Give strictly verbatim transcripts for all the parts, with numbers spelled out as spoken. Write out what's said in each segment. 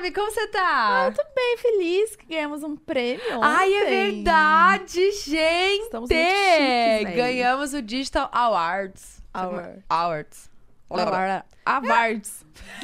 amiga, como você tá? Ah, tô bem, feliz que ganhamos um prêmio ontem. Ai, é verdade, gente! Estamos muito chiques, véi. Ganhamos o Digital Awards. Award. Awards. Award. Awards.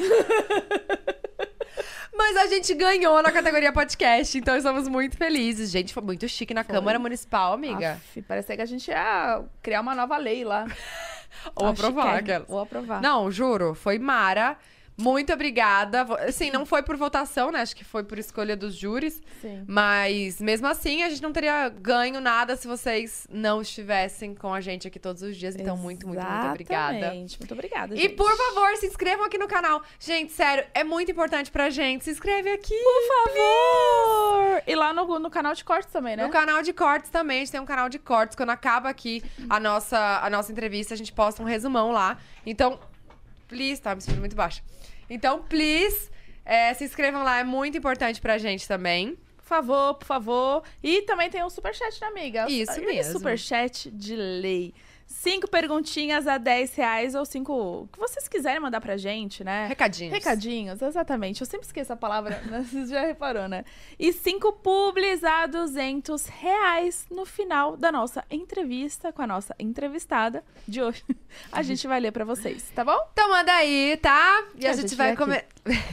Mas a gente ganhou na categoria podcast, então estamos muito felizes. Gente, foi muito chique na Foi. Câmara Municipal, amiga. Aff, parece que a gente ia criar uma nova lei lá. Ou Acho aprovar que é. aquelas. Ou aprovar. Não, juro, foi mara. Muito obrigada. Assim, não foi por votação, né? Acho que foi por escolha dos júris. Sim. Mas, mesmo assim, a gente não teria ganho nada se vocês não estivessem com a gente aqui todos os dias. Então, muito, muito, muito obrigada. Exatamente. Muito obrigada, E, gente. por favor, se inscrevam aqui no canal. Gente, sério, é muito importante pra gente. Se inscreve aqui. Por favor! E lá no, no canal de cortes também, né? No canal de cortes também, a gente tem um canal de cortes. Quando acaba aqui a nossa, a nossa entrevista, a gente posta um resumão lá. Então, please, tá me sentindo muito baixa. Então, please, é, se inscrevam lá, é muito importante pra gente também. Por favor, por favor. E também tem um superchat, né, amiga? Isso Aquele mesmo. Superchat de lei. Cinco perguntinhas a dez reais ou cinco... O que vocês quiserem mandar pra gente, né? Recadinhos. Recadinhos, exatamente. Eu sempre esqueço a palavra, né? Você já reparou, né? E cinco publis a duzentos reais no final da nossa entrevista com a nossa entrevistada de hoje. A gente vai ler pra vocês, tá bom? Então manda aí, tá? E a, A gente, gente vai vê comer.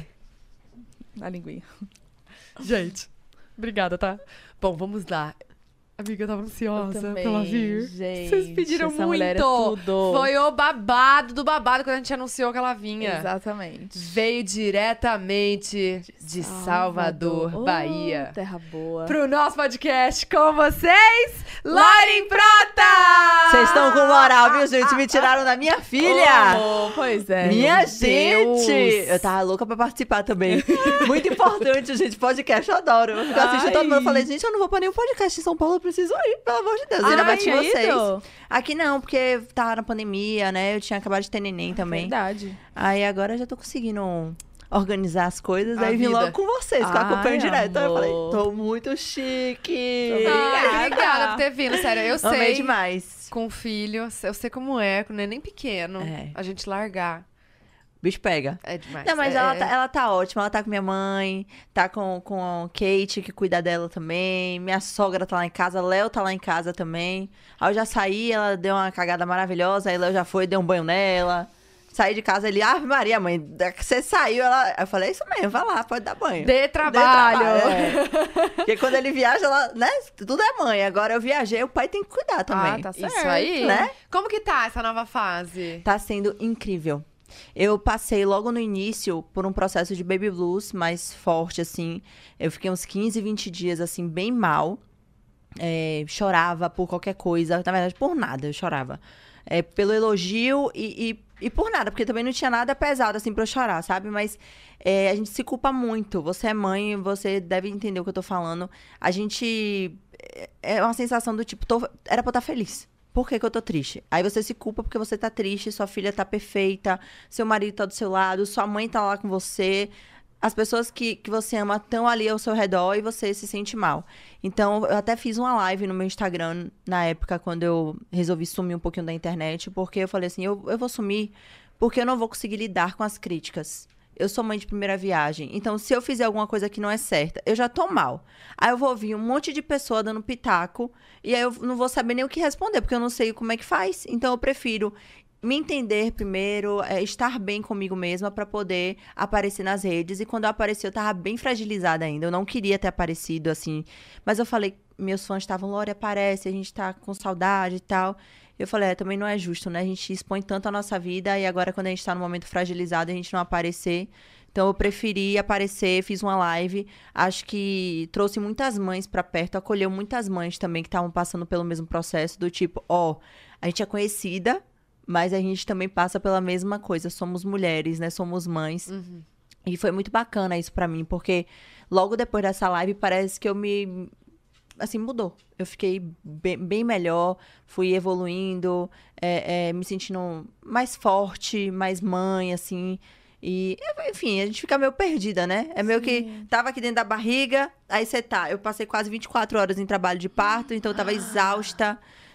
Na linguinha. Gente, obrigada, tá? Bom, vamos lá. Amiga, eu tava ansiosa Eu também, pra ela vir. gente, Vocês pediram essa muito. mulher é tudo. Foi o babado do babado quando a gente anunciou que ela vinha. Exatamente. Veio diretamente de Salvador, Oh, Bahia. terra boa. Pro nosso podcast com vocês, Lauren Prota! Vocês estão com moral, viu, gente? Me tiraram da minha filha! Oh, pois é. Minha meu gente! Deus. Eu tava louca pra participar também. Muito importante, gente. Podcast, eu adoro. Eu fico assistindo Ai. todo mundo. Eu falei, gente, eu não vou pra nenhum podcast em São Paulo, eu preciso ir, pelo amor de Deus. Eu ainda Ai, bati vocês. ido? Aqui não, porque tava na pandemia, né? Eu tinha acabado de ter neném também. Verdade. Aí agora eu já tô conseguindo organizar as coisas. A aí vim vida. logo com vocês, que eu Ai, acompanho direto. Então eu falei, amor. tô muito chique. Obrigada. Ai, obrigada por ter vindo, sério. Eu sei. Amei demais. Com filho, eu sei como é, com neném pequeno, É. a gente largar. Bicho pega. É demais. Não, mas é, ela, é- tá, ela tá ótima. Ela tá com minha mãe, tá com, com a Kate, que cuida dela também. Minha sogra tá lá em casa, Léo tá lá em casa também. Aí eu já saí, ela deu uma cagada maravilhosa, aí Léo já foi, deu um banho nela. Saí de casa, ele, ah, Maria, mãe, você saiu, ela... Eu falei, é isso mesmo, vai lá, pode dar banho. Dê trabalho. é. Porque quando ele viaja, ela, né, tudo é mãe. Agora eu viajei, o pai tem que cuidar também. Ah, tá certo. Isso aí. Né? Como que tá essa nova fase? Tá sendo incrível. Eu passei logo no início por um processo de baby blues mais forte, assim. Eu fiquei uns quinze, vinte dias, assim, bem mal. É, chorava por qualquer coisa. Na verdade, por nada, eu chorava. É, pelo elogio e, e, e por nada, porque também não tinha nada pesado, assim, pra eu chorar, sabe? Mas é, a gente se culpa muito. Você é mãe, você deve entender o que eu tô falando. A gente... É uma sensação do tipo, tô, era pra eu estar feliz. Por que que eu tô triste? Aí você se culpa porque você tá triste, sua filha tá perfeita, seu marido tá do seu lado, sua mãe tá lá com você. As pessoas que, que você ama estão ali ao seu redor e você se sente mal. Então, eu até fiz uma live no meu Instagram, na época, quando eu resolvi sumir um pouquinho da internet, porque eu falei assim, eu, eu vou sumir porque eu não vou conseguir lidar com as críticas. Eu sou mãe de primeira viagem, então se eu fizer alguma coisa que não é certa, eu já tô mal. Aí eu vou ouvir um monte de pessoa dando pitaco, e aí eu não vou saber nem o que responder, porque eu não sei como é que faz. Então eu prefiro me entender primeiro, é, estar bem comigo mesma pra poder aparecer nas redes. E quando eu apareci, eu tava bem fragilizada ainda. Eu não queria ter aparecido, assim. Mas eu falei, meus fãs estavam, Lore, aparece, a gente tá com saudade e tal. Eu falei, é, também não é justo, né? A gente expõe tanto a nossa vida e agora quando a gente tá num momento fragilizado, a gente não aparecer. Então eu preferi aparecer, fiz uma live. Acho que trouxe muitas mães pra perto, acolheu muitas mães também que estavam passando pelo mesmo processo, do tipo, ó, a gente é conhecida, mas a gente também passa pela mesma coisa. Somos mulheres, né? Somos mães. Uhum. E foi muito bacana isso pra mim, porque logo depois dessa live parece que eu me... Assim, mudou. Eu fiquei bem, bem melhor, fui evoluindo, é, é, me sentindo mais forte, mais mãe, assim. E, enfim, a gente fica meio perdida, né? É meio que tava aqui dentro da barriga, aí você tá. Eu passei quase vinte e quatro horas em trabalho de parto, então eu tava exausta.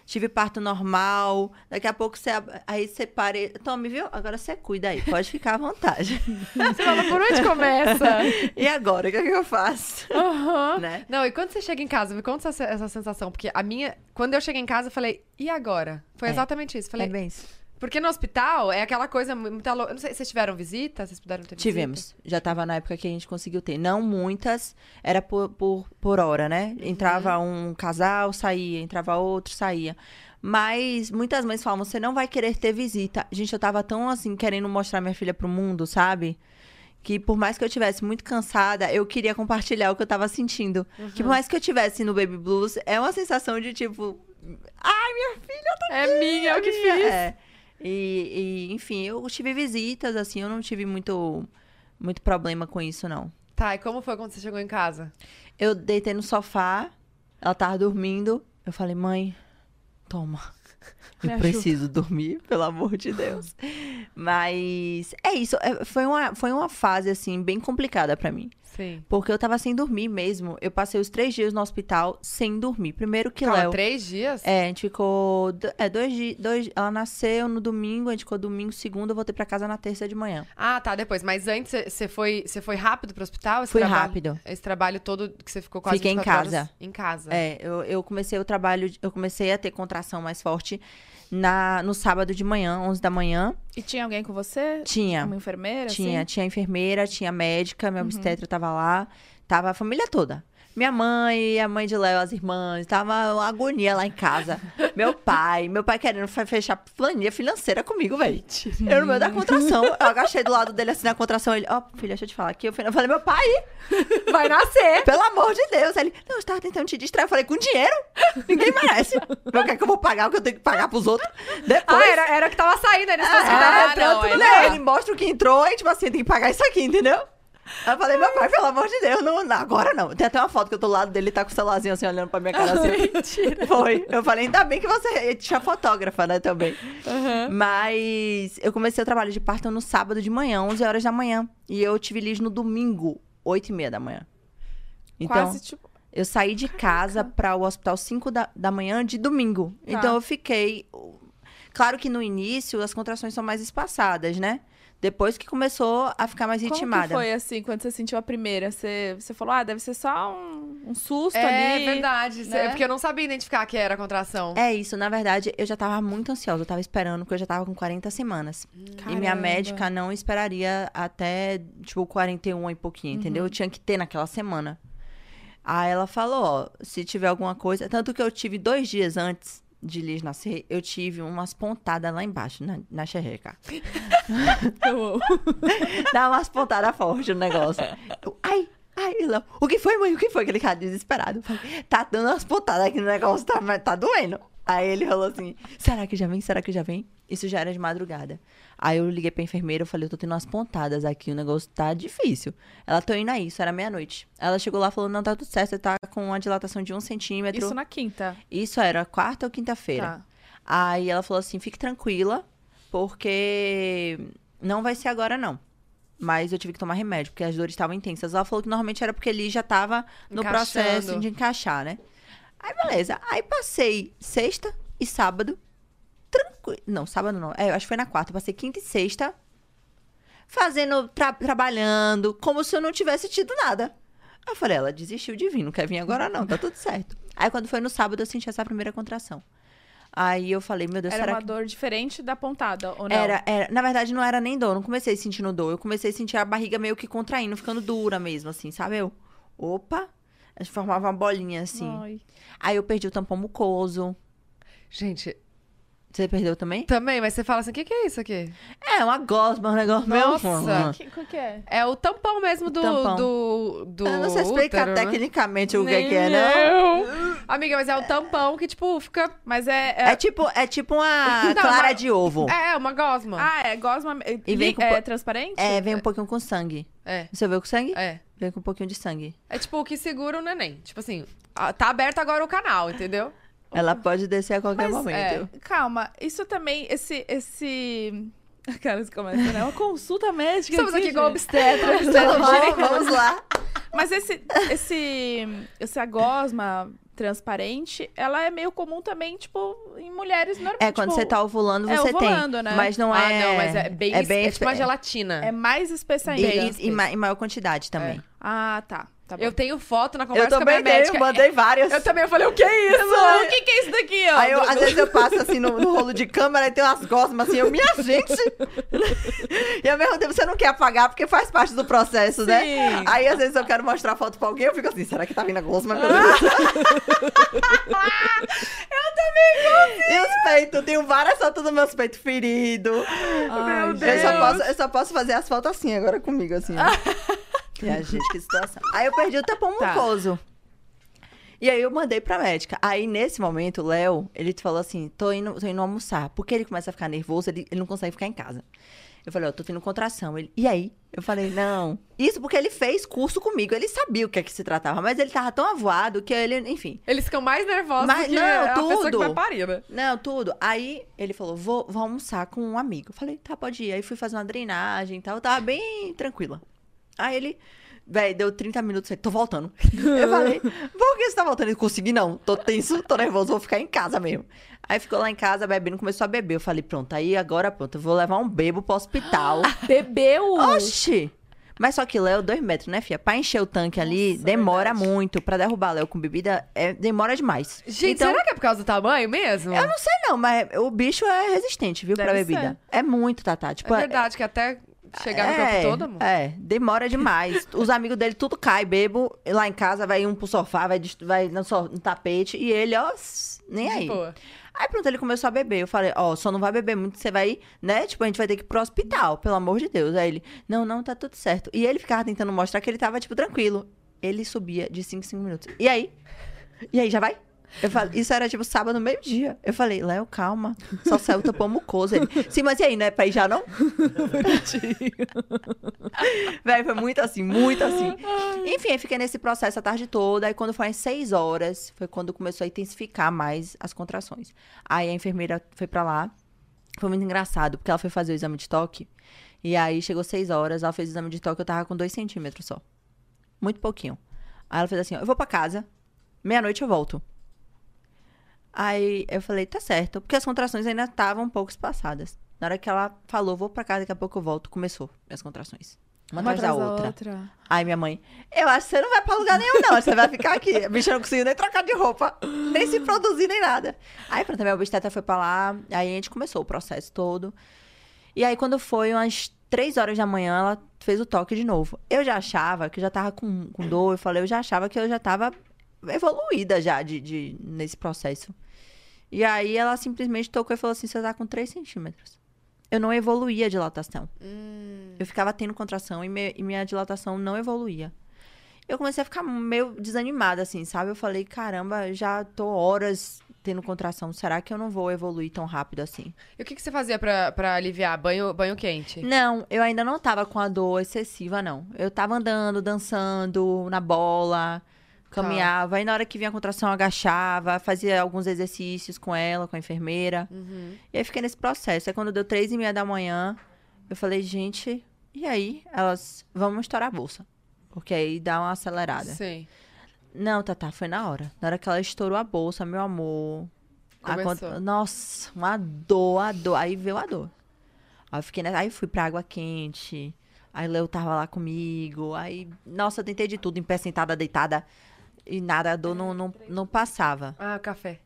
tive parto normal. Daqui a pouco você... Aí você para e... Tome, viu? Agora você cuida aí. Pode ficar à vontade. Você fala, por onde começa? E agora? O que, é que eu faço? Uhum. Né? Não, e quando você chega em casa, me conta essa, essa sensação. Porque a minha... Quando eu cheguei em casa, eu falei, e agora? Foi É. exatamente isso. Falei, É bem isso. porque no hospital é aquela coisa muito louca. Não sei, vocês tiveram visita? Vocês puderam ter visita? Tivemos. Já tava na época que a gente conseguiu ter. Não muitas, era por, por, por hora, né? Entrava um casal, saía. Entrava outro, saía. Mas muitas mães falam, você não vai querer ter visita. Gente, eu tava tão, assim, querendo mostrar minha filha pro mundo, sabe? Que por mais que eu tivesse muito cansada, eu queria compartilhar o que eu tava sentindo. Uhum. Que por mais que eu tivesse no Baby Blues, é uma sensação de tipo... Ai, minha filha tá É aqui, minha, eu que minha. fiz. É. E, e, enfim, eu tive visitas, assim, eu não tive muito, muito problema com isso, não. Tá, e como foi quando você chegou em casa? Eu deitei no sofá, ela tava dormindo, eu falei, mãe, toma, Me eu ajuda. preciso dormir, pelo amor de Deus. Mas é isso, é, foi uma, foi uma fase, assim, bem complicada pra mim. Sim. Porque eu tava sem dormir mesmo. Eu passei os três dias no hospital sem dormir. Primeiro que Calma, Léo... três dias? É, a gente ficou... do- É, dois dias... Dois, ela nasceu no domingo, a gente ficou domingo, segunda, eu voltei pra casa na terça de manhã. Ah, tá, depois. Mas antes, você- você foi, você foi rápido pro hospital? Esse Fui trabalho- rápido. Esse trabalho todo que você ficou quase Fiquei em vinte e quatro casa. horas em casa. É, eu, eu comecei o trabalho... Eu comecei a ter contração mais forte na, no sábado de manhã, onze da manhã. E tinha alguém com você? Tinha. Uma enfermeira, Tinha, assim? tinha enfermeira, tinha médica, minha obstetra tava lá. Tava a família toda. Minha mãe, a mãe de Léo, as irmãs. Tava uma agonia lá em casa. Meu pai, meu pai querendo fe- fechar planilha financeira comigo, velho. Eu no meio da contração. Eu agachei do lado dele assim na contração. Ele, ó, filha, deixa eu te falar aqui. Eu falei, meu pai, Vai nascer! pelo amor de Deus. Aí ele, não, eu estava tentando te distrair. Eu falei, com dinheiro? Ninguém merece. Eu quero que eu vou pagar o que eu tenho que pagar pros outros. Depois. Ah, era, era o que tava saindo aí nesse Ah, hospital. tá Ah, entrando não, tudo aí nele. não. Ele mostra o que entrou e, tipo assim, tem que pagar isso aqui, entendeu? Aí eu falei, meu pai, pelo amor de Deus, não, não, agora não. Tem até uma foto que eu tô do lado dele, ele tá com o celularzinho assim, olhando pra minha cara assim. Mentira. Foi. Eu falei, ainda bem que você tinha fotógrafa, né, também. Mas eu comecei o trabalho de parto no sábado de manhã, onze horas da manhã. E eu tive Liz no domingo, oito e meia da manhã. Então, Quase, tipo... eu saí de casa para o hospital cinco da, da manhã de domingo. Tá. Então eu fiquei. Claro que no início as contrações são mais espaçadas, né? Depois que começou a ficar mais Como ritmada. que foi, assim, quando você sentiu a primeira? Você, você falou, ah, deve ser só um, um susto É ali. verdade. né? É porque eu não sabia identificar que era contração. É isso, na verdade, eu já tava muito ansiosa. Eu tava esperando, porque eu já tava com quarenta semanas. E minha Caramba. médica não esperaria até, tipo, quarenta e um e pouquinho, entendeu? Eu tinha que ter naquela semana. Aí ela falou, ó, se tiver alguma coisa... Tanto que eu tive dois dias antes de Liz nascer, eu tive umas pontadas lá embaixo, na, na xereca. Eu amo. Dá umas pontadas fortes no negócio. Eu, ai, ai, Léo, o que foi, mãe? O que foi? Aquele cara desesperado. Eu falei, tá dando umas pontadas aqui no negócio, tá, mas tá doendo. Aí ele falou assim, será que já vem? Será que já vem? Isso já era de madrugada. Aí eu liguei pra enfermeira, eu falei, eu tô tendo umas pontadas aqui, o negócio tá difícil. Ela, tô indo aí, isso era meia-noite. Ela chegou lá e falou, não, tá tudo certo, você tá com uma dilatação de um centímetro. Isso na quinta. Isso era quarta ou quinta-feira. Tá. Aí ela falou assim, fique tranquila, porque não vai ser agora, não. Mas eu tive que tomar remédio, porque as dores estavam intensas. Ela falou que normalmente era porque ele já tava no Encaixando. processo de encaixar, né? Aí, beleza. Aí passei sexta e sábado, tranquilo. Não, sábado não. É, eu acho que foi na quarta. Passei quinta e sexta, fazendo, tra- trabalhando, como se eu não tivesse tido nada. Aí eu falei, ela desistiu de vir, não quer vir agora não, tá tudo certo. Aí quando foi no sábado, eu senti essa primeira contração. Aí eu falei, meu Deus, Era será uma que... dor diferente da pontada, ou não? Era, era, na verdade, não era nem dor, não comecei sentindo dor. Eu comecei a sentir a barriga meio que contraindo, ficando dura mesmo, assim, sabe? Eu, opa, formava uma bolinha, assim. Ai. Aí eu perdi o tampão mucoso. Gente, Você perdeu também? também, mas você fala assim, o que, que é isso aqui? É, uma gosma, um negócio Nossa. meu. Que, qual que é? É o tampão mesmo do... Tampão. do, do Eu não sei explicar útero, né? tecnicamente o que, Nem que é, não. Amiga, mas é o tampão que, tipo, fica... Mas é... É tipo, é tipo uma Não, clara mas- de ovo. É, uma gosma. Ah, é gosma... E vem li- com é po- transparente? É, vem um pouquinho com sangue. É, Você viu com sangue? é. Vem com um pouquinho de sangue. É tipo o que segura o neném. Tipo assim, ah, tá aberto agora o canal, entendeu? Ela pode descer a qualquer Mas, momento. é, calma, isso também, esse... esse... Aquelas que começam, né? Uma consulta médica. Estamos aqui com gente. obstetra. Então, vamos, vamos lá. Mas esse, esse, esse agosma transparente, ela é meio comum também, tipo, em mulheres normais. É, quando tipo, você tá ovulando, é você ovulando, tem. né? Mas não Ah, é... não, mas é bem... É, bem é tipo uma espe- gelatina. É mais espessa E, ainda. e- e ma- em maior quantidade também. Ah, tá. Tá bom. Eu tenho foto na Eu conversa com a minha também tenho, médica. mandei várias. Eu também eu falei, o que é isso? O que, que é isso daqui, ó? Aí, eu, Do- às do- vezes, eu passo assim no, no rolo de câmera e tem umas gosmas assim, eu, minha gente! E ao mesmo tempo você não quer apagar porque faz parte do processo, né? Sim. Aí, às vezes, eu quero mostrar foto pra alguém, eu fico assim, será que tá vindo a gosma? Meu Deus? Eu também consigo! E os peitos, eu tenho várias fotos dos meus peitos feridos. Ai, Meu Deus! Deus. Eu só, posso, eu só posso fazer as fotos assim, agora comigo, assim. ó. E a gente, que situação. Aí eu perdi o tampão Tá. mucoso. E aí eu mandei pra médica. Aí, nesse momento, o Léo, ele falou assim, tô indo, tô indo almoçar. Porque ele começa a ficar nervoso, ele, ele não consegue ficar em casa. Eu falei, ó, tô tendo contração. Ele, e aí? Eu falei, não. Isso porque ele fez curso comigo, ele sabia o que é que se tratava. Mas ele tava tão avoado que ele, enfim. Eles ficam mais nervosos Mas do que não, a pessoa que tudo. vai parir, né? Não, tudo. Aí ele falou, vou, vou almoçar com um amigo. Eu falei, tá, pode ir. Aí fui fazer uma drenagem e tal, eu tava bem tranquila. Aí ele, véi, deu trinta minutos, eu falei, tô voltando. Eu falei, por que você tá voltando? Ele, consegui não, tô tenso, tô nervoso, vou ficar em casa mesmo. Aí ficou lá em casa, bebendo, começou a beber. Eu falei, pronto, aí agora pronto, eu vou levar um bebo pro hospital. Bebeu! Oxi! Mas só que Léo, dois metros, né, filha? Pra encher o tanque ali, Nossa, demora verdade. muito. Pra derrubar Léo com bebida, é, demora demais. Gente, então, será que é por causa do tamanho mesmo? eu não sei não, mas o bicho é resistente, viu, pra Deve bebida. É muito, Tatá. Tipo, É verdade, que até chegar no é, corpo todo, amor. É, demora demais. Os amigos dele tudo cai, bebo. Lá em casa vai um pro sofá, vai, dest- vai no, so- no tapete. E ele, ó, s- nem aí. Boa. Aí pronto, ele começou a beber. Eu falei, ó, só não vai beber muito, você vai, né? Tipo, a gente vai ter que ir pro hospital, pelo amor de Deus. Aí ele, não, não, tá tudo certo. E ele ficava tentando mostrar que ele tava, tipo, tranquilo. Ele subia de cinco em cinco minutos. E aí? E aí, já vai? Eu falei, isso era tipo sábado, meio-dia. Eu falei, Léo, calma. Só saiu o tampão mucoso. Ele, sim, mas e aí, não é pra ir já, não? Véi, foi muito assim, muito assim. Enfim, eu fiquei nesse processo a tarde toda. Aí quando foi às seis horas, foi quando começou a intensificar mais as contrações. Aí a enfermeira foi pra lá. Foi muito engraçado, porque ela foi fazer o exame de toque. E aí chegou seis horas, ela fez o exame de toque, eu tava com dois centímetros só. Muito pouquinho. Aí ela fez assim, ó, eu vou pra casa, meia-noite eu volto. Aí eu falei, tá certo, porque as contrações ainda estavam um pouco espaçadas. Na hora que ela falou, vou pra casa, daqui a pouco eu volto, começou minhas contrações. Uma, atrás da outra. Aí minha mãe, eu acho que você não vai pra lugar nenhum, não. Você vai ficar aqui. A bicha não conseguiu nem trocar de roupa, nem se produzir, nem nada. Aí pronto, a minha obstetra foi pra lá, aí a gente começou o processo todo. E aí quando foi umas três horas da manhã, ela fez o toque de novo. Eu já achava que eu já tava com, com dor, eu falei, eu já achava que eu já tava evoluída já de, de, nesse processo. E aí ela simplesmente tocou e falou assim, você tá com três centímetros. Eu não evoluía a dilatação. Hum. Eu ficava tendo contração e, me- e minha dilatação não evoluía. Eu comecei a ficar meio desanimada, assim, sabe? Eu falei, caramba, já tô horas tendo contração. Será que eu não vou evoluir tão rápido assim? E o que, que você fazia pra, pra aliviar? Banho, banho quente? Não, eu ainda não tava com a dor excessiva, não. Eu tava andando, dançando, na bola, caminhava. Aí na hora que vinha a contração, eu agachava, fazia alguns exercícios com ela, com a enfermeira. Uhum. E aí fiquei nesse processo. Aí quando deu três e meia da manhã, eu falei, gente, e aí? Elas, vamos estourar a bolsa. Porque aí dá uma acelerada. Sim. Não, Tatá, foi na hora. Na hora que ela estourou a bolsa, meu amor. a Começou. cont- Nossa, uma dor, a dor. Aí veio a dor. Aí eu fiquei nessa... Aí fui pra água quente. Aí Leo tava lá comigo. Aí, nossa, eu tentei de tudo, em pé, sentada, deitada. E nada, a dor não, não, não passava. Ah, café.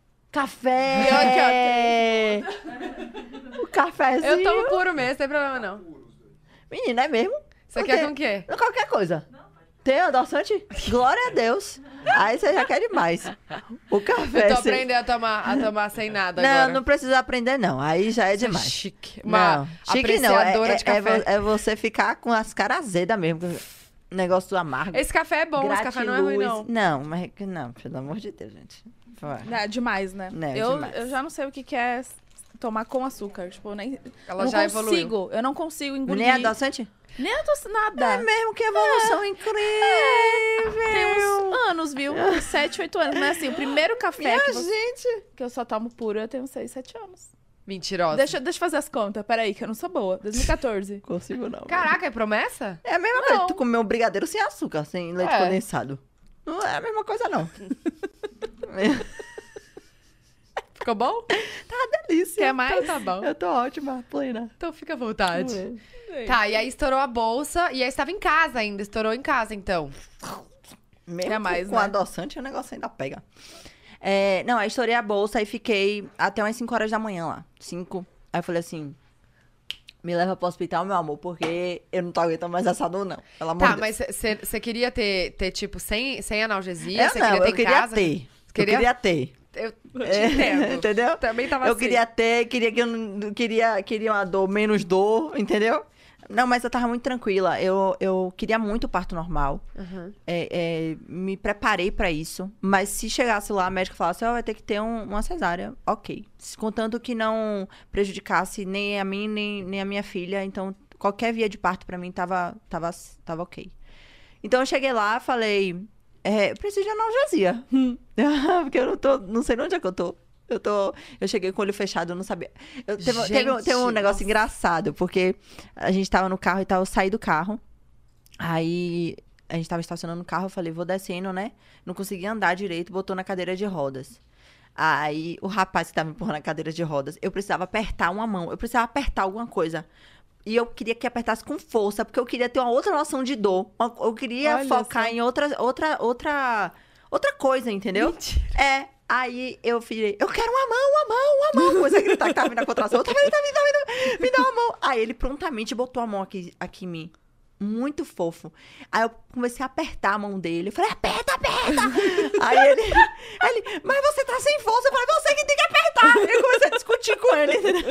Café! O cafezinho. Eu tomo puro mesmo, não tem problema não. Menina, é mesmo? Você Por quer quê? com o quê? Qualquer coisa. Tem adoçante? Glória a Deus. Aí você já quer demais. O café. Eu tô você- aprendendo a tomar, a tomar sem nada Não, agora. não precisa aprender, não. Aí já é Você demais. chique. Uma Não, chique não. É, apreciadora é- de é café. vo- é você ficar com as caras azedas mesmo. Negócio amargo. Esse café é bom, esse café não é ruim, não. Não, mas não, pelo amor de Deus, gente. Vai. É demais, né? Não, eu, demais. eu já não sei o que, que é tomar com açúcar. Tipo, eu nem. Ela não já consigo. evoluiu. Eu não consigo engolir. Nem adoçante? Nem adoçante, nada. É mesmo, que evolução incrível. Tem uns anos, viu? Uns sete, oito anos. Mas assim, o primeiro café Minha que, você- gente. que eu só tomo puro, eu tenho seis, sete anos. Mentirosa. Deixa, deixa eu fazer as contas. Peraí, que eu não sou boa. dois mil e quatorze. Consigo não. Caraca, é promessa? É a mesma Não. coisa que tu comer um brigadeiro sem açúcar, sem leite É. condensado. Não é a mesma coisa, não. Ficou bom? Delícia. Quer mais? Então tá bom. Eu tô ótima, plena. Então fica à vontade. Sei. Tá, e aí estourou a bolsa. E aí estava em casa ainda. Estourou em casa, então. Mesmo Quer mais, com né? adoçante, o negócio ainda pega. É, não, aí estourei a bolsa e fiquei até umas cinco horas da manhã lá. cinco. Aí eu falei assim, me leva pro hospital, meu amor, porque eu não tô aguentando mais essa dor, não. Pelo amor Tá, de mas você queria ter, ter, tipo, sem, sem analgesia? Eu Você não, queria ter eu em queria casa? ter. Queria? Eu queria ter. Eu te É, entendo. entendeu? Também tava Eu assim. queria ter, queria que eu não queria, queria uma dor, menos dor, entendeu? Não, mas eu tava muito tranquila. Eu, eu queria muito parto normal. Uhum. É, é, me preparei pra isso. Mas se chegasse lá, a médica falasse, ó, vai ter que ter um- uma cesárea, ok. Contanto que não prejudicasse nem a mim, nem, nem a minha filha. Então, qualquer via de parto pra mim tava, tava, tava ok. Então, eu cheguei lá, falei, é, eu preciso de analgesia. Porque eu não tô, não sei onde é que eu tô. Eu tô. Eu cheguei com o olho fechado, eu não sabia. Eu, teve, Gente, teve, um- teve um negócio nossa. engraçado, porque a gente tava no carro e tal, eu saí do carro. Aí a gente tava estacionando o carro, eu falei, vou descendo, né? Não conseguia andar direito, botou na cadeira de rodas. Aí o rapaz que tava me empurrando na cadeira de rodas, eu precisava apertar uma mão, eu precisava apertar alguma coisa. E eu queria que apertasse com força, porque eu queria ter uma outra noção de dor. Uma- Eu queria Olha focar só. em outra, outra, outra, outra coisa, entendeu? Mentira. É. Aí eu falei, eu quero uma mão, uma mão, uma mão. Comecei a gritar que tava vindo a contração. Eu, tá vindo, tá vindo, tá vindo, me dá uma mão. Aí ele prontamente botou a mão aqui, aqui em mim. Muito fofo. Aí eu comecei a apertar a mão dele. Eu falei, aperta, aperta. Aí ele, ele, mas você tá sem força. Eu falei, você que tem que apertar. Eu comecei a discutir com ele, entendeu?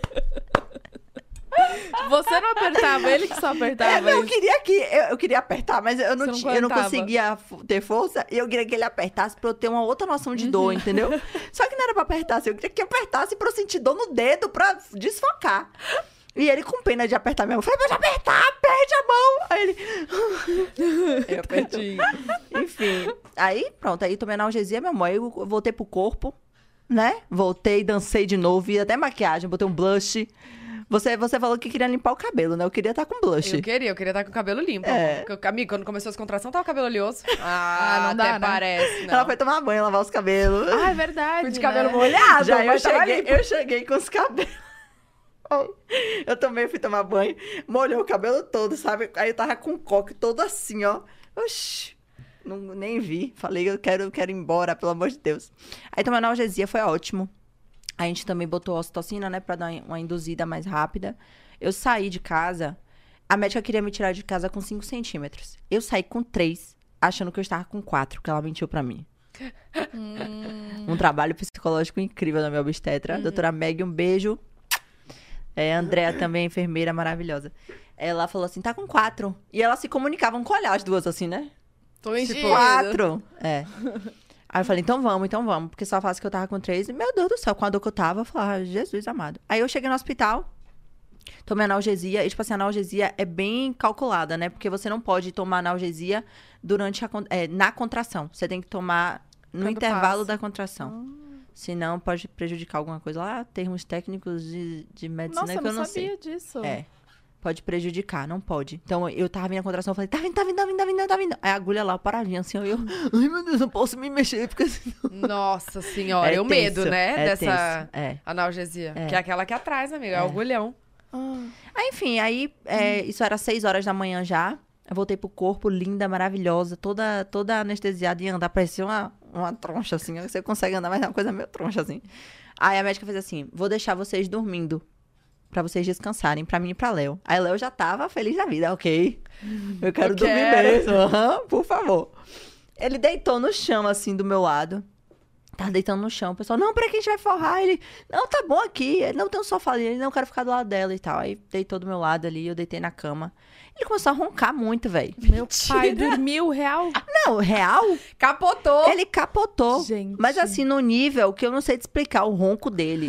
Você não apertava, ele que só É, apertava. eu isso. queria que eu, eu queria apertar, mas eu não, Você não tinha- eu não aguentava. conseguia fo- ter força. E eu queria que ele apertasse pra eu ter uma outra noção de dor, entendeu? Só que não era pra apertar, assim, eu queria que apertasse pra eu sentir dor no dedo pra desfocar. E ele com pena de apertar minha mão. Eu falei, pode apertar, aperte a mão. Aí ele... eu apertei. Enfim. Aí, pronto. Aí tomei analgesia, meu amor. Aí eu voltei pro corpo, né? Voltei, dancei de novo. E até maquiagem, botei um blush. Você, você falou que queria limpar o cabelo, né? Eu queria estar com blush. Eu queria, eu queria estar com o cabelo limpo. É. Porque, amigo, quando começou as contrações, tava o cabelo oleoso. Ah, Ah, não dá, até né? parece, não. Ela foi tomar banho, lavar os cabelos. Ah, é verdade. Fui de cabelo né? molhado, Já eu mas tava cheguei, limpo. eu cheguei com os cabelos. Eu também fui tomar banho, molhou o cabelo todo, sabe? Aí eu tava com o coque todo assim, ó. Oxi, não, nem vi. Falei, eu quero, quero ir embora, pelo amor de Deus. Aí tomar analgesia foi ótimo. A gente também botou ocitocina, né, pra dar uma induzida mais rápida. Eu saí de casa, a médica queria me tirar de casa com cinco centímetros. Eu saí com três, achando que eu estava com quatro, porque ela mentiu pra mim. Um trabalho psicológico incrível da minha obstetra. Doutora Meg, um beijo. É, a Andrea também, enfermeira maravilhosa. Ela falou assim, tá com quatro. E elas se comunicavam com olhar as duas, assim, né? Tô mentindo. Tipo, quatro. É. Aí eu falei, então vamos, então vamos. Porque só faz que eu tava com três. E, meu Deus do céu, com a dor que eu tava, eu falava, Jesus amado. Aí eu cheguei no hospital, tomei analgesia. E, tipo assim, a analgesia é bem calculada, né? Porque você não pode tomar analgesia durante a, con- é, na contração. Você tem que tomar no Quando intervalo passa. da contração. Senão pode prejudicar alguma coisa. Lá, termos técnicos de, de medicina Nossa, que eu eu não não sei. sabia disso. É. Pode prejudicar, não pode. Então, eu tava vindo a contração, eu falei, tá vindo, tá vindo, tá vindo, tá vindo, tá vindo. Aí a agulha lá, paradinha, assim, ó, eu... Ai, meu Deus, não posso me mexer, porque senão... Nossa senhora, É e o medo, tenso, né? é dessa tenso, é. analgesia. É. Que é aquela que é atrás, amiga, é, o agulhão. Ah, Aí, enfim, aí, é, isso era seis horas da manhã já. Eu voltei pro corpo, linda, maravilhosa, toda, toda anestesiada e andar, parecia uma, uma troncha, assim. Você consegue andar, mas é uma coisa meio troncha, assim. Aí a médica fez assim, vou deixar vocês dormindo. Pra vocês descansarem, pra mim e pra Léo. Aí Léo já tava feliz da vida, ok. Eu quero Eu dormir quero. mesmo, aham, por favor. Ele deitou no chão, assim, do meu lado. Tava deitando no chão. O pessoal, não, peraí que a gente vai forrar. Ele, não, tá bom aqui. Ele, não, tem um sofá ali. Ele, não, quero ficar do lado dela e tal. Aí deitou do meu lado ali, eu deitei na cama. Ele começou a roncar muito, velho. meu pai dormiu real? Não, real, Capotou! ele capotou. Gente. Mas assim, no nível que eu não sei te explicar o ronco dele.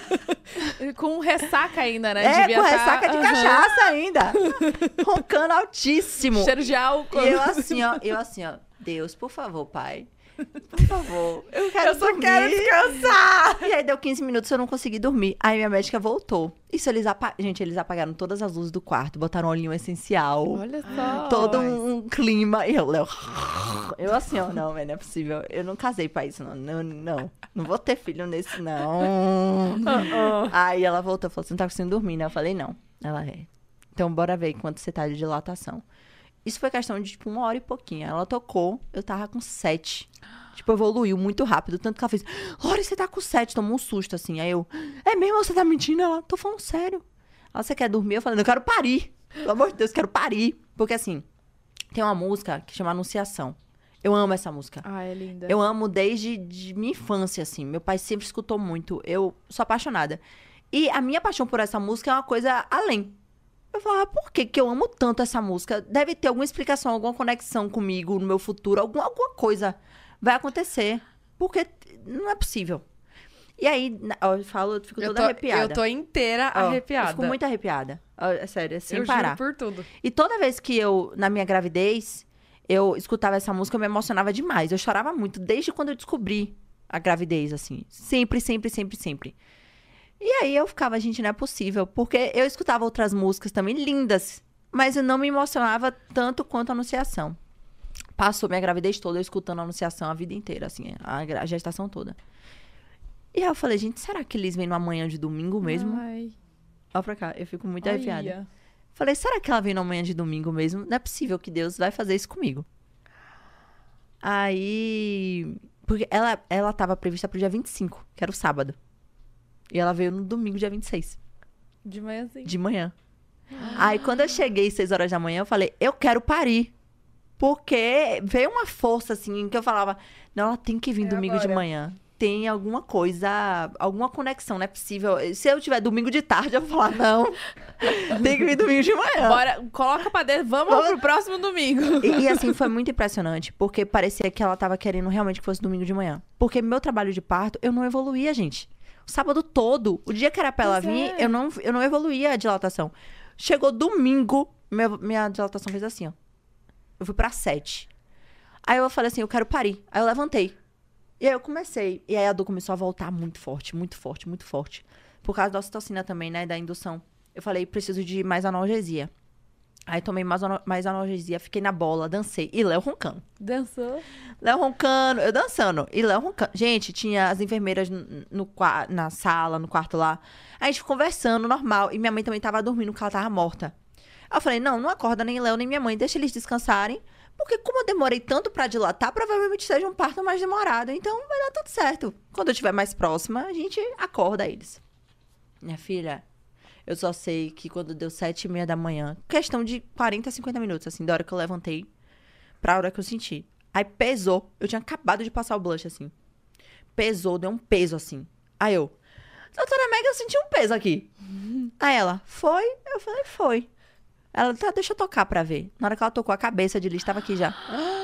Com ressaca ainda, né? É, Devia com tá- ressaca de Aham. cachaça ainda. Roncando altíssimo. Cheiro de álcool. E eu assim, ó, eu assim, ó, Deus, por favor, pai, Por favor, eu quero Eu só dormir. quero descansar. E aí deu quinze minutos, eu não consegui dormir. Aí minha médica voltou. Isso, eles apagaram. Gente, eles apagaram todas as luzes do quarto, botaram um olhinho essencial. Olha só. Todo um, um clima. E eu, Léo. Eu assim, ó, não, velho, não é possível. Eu não casei pra isso, não. Não, não. Não vou ter filho nesse, não. Aí ela voltou e falou: você não tá conseguindo dormir, né? Eu falei, não. Ela é. Então, bora ver quanto você tá de dilatação. Isso foi questão de, tipo, uma hora e pouquinho. Ela tocou, eu tava com sete. Tipo, evoluiu muito rápido. Tanto que ela fez, Lori, você tá com sete. Tomou um susto, assim. Aí eu, é mesmo? Você tá mentindo? Ela, tô falando sério. Ela, você quer dormir? Eu falei, eu quero parir. Pelo amor de Deus, eu quero parir. Porque, assim, tem uma música que chama Anunciação. Eu amo essa música. Ah, é linda. Eu amo desde de minha infância, assim. Meu pai sempre escutou muito. Eu sou apaixonada. E a minha paixão por essa música é uma coisa além. Eu falava, por que que eu amo tanto essa música? Deve ter alguma explicação, alguma conexão comigo no meu futuro. Alguma, alguma coisa vai acontecer. Porque não é possível. E aí, na- ó, eu falo, eu fico Eu toda tô, arrepiada. eu tô inteira Ó, arrepiada. Eu fico muito arrepiada. Ó, é sério, é sem eu parar. juro por tudo. E toda vez que eu, na minha gravidez, eu escutava essa música, eu me emocionava demais. Eu chorava muito, desde quando eu descobri a gravidez, assim. Sempre, sempre, sempre, sempre. E aí eu ficava, gente, não é possível. Porque eu escutava outras músicas também lindas, mas eu não me emocionava tanto quanto a Anunciação. Passou minha gravidez toda eu escutando a Anunciação a vida inteira, assim, a, gra- a gestação toda. E aí eu falei, gente, será que eles vêm numa manhã de domingo mesmo? Ai, Olha pra cá, eu fico muito arrepiada. olha. Falei, será que ela vem na manhã de domingo mesmo? Não é possível que Deus vai fazer isso comigo. Aí... Porque ela, ela tava prevista pro dia vinte e cinco, que era o sábado. E ela veio no domingo, dia vinte e seis, De manhãzinho. de manhã. Aí, quando eu cheguei seis horas da manhã, eu falei, eu quero parir. Porque veio uma força, assim, que eu falava, não, ela tem que vir É domingo de agora. manhã. Tem alguma coisa, alguma conexão, não é possível. Se eu tiver domingo de tarde, eu vou falar, não, tem que vir domingo de manhã. Bora, coloca pra dentro. Vamos pro próximo domingo. E, e, assim, foi muito impressionante, porque parecia que ela tava querendo realmente que fosse domingo de manhã. Porque meu trabalho de parto, eu não evoluía, gente. O sábado todo, o dia que era pra ela Pois vir, é. eu, não, eu não evoluía a dilatação. Chegou domingo, meu- minha dilatação fez assim, ó. Eu fui pra sete. Aí eu falei assim, eu quero parir. Aí eu levantei. E aí eu comecei. E aí a dor começou a voltar muito forte, muito forte, muito forte. Por causa da ocitocina também, né, da indução. Eu falei, preciso de mais analgesia. Aí tomei mais, ano- mais analgesia, fiquei na bola, dancei. E Léo roncando. Dançou. Léo roncando, eu dançando. E Léo roncando. Gente, tinha as enfermeiras no, no qua- na sala, no quarto lá. A gente conversando, normal. E minha mãe também tava dormindo, porque ela tava morta. Aí eu falei, não, não acorda nem Léo, nem minha mãe. Deixa eles descansarem. Porque como eu demorei tanto pra dilatar, provavelmente seja um parto mais demorado. Então, vai dar tudo certo. Quando eu estiver mais próxima, a gente acorda eles. Minha filha, eu só sei que quando deu sete e meia da manhã, questão de quarenta, cinquenta minutos, assim, da hora que eu levantei pra hora que eu senti. Aí pesou. Eu tinha acabado de passar o blush, assim. Pesou, deu um peso, assim. Aí eu, doutora Meg, eu senti um peso aqui. Aí ela, foi? Eu falei, foi. Ela, tá, deixa eu tocar pra ver. Na hora que ela tocou, a cabeça de Liz tava aqui já.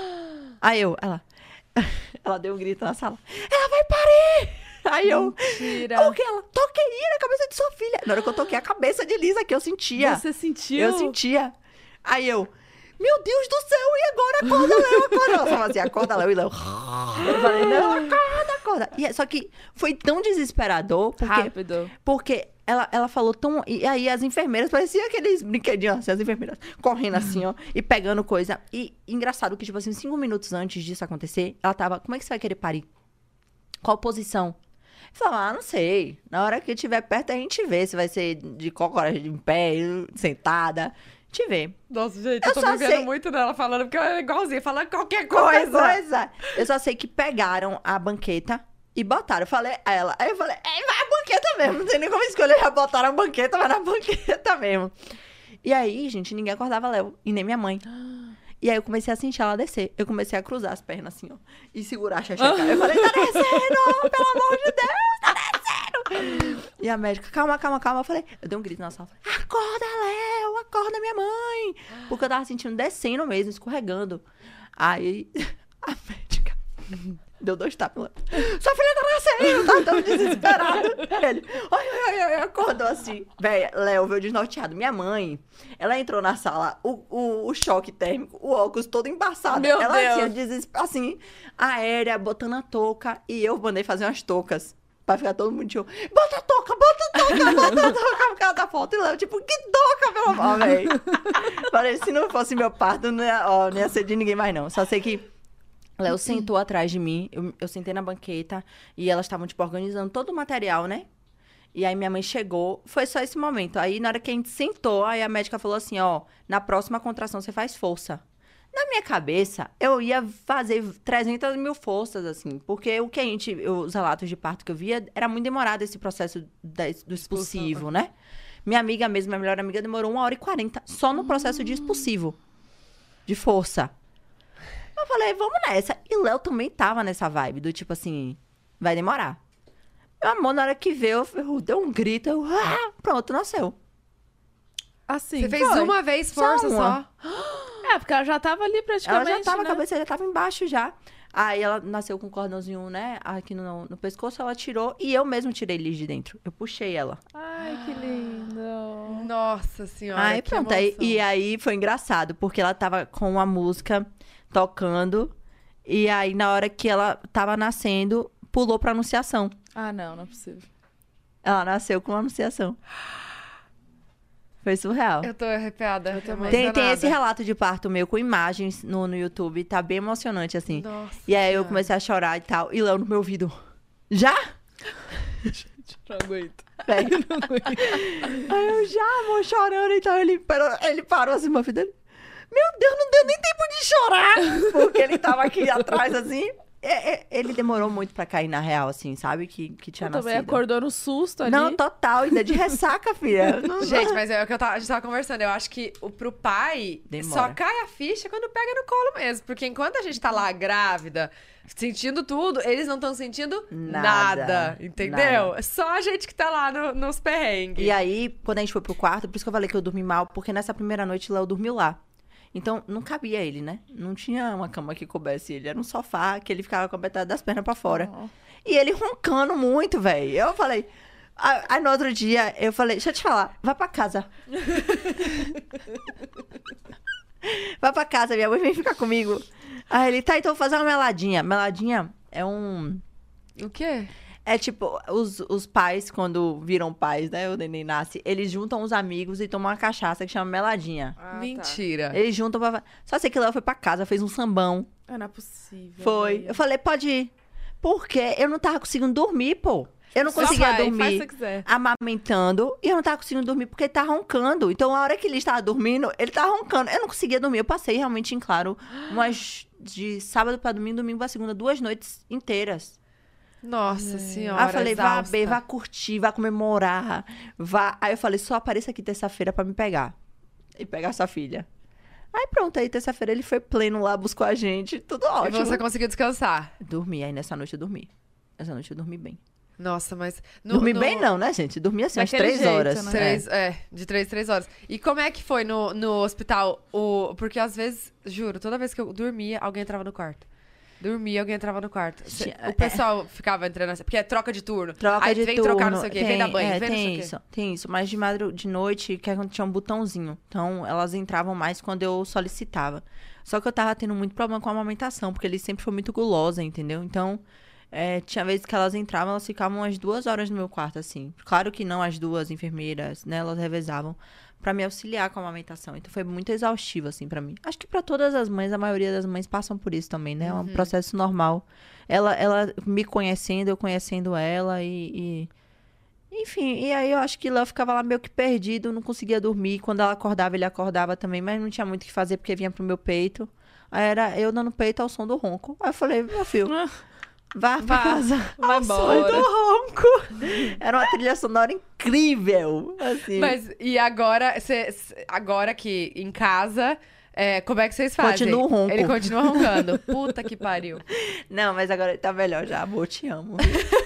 Aí eu, ela... Ela deu um grito na sala. Ela vai parir! Aí eu... Mentira. O que ela? Toquei na cabeça de sua filha. Na hora que eu toquei a cabeça de Liz aqui, eu sentia. Você sentiu? Eu sentia. Aí eu... Meu Deus do céu, e agora? Acorda, Léo, acorda. Ela falava assim, acorda, Léo, e Léo... Eu falei, não, acorda, acorda. E, é- só que foi tão desesperador, porque... Rápido. Porque ela, ela falou tão... E aí as enfermeiras, parecia aqueles brinquedinhos assim, as enfermeiras correndo assim, ó, e pegando coisa. E engraçado que, tipo assim, cinco minutos antes disso acontecer, ela tava, como é que você vai querer parir? Qual posição? Eu falava, ah, não sei. Na hora que estiver perto, a gente vê se vai ser de cócoras, de pé, sentada. A gente vê. Nossa, gente, Eu eu, tô só me vendo sei- muito dela falando, porque ela é igualzinha, falando qualquer Qualquer coisa. coisa. Eu só sei que pegaram a banqueta e botaram. Eu falei a ela. Aí eu falei, é, vai a banqueta mesmo. Não tem nem como escolher. Já botaram a banqueta, vai na banqueta mesmo. E aí, gente, ninguém acordava Léo. E nem minha mãe. E aí eu comecei a sentir ela descer. Eu comecei a cruzar as pernas assim, ó. E segurar a xaxeca. Eu falei, tá descendo! Pelo amor de Deus, tá descendo! E a médica, calma, calma, calma. Eu falei, eu dei um grito na sala. Falei, acorda, Léo! Acorda, minha mãe! Porque eu tava sentindo descendo mesmo, escorregando. Aí a médica Deu dois tapas lá. Sua filha tá nascendo, tá tão desesperado. Ele, ai, ai, ai, acordou assim. Véia, Léo veio desnorteado. Minha mãe, ela entrou na sala, o, o, o choque térmico, o óculos todo embaçado. Meu ela Deus. tinha desesperado, assim, aérea, botando a touca. E eu mandei fazer umas toucas. Pra ficar todo mundo tipo, bota a touca, bota a touca, bota a touca por causa da foto. E Léo, tipo, que touca, pelo amor, velho. Falei, se não fosse meu parto, não ia, ó, não ia ser de ninguém mais, não. Só sei que Léo sentou atrás de mim, eu, eu sentei na banqueta e elas estavam, tipo, organizando todo o material, né? E aí minha mãe chegou, foi só esse momento. Aí na hora que a gente sentou, aí a médica falou assim, ó, na próxima contração você faz força. Na minha cabeça, eu ia fazer trezentas mil forças, assim, porque o que a gente, os relatos de parto que eu via, era muito demorado esse processo da, do expulsivo, né? Minha amiga mesmo, minha melhor amiga, demorou uma hora e quarenta só no processo de expulsivo, de força. Eu falei, vamos nessa. E Léo também tava nessa vibe, do tipo assim, vai demorar. Meu amor, na hora que veio, eu dei um grito, eu, ah, pronto, nasceu. Assim, Você fez foi. uma vez Só força uma. só? É, porque ela já tava ali praticamente, Ela já tava, né? a cabeça já tava embaixo já. Aí ela nasceu com um cordãozinho, né, aqui no, no pescoço, ela tirou e eu mesmo tirei ele de dentro. Eu puxei ela. Ai, que lindo. Nossa senhora, Aí que pronto, aí, emoção. e aí foi engraçado, porque ela tava com uma música tocando e aí na hora que ela tava nascendo, pulou pra anunciação. Ah, não, não é possível. Ela nasceu com a anunciação. Foi surreal. Eu tô arrepiada. Eu também. Tem, tem esse relato de parto meu com imagens no, no YouTube, tá bem emocionante, assim. Nossa E aí eu Senhora. comecei a chorar e tal, e Léo no meu ouvido. Já? Não aguento. Velho. Aí eu já, amor, chorando e tal. Ele parou, ele parou assim, meu filho dele. Meu Deus, não deu nem tempo de chorar. Porque ele tava aqui atrás, assim. É, é, ele demorou muito pra cair na real, assim, sabe? Que, que tinha Eu também nascido. acordou no susto ali. Não, total, ainda de ressaca, filha. Não- Gente, mas é o que eu tava, a gente tava conversando. Eu acho que o, pro pai Demora. só cai a ficha quando pega no colo mesmo. Porque enquanto a gente tá lá grávida, sentindo tudo, eles não estão sentindo nada. Nada, entendeu? nada. É só a gente que tá lá no- nos perrengues. E aí, quando a gente foi pro quarto, por isso que eu falei que eu dormi mal, porque nessa primeira noite Léo dormiu lá. Então, não cabia ele, né? Não tinha uma cama que coubesse ele. Era um sofá que ele ficava com a metade das pernas pra fora. Oh. E ele roncando muito, velho. Eu falei... Aí, aí no outro dia, eu falei, deixa eu te falar, vai pra casa. Vai pra casa, minha mãe vem ficar comigo. Aí ele, tá, então eu vou fazer uma meladinha. Meladinha é um... O quê? É tipo, os, os pais, quando viram pais, né? O neném nasce, eles juntam os amigos e tomam uma cachaça que chama meladinha. Ah, Mentira. Eles juntam pra... Só sei que Léo foi pra casa, fez um sambão. Tá. Ah, não é possível. Foi. velho. Eu falei, pode ir. Por quê? Eu não tava conseguindo dormir, pô. Eu não Só conseguia vai, faz dormir se quiser. amamentando e eu não tava conseguindo dormir porque ele tá roncando. Então, a hora que ele estava dormindo, ele tava roncando. Eu não conseguia dormir. Eu passei realmente em claro umas de sábado pra domingo, domingo pra segunda, duas noites inteiras. Nossa senhora. Aí eu falei, vá exausta. beber, vá curtir, vá comemorar, vá... Aí eu falei, só apareça aqui terça-feira pra me pegar. E pegar sua filha. Aí pronto, aí terça-feira ele foi pleno lá, buscou a gente, tudo E ótimo. você conseguiu descansar. Dormi, aí nessa noite eu dormi. Essa noite eu dormi bem. Nossa, mas... no- dormi no- bem não, né, gente? Dormi assim umas Daquele três jeito, horas. né? Três, é. de três, três horas. E como é que foi no, no hospital? O, porque às vezes, juro, toda vez que eu dormia, alguém entrava no quarto. Dormia, alguém entrava no quarto. Cê- Tinha- o pessoal ficava entrando assim, porque é troca de turno. Troca Aí de vem turno. trocar não sei o quê, vem dar banho, é, vem não sei tem o quê. isso, tem isso. Mas de madru de noite, que é quando tinha um botãozinho. Então, elas entravam mais quando eu solicitava. Só que eu tava tendo muito problema com a amamentação, porque ele sempre foi muito gulosa, entendeu? Então, é, tinha vezes que elas entravam, elas ficavam umas duas horas no meu quarto, assim. Claro que não as duas enfermeiras, né? Elas revezavam pra me auxiliar com a amamentação. Então, foi muito exaustivo, assim, pra mim. Acho que pra todas as mães, a maioria das mães passam por isso também, né? É um processo normal. Ela, ela me conhecendo, eu conhecendo ela e... e... Enfim, e aí eu acho que Léo ficava lá meio que perdido, não conseguia dormir. Quando ela acordava, ele acordava também, mas não tinha muito o que fazer porque vinha pro meu peito. Aí era eu dando peito ao som do ronco. Aí eu falei, meu filho, vá pra Vá, casa. vai ao som embora. do ronco. Era uma trilha sonora incrível, assim. Mas, e agora, cê, cê- agora que em casa, é, como é que vocês fazem? Continua o ronco. Ele continua roncando. Puta que pariu. Não, mas agora ele tá melhor já. Amor, te amo.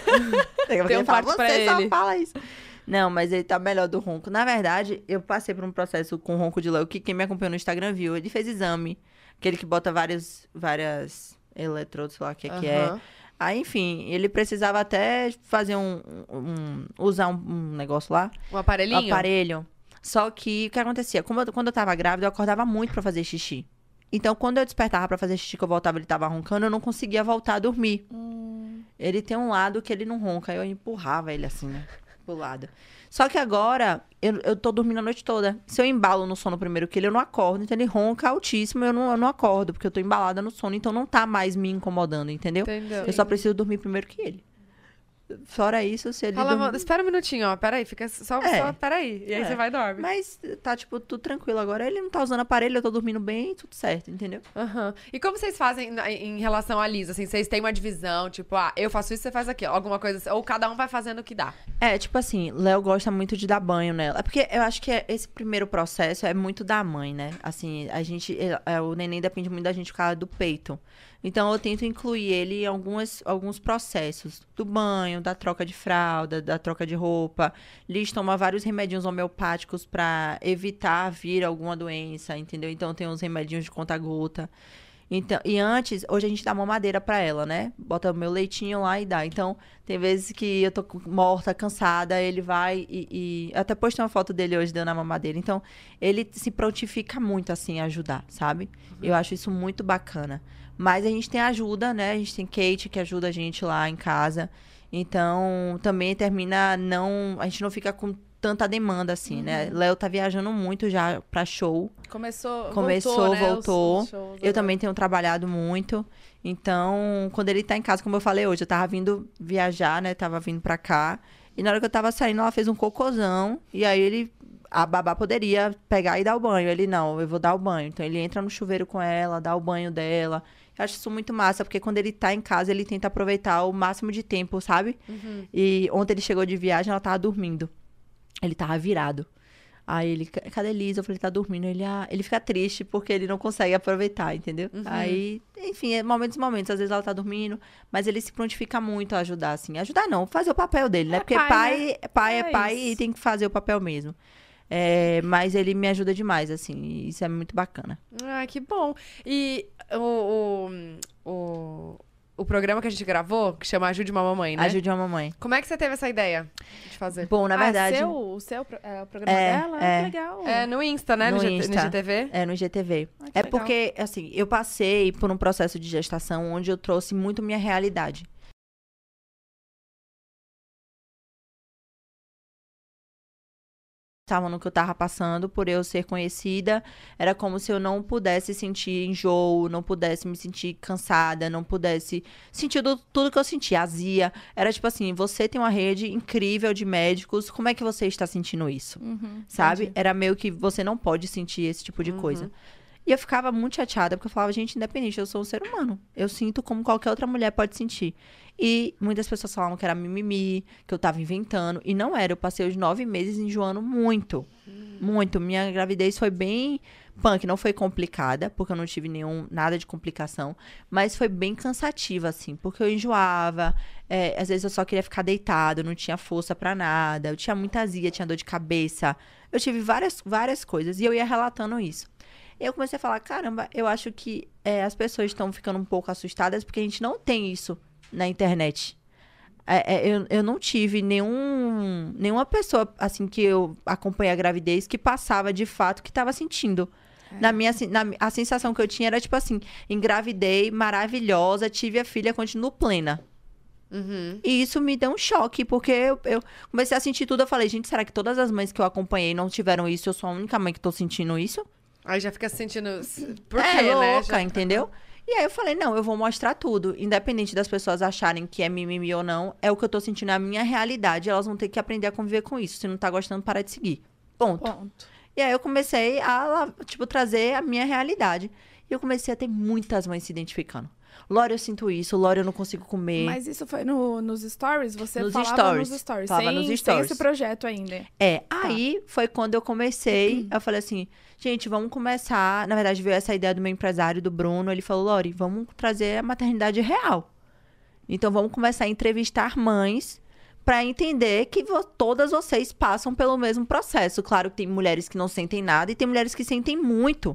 Tem um quarto pra Você só ele." fala isso. Não, mas ele tá melhor do ronco. Na verdade, eu passei por um processo com o ronco de Léo, que quem me acompanhou no Instagram viu. Ele fez exame. Aquele que bota vários, várias eletrodo, sei lá o que, uhum. que é. Aí, enfim, ele precisava até fazer um... um usar um, um negócio lá. Um aparelhinho? Um aparelho. Só que, o que acontecia? Como eu, quando eu tava grávida, eu acordava muito pra fazer xixi. Então, quando eu despertava pra fazer xixi, que eu voltava, ele tava roncando, eu não conseguia voltar a dormir. Hum. Ele tem um lado que ele não ronca. Aí eu empurrava ele assim, né? Pro lado. Só que agora, eu, eu tô dormindo a noite toda. Se eu embalo no sono primeiro que ele, eu não acordo. Então, ele ronca altíssimo, eu não, eu não acordo. Porque eu tô embalada no sono. Então, não tá mais me incomodando, entendeu? Entendeu. Eu só preciso dormir primeiro que ele. Fora isso, se ele Fala, dormir... espera um minutinho, ó. Peraí, fica só, É. só peraí. E aí É. você vai e dorme. Mas tá, tipo, tudo tranquilo. Agora ele não tá usando aparelho, eu tô dormindo bem, tudo certo, entendeu? Aham. E como vocês fazem na- em relação à Lisa? Assim, vocês têm uma divisão, tipo, ah, eu faço isso, você faz aquilo. Alguma coisa assim. Ou cada um vai fazendo o que dá. É, tipo assim, Léo gosta muito de dar banho nela. É porque eu acho que é- esse primeiro processo é muito da mãe, né? Assim, a gente... é- é, o neném depende muito da gente por causa do peito. Então, eu tento incluir ele em algumas, alguns processos. Do banho, da troca de fralda, da troca de roupa. Liz toma vários remedinhos homeopáticos pra evitar vir alguma doença, entendeu? Então, tem uns remedinhos de conta-gota. Então, e antes, hoje a gente dá mamadeira pra ela, né? Bota o meu leitinho lá e dá. Então, tem vezes que eu tô morta, cansada, ele vai e... e... Eu até postei uma foto dele hoje dando a mamadeira. Então, ele se prontifica muito, assim, a ajudar, sabe? Uhum. Eu acho isso muito bacana. Mas a gente tem ajuda, né? A gente tem Kate que ajuda a gente lá em casa. Então, também termina não... A gente não fica com tanta demanda, assim, uhum. né? Léo tá viajando muito já pra show. Começou, Começou, voltou, né? voltou. Os, os shows, eu né? também tenho trabalhado muito. Então, quando ele tá em casa, como eu falei hoje, eu tava vindo viajar, né? Tava vindo pra cá. E na hora que eu tava saindo, ela fez um cocôzão. E aí ele... A babá poderia pegar e dar o banho. Ele, não, eu vou dar o banho. Então, ele entra no chuveiro com ela, dá o banho dela. Eu acho isso muito massa, porque quando ele tá em casa, ele tenta aproveitar o máximo de tempo, sabe? Uhum. E ontem ele chegou de viagem, ela tava dormindo. Ele tava virado. Aí ele, cadê Elisa? Eu falei, tá dormindo. Ele, ah, ele fica triste porque ele não consegue aproveitar, entendeu? Uhum. Aí, enfim, é momentos e momentos. Às vezes ela tá dormindo, mas ele se prontifica muito a ajudar, assim. Ajudar não, fazer o papel dele, né? É Porque pai, pai, né? pai é, É pai isso. e tem que fazer o papel mesmo. É, mas ele me ajuda demais, assim. E isso é muito bacana. Ah, que bom. E o, o, o, o programa que a gente gravou, que chama Ajude uma Mamãe, né? Ajude uma mamãe. Como é que você teve essa ideia de fazer? Bom, na Ah, verdade... seu, o seu pro- é, o programa É, dela? é. Que legal. É, no Insta, né? No, No G T, Insta. no G T V? É, no G T V. Ah, que É legal. porque, assim, eu passei por um processo de gestação onde eu trouxe muito minha realidade. Estavam no que eu tava passando, por eu ser conhecida, era como se eu não pudesse sentir enjoo, não pudesse me sentir cansada, não pudesse sentir do- tudo que eu sentia, azia. Era tipo assim, você tem uma rede incrível de médicos, como é que você está sentindo isso? Uhum, Sabe? entendi. Era meio que você não pode sentir esse tipo de coisa. E eu ficava muito chateada, porque eu falava, gente, independente, eu sou um ser humano. Eu sinto como qualquer outra mulher pode sentir. E muitas pessoas falavam que era mimimi, que eu tava inventando. E não era, eu passei os nove meses enjoando muito. Muito. Minha gravidez foi bem punk, não foi complicada, porque eu não tive nenhum, nada de complicação. Mas foi bem cansativa, assim, porque eu enjoava. É, às vezes eu só queria ficar deitado, não tinha força pra nada. Eu tinha muita azia, tinha dor de cabeça. Eu tive várias, várias coisas. E eu ia relatando isso. Eu comecei a falar, caramba, eu acho que é, as pessoas estão ficando um pouco assustadas porque a gente não tem isso na internet. É, é, eu, eu não tive nenhum, nenhuma pessoa, assim, que eu acompanhei a gravidez que passava de fato o que estava sentindo. É. Na minha, na, a sensação que eu tinha era, tipo assim, engravidei, maravilhosa, tive a filha, continuo plena. Uhum. E isso me deu um choque, porque eu, eu comecei a sentir tudo. Eu falei, gente, será que todas as mães que eu acompanhei não tiveram isso? Eu sou a única mãe que tô sentindo isso? Aí já fica se sentindo... Por é, quê, né? louca, Já- entendeu? E aí eu falei, não, eu vou mostrar tudo. Independente das pessoas acharem que é mimimi ou não, é o que eu tô sentindo, é a minha realidade. Elas vão ter que aprender a conviver com isso. Se não tá gostando, para de seguir. Ponto. Ponto. E aí eu comecei a, tipo, trazer a minha realidade. E eu comecei a ter muitas mães se identificando. Lore, eu sinto isso. Lore, eu não consigo comer. Mas isso foi no- nos stories? Você Nos falava stories. nos stories, Falava sem, nos sem stories. esse projeto ainda. É, aí foi quando eu comecei, eu falei assim, gente, vamos começar, na verdade veio essa ideia do meu empresário, do Bruno, ele falou, Lori, vamos trazer a maternidade real. Então vamos começar a entrevistar mães pra entender que vo- todas vocês passam pelo mesmo processo. Claro que tem mulheres que não sentem nada e tem mulheres que sentem muito.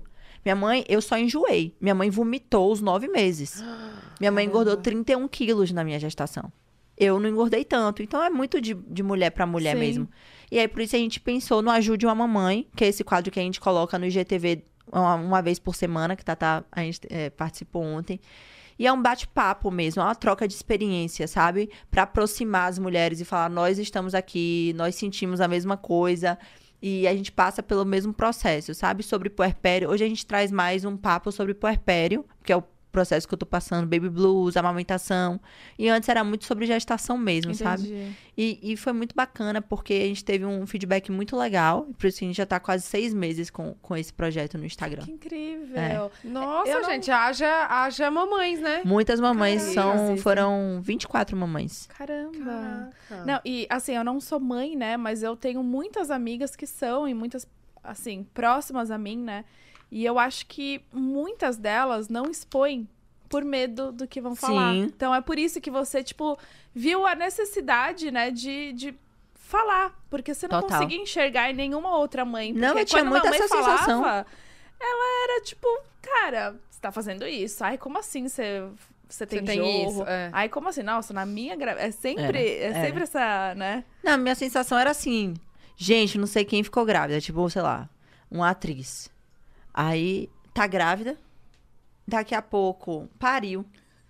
Minha mãe, eu só enjoei. Minha mãe vomitou os nove meses. Minha mãe Caramba. engordou trinta e um quilos na minha gestação. Eu não engordei tanto. Então, é muito de, de mulher pra mulher Sim. mesmo. E aí, por isso, a gente pensou no Ajude uma Mamãe, que é esse quadro que a gente coloca no I G T V uma, uma vez por semana, que Tatá, a gente é, participou ontem. E é um bate-papo mesmo, é uma troca de experiência, sabe? Pra aproximar as mulheres e falar, nós estamos aqui, nós sentimos a mesma coisa. E a gente passa pelo mesmo processo, sabe? Sobre puerpério. Hoje a gente traz mais um papo sobre puerpério, que é o processo que eu tô passando, baby blues, amamentação. E antes era muito sobre gestação mesmo, sabe? Entendi. E, e foi muito bacana, porque a gente teve um feedback muito legal. E por isso que a gente já tá quase seis meses com, com esse projeto no Instagram. Que incrível. É. Nossa, Eu não- gente, haja, haja mamães, né? Muitas mamães Caramba. são, Sim, sim. foram vinte e quatro mamães. Caramba. Caraca. Não, e assim, eu não sou mãe, né? Mas eu tenho muitas amigas que são, e muitas, assim, próximas a mim, né? E eu acho que muitas delas não expõem por medo do que vão falar. Sim. Então é por isso que você, tipo, viu a necessidade, né, de, de falar. Porque você não Total. conseguia enxergar em nenhuma outra mãe. Porque Não, eu tinha quando muito uma mãe essa falava, sensação. ela era tipo, cara, você tá fazendo isso? Ai, como assim você, você tem, Você tem jorro? isso, é. Ai, como assim? Nossa, na minha gravidez. É sempre, é Era, sempre essa, né? Não, minha sensação era assim, gente, não sei quem ficou grávida, tipo, sei lá, uma atriz. Aí, tá grávida, daqui a pouco, pariu.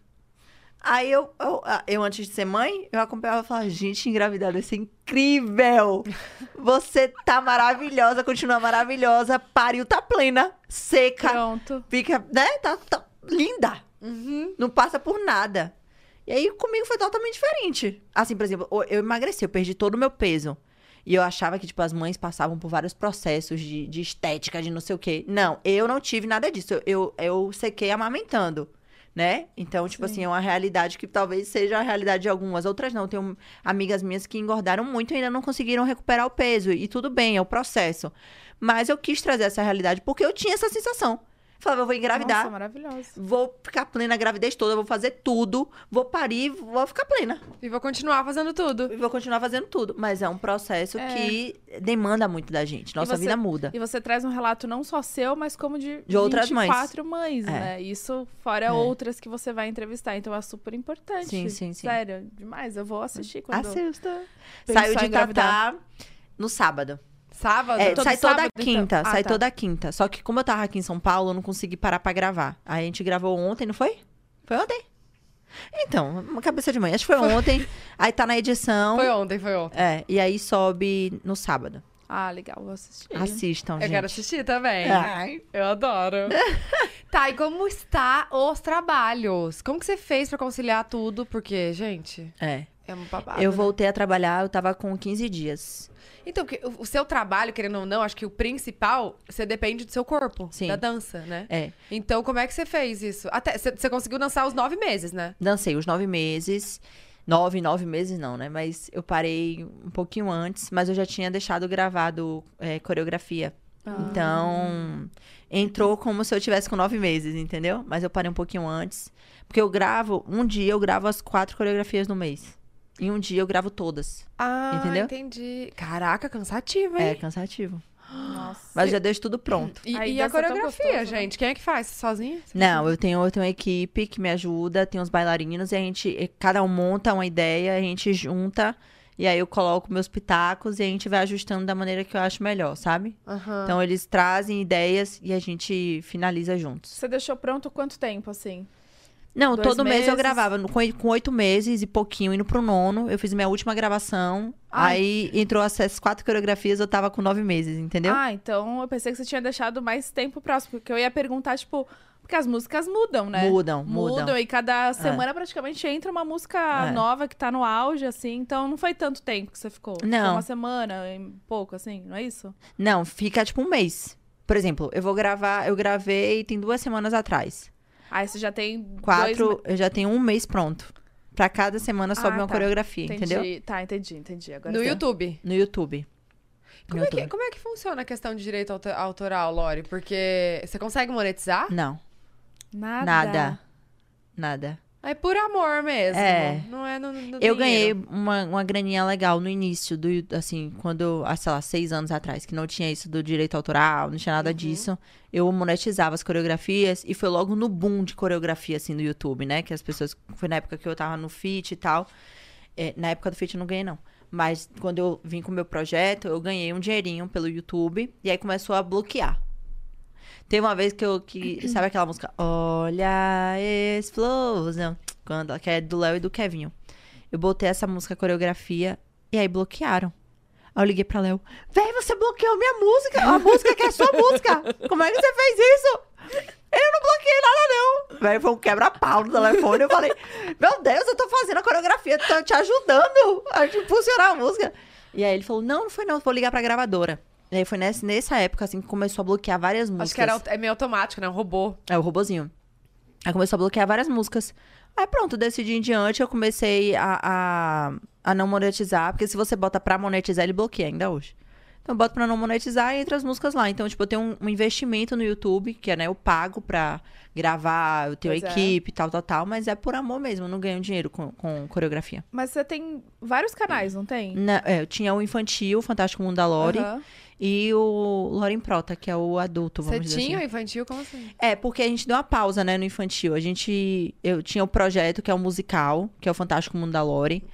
Aí, eu, eu, eu antes de ser mãe, eu acompanhava e falava, gente, engravidar deve ser incrível. Você tá maravilhosa, continua maravilhosa, pariu, tá plena, seca, Pronto. fica, né, tá, tá linda. Uhum. Não passa por nada. E aí, comigo foi totalmente diferente. Assim, por exemplo, eu emagreci, eu perdi todo o meu peso. E eu achava que, tipo, as mães passavam por vários processos de, de estética, de não sei o quê. Não, eu não tive nada disso. Eu, eu, eu sequei amamentando, né? Então, tipo Sim. assim, é uma realidade que talvez seja a realidade de algumas. Outras não. Tenho amigas minhas que engordaram muito e ainda não conseguiram recuperar o peso. E tudo bem, é o processo. Mas eu quis trazer essa realidade porque eu tinha essa sensação. Falava, eu vou engravidar. Nossa, maravilhoso. Vou ficar plena a gravidez toda, vou fazer tudo, vou parir, vou ficar plena. E vou continuar fazendo tudo. E vou continuar fazendo tudo. Mas é um processo É. que demanda muito da gente. Nossa você- vida muda. E você traz um relato não só seu, mas como de, De outras vinte e quatro mães, É. né? Isso fora É. outras que você vai entrevistar. Então é super importante. Sim, sim, sim. Sério, demais. Eu vou assistir quando Assista. pensar Saiu de em engravidar. Tatá no sábado. Sábado? É, todo sai sábado, toda quinta, então? Ah, sai tá. toda quinta. Só que como eu tava aqui em São Paulo, eu não consegui parar pra gravar. Aí a gente gravou ontem, não foi? Foi ontem? Então, uma cabeça de mãe. Acho que foi ontem. Aí tá na edição. Foi ontem, foi ontem. É, e aí sobe no sábado. Ah, legal, vou assistir. Assistam, Eu gente. quero assistir também. Ai. Eu adoro. Tá, e como está os trabalhos? Como que você fez pra conciliar tudo? Porque, gente, É. é um babado. Eu né? voltei a trabalhar, eu tava com quinze dias. Então, porque o o seu trabalho, querendo ou não, acho que o principal, você depende do seu corpo, Sim. da dança, né? É. Então, como é que você fez isso? Até você você conseguiu dançar os nove meses, né? Dancei os nove meses. Nove, nove meses não, né? Mas eu parei um pouquinho antes, mas eu já tinha deixado gravado é, coreografia. Ah. Então, entrou como se eu tivesse com nove meses, entendeu? Mas eu parei um pouquinho antes. Porque eu gravo, um dia eu gravo as quatro coreografias no mês. Em um dia eu gravo todas. Ah, Entendeu? entendi. Caraca, cansativo, É hein? cansativo. Nossa. Mas já deixo tudo pronto. E, Aí e a dança tão coreografia, gostoso, né? gente? Quem é que faz? Sozinha? Você Não, eu tenho, eu tenho uma equipe que me ajuda, tem os bailarinos e a gente, e cada um monta uma ideia, a gente junta e aí eu coloco meus pitacos e a gente vai ajustando da maneira que eu acho melhor, sabe? Aham. Então eles trazem ideias e a gente finaliza juntos. Você deixou pronto quanto tempo, assim? Não, Dois todo mês eu meses? gravava. no- Com oito- com oito meses e pouquinho, indo pro nono, eu fiz minha última gravação. Ai. Aí entrou essas quatro coreografias, eu tava com nove meses, entendeu? Ah, então eu pensei que você tinha deixado mais tempo próximo. Porque eu ia perguntar, tipo... Porque as músicas mudam, né? Mudam, mudam. e cada semana praticamente entra uma música É. nova que tá no auge, assim. Então não foi tanto tempo que você ficou. Ficou Não. uma semana, e pouco, assim, não é isso? Não, fica tipo um mês. Por exemplo, eu vou gravar, eu gravei tem duas semanas atrás. Aí você já tem dois Quatro, eu já tenho um mês pronto. Pra cada semana sobe Ah, uma tá. coreografia, Entendi. entendeu? Tá, entendi, entendi. Agora No tá. YouTube. No YouTube. Como No é, que, YouTube. como é que funciona a questão de direito auto- autoral, Lori? Porque você consegue monetizar? Não, Nada. nada. Nada. É por amor mesmo. É. Não é no, no Eu ganhei dinheiro. uma, uma graninha legal no início, do, assim, quando, ah, sei lá, seis anos atrás, que não tinha isso do direito autoral, não tinha nada Uhum. disso. Eu monetizava as coreografias e foi logo no boom de coreografia, assim, no YouTube, né? Que as pessoas... Foi na época que eu tava no Fit e tal. É, na época do Fit eu não ganhei, não. Mas quando eu vim com o meu projeto, eu ganhei um dinheirinho pelo YouTube e aí começou a bloquear. Teve uma vez que eu... Que, sabe aquela música? Olha a explosão. Quando, que é do Léo e do Kevinho. Eu botei essa música, coreografia, e aí bloquearam. Aí eu liguei pra Léo. Véi, você bloqueou minha música. A música que é sua música. Como é que você fez isso? Eu não bloqueei nada, não. Véi, foi um quebra-pau no telefone. Eu falei, meu Deus, eu tô fazendo a coreografia, tô te ajudando a impulsionar a música. E aí ele falou, não, não foi não, vou ligar pra gravadora. E aí foi nessa, nessa época, assim, que começou a bloquear várias músicas. Acho que era, é meio automático, né? Um robô. É, o robozinho. Aí começou a bloquear várias músicas. Aí pronto, desse dia em diante eu comecei a, a, a não monetizar. Porque se você bota pra monetizar, ele bloqueia ainda hoje. Então eu boto pra não monetizar e entra as músicas lá. Então, tipo, eu tenho um, um investimento no YouTube, que é, né, eu pago pra gravar, eu tenho Pois a é. equipe, tal, tal, tal. Mas é por amor mesmo, eu não ganho dinheiro com, com coreografia. Mas você tem vários canais, não tem? Na- é, eu tinha o infantil, o Fantástico Mundo da Lori. Aham. E o Loren Prota, que é o adulto, vamos Você dizer tinha o assim. infantil? Como assim? É, porque a gente deu uma pausa, né, no infantil. A gente... Eu tinha o projeto, que é o musical, que é o Fantástico Mundo da Lori.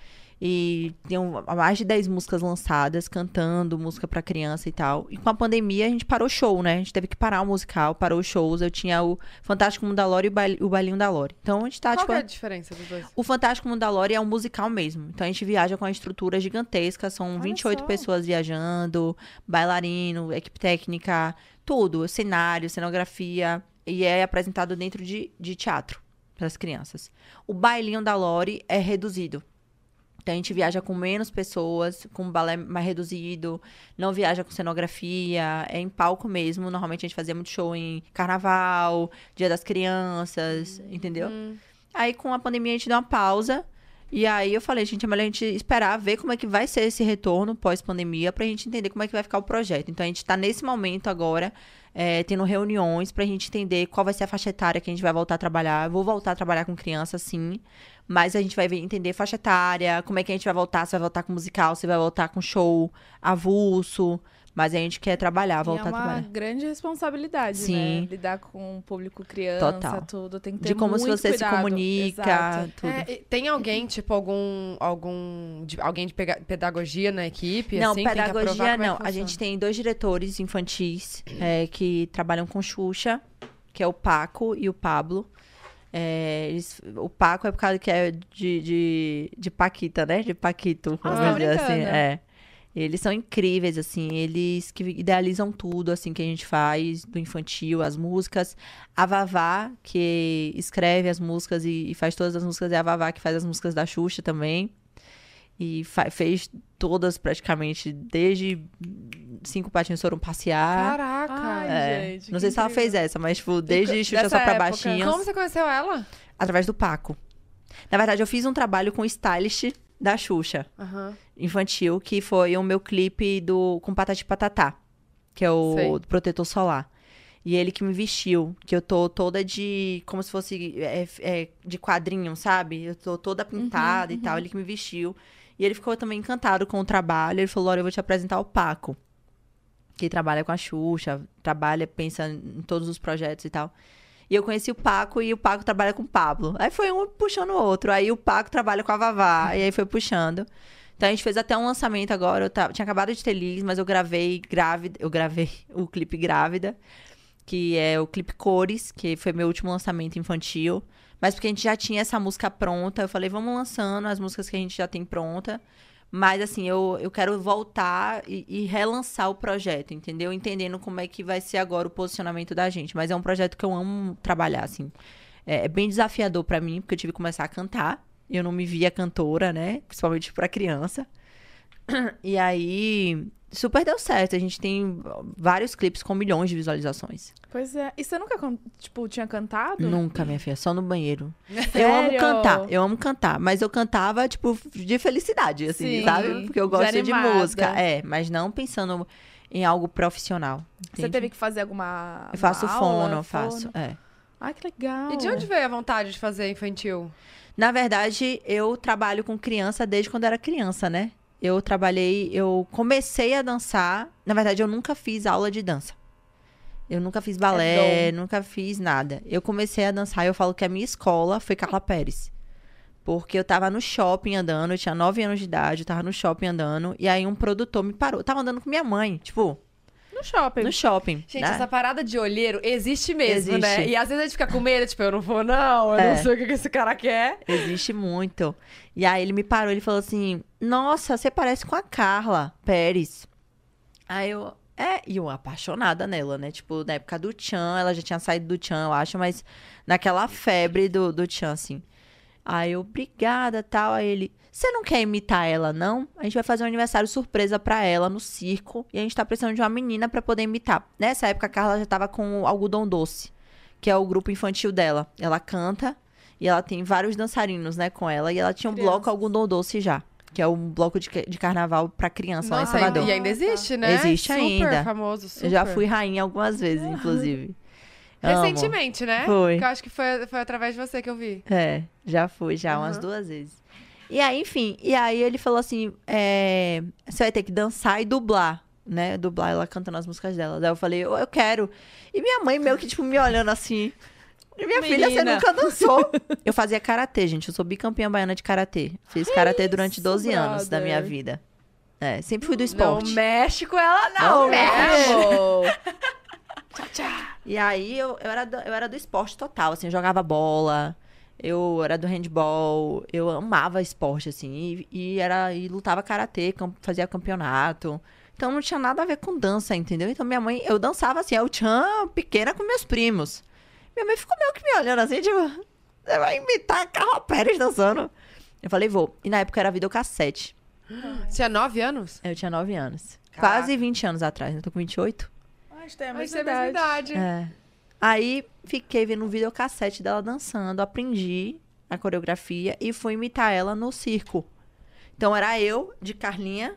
E tem um- mais de dez músicas lançadas, cantando, música pra criança e tal. E com a pandemia, a gente parou o show, né? A gente teve que parar o musical, parou os shows. Eu tinha o Fantástico Mundo da Lori e o bail- o Bailinho da Lori. Então, a gente tá, Qual tipo... que é a diferença dos dois? O Fantástico Mundo da Lori é um musical mesmo. Então a gente viaja com uma estrutura gigantesca. São Olha vinte e oito só. pessoas viajando, bailarino, equipe técnica, tudo. Cenário, cenografia. E é apresentado dentro de, de teatro para as crianças. O Bailinho da Lori é reduzido. Então a gente viaja com menos pessoas, com um balé mais reduzido, não viaja com cenografia, é em palco mesmo. Normalmente a gente fazia muito show em carnaval, Dia das Crianças, entendeu? Hum. Aí, com a pandemia, a gente deu uma pausa. E aí, eu falei, gente, é melhor a gente esperar, ver como é que vai ser esse retorno pós-pandemia, pra gente entender como é que vai ficar o projeto. Então, a gente tá nesse momento agora, é, tendo reuniões pra gente entender qual vai ser a faixa etária que a gente vai voltar a trabalhar. Eu vou voltar a trabalhar com criança, sim. Mas a gente vai ver- entender faixa etária, como é que a gente vai voltar, se vai voltar com musical, se vai voltar com show avulso. Mas a gente quer trabalhar, E voltar é a uma trabalhar. grande responsabilidade, Sim. né? Lidar com o público criança, Total. tudo. Tem que ter De como se muito você cuidado. se comunica, Exato. tudo. É, e tem alguém, tipo, algum. algum de- alguém de pega- pedagogia na equipe? Não, assim, tem que aprovar? pedagogia Como é que não. A funciona? gente tem dois diretores infantis é, que trabalham com Xuxa, que é o Paco e o Pablo. É, eles- o Paco é por causa que é de, de, de Paquita, né? De Paquito, Ah, vamos tá dizer assim. brincando. É. Eles são incríveis, assim, eles que idealizam tudo, assim, que a gente faz, do infantil, as músicas. A Vavá, que escreve as músicas e, e faz todas as músicas, é a Vavá que faz as músicas da Xuxa também. E fa- fez todas praticamente, desde Cinco Patinhos Foram Passear. Caraca! Ai, É. gente, Não que sei se ela incrível. fez essa, mas, tipo, desde co- Xuxa dessa Só Pra época. Baixinhos, Como você conheceu ela? através do Paco. Na verdade, eu fiz um trabalho com o stylist da Xuxa, Aham. infantil, que foi o meu clipe do com Patati Patatá, que é o Sei. protetor solar. E ele que me vestiu, que eu tô toda de, como se fosse é, é, de quadrinho, sabe? Eu tô toda pintada e tal, ele que me vestiu. E ele ficou também encantado com o trabalho, ele falou, Laura, eu vou te apresentar o Paco, que trabalha com a Xuxa, trabalha, pensa em todos os projetos e tal. E eu conheci o Paco e o Paco trabalha com o Pablo. Aí foi um puxando o outro. Aí o Paco trabalha com a Vavá. E aí foi puxando. Então a gente fez até um lançamento agora. Eu tava- tinha acabado de ter Liz, mas eu gravei grávida. Eu gravei o clipe Grávida, que é o clipe Cores, que foi meu último lançamento infantil. Mas porque a gente já tinha essa música pronta, eu falei, vamos lançando as músicas que a gente já tem pronta. Mas, assim, eu, eu quero voltar e, e relançar o projeto, entendeu? Entendendo como é que vai ser agora o posicionamento da gente. Mas é um projeto que eu amo trabalhar, assim. É, é bem desafiador pra mim, porque eu tive que começar a cantar. Eu não me via cantora, né? Principalmente pra criança. E aí, super deu certo. A gente tem vários clipes com milhões de visualizações. Pois é. E você nunca, can- tipo, tinha cantado? Nunca, minha filha, só no banheiro. Eu Sério? amo cantar, eu amo cantar. Mas eu cantava, tipo, de felicidade, assim, Sim, sabe? Porque eu de gosto de, animada. música. É, mas não pensando em algo profissional. Você entende? teve que fazer alguma Eu faço uma fono, aula, eu faço. É. Ai, que legal. E de onde veio a vontade de fazer infantil? Na verdade, eu trabalho com criança desde quando era criança, né? Eu trabalhei, eu comecei a dançar. Na verdade, eu nunca fiz aula de dança. Eu nunca fiz balé, É nunca fiz nada. Eu comecei a dançar e eu falo que a minha escola foi Carla Pérez. Porque eu tava no shopping andando, eu tinha nove anos de idade, eu tava no shopping andando, e aí um produtor me parou. Eu tava andando com minha mãe, tipo, No shopping. no shopping. Gente, né? essa parada de olheiro existe mesmo, Existe. né? E às vezes a gente fica com medo, tipo, eu não vou não, eu É. não sei o que que esse cara quer. Existe muito. E aí ele me parou, ele falou assim, nossa, você parece com a Carla Pérez. Aí eu, é, e eu apaixonada nela, né? Tipo, na época do Tchan, ela já tinha saído do Tchan, eu acho, mas naquela febre do, do Tchan, assim. Aí eu, obrigada, tal. Aí ele, você não quer imitar ela, não? A gente vai fazer um aniversário surpresa pra ela no circo. E a gente tá precisando de uma menina pra poder imitar. Nessa época, a Carla já tava com o Algodão Doce, que é o grupo infantil dela. Ela canta e ela tem vários dançarinos, né, com ela. E ela tinha um Criança. bloco Algodão Doce já, que é um bloco de, de carnaval pra criança lá em Nossa, Salvador. e ainda existe, né? Existe super ainda. famoso, super. Eu já fui rainha algumas vezes, inclusive. Amo. Recentemente, né? Foi. Que eu acho que foi, foi através de você que eu vi. É, já fui, já umas Uhum. duas vezes. E aí, enfim, e aí ele falou assim, é, você vai ter que dançar e dublar, né? Dublar ela cantando as músicas dela. Daí eu falei, eu, eu quero. E minha mãe meio que, tipo, me olhando assim. E minha filha, você Menina. nunca dançou. Eu fazia karatê, gente. Eu sou bicampeã baiana de karatê. Fiz karatê durante isso, doze anos da minha brother. vida. É, sempre fui do Não esporte. mexe com ela, não, Não né? mexe. Amor. E aí eu, eu, era do, eu era do esporte total, assim, eu jogava bola, eu era do handball, eu amava esporte, assim, e, e era, e lutava karatê, cam- fazia campeonato. Então não tinha nada a ver com dança, entendeu? Então minha mãe, eu dançava assim, eu tinha pequena com meus primos. Minha mãe ficou meio que me olhando assim, tipo, você vai imitar a Carla Pérez dançando. Eu falei, vou. E na época era videocassete. Tinha nove anos? Eu tinha nove anos. Caraca. Quase vinte anos atrás, eu tô com vinte e oito. A gente tem a Mas mesma é a mesma idade. idade. É. Aí fiquei vendo um videocassete dela dançando, aprendi a coreografia e fui imitar ela no circo. Então era eu, de Carlinha,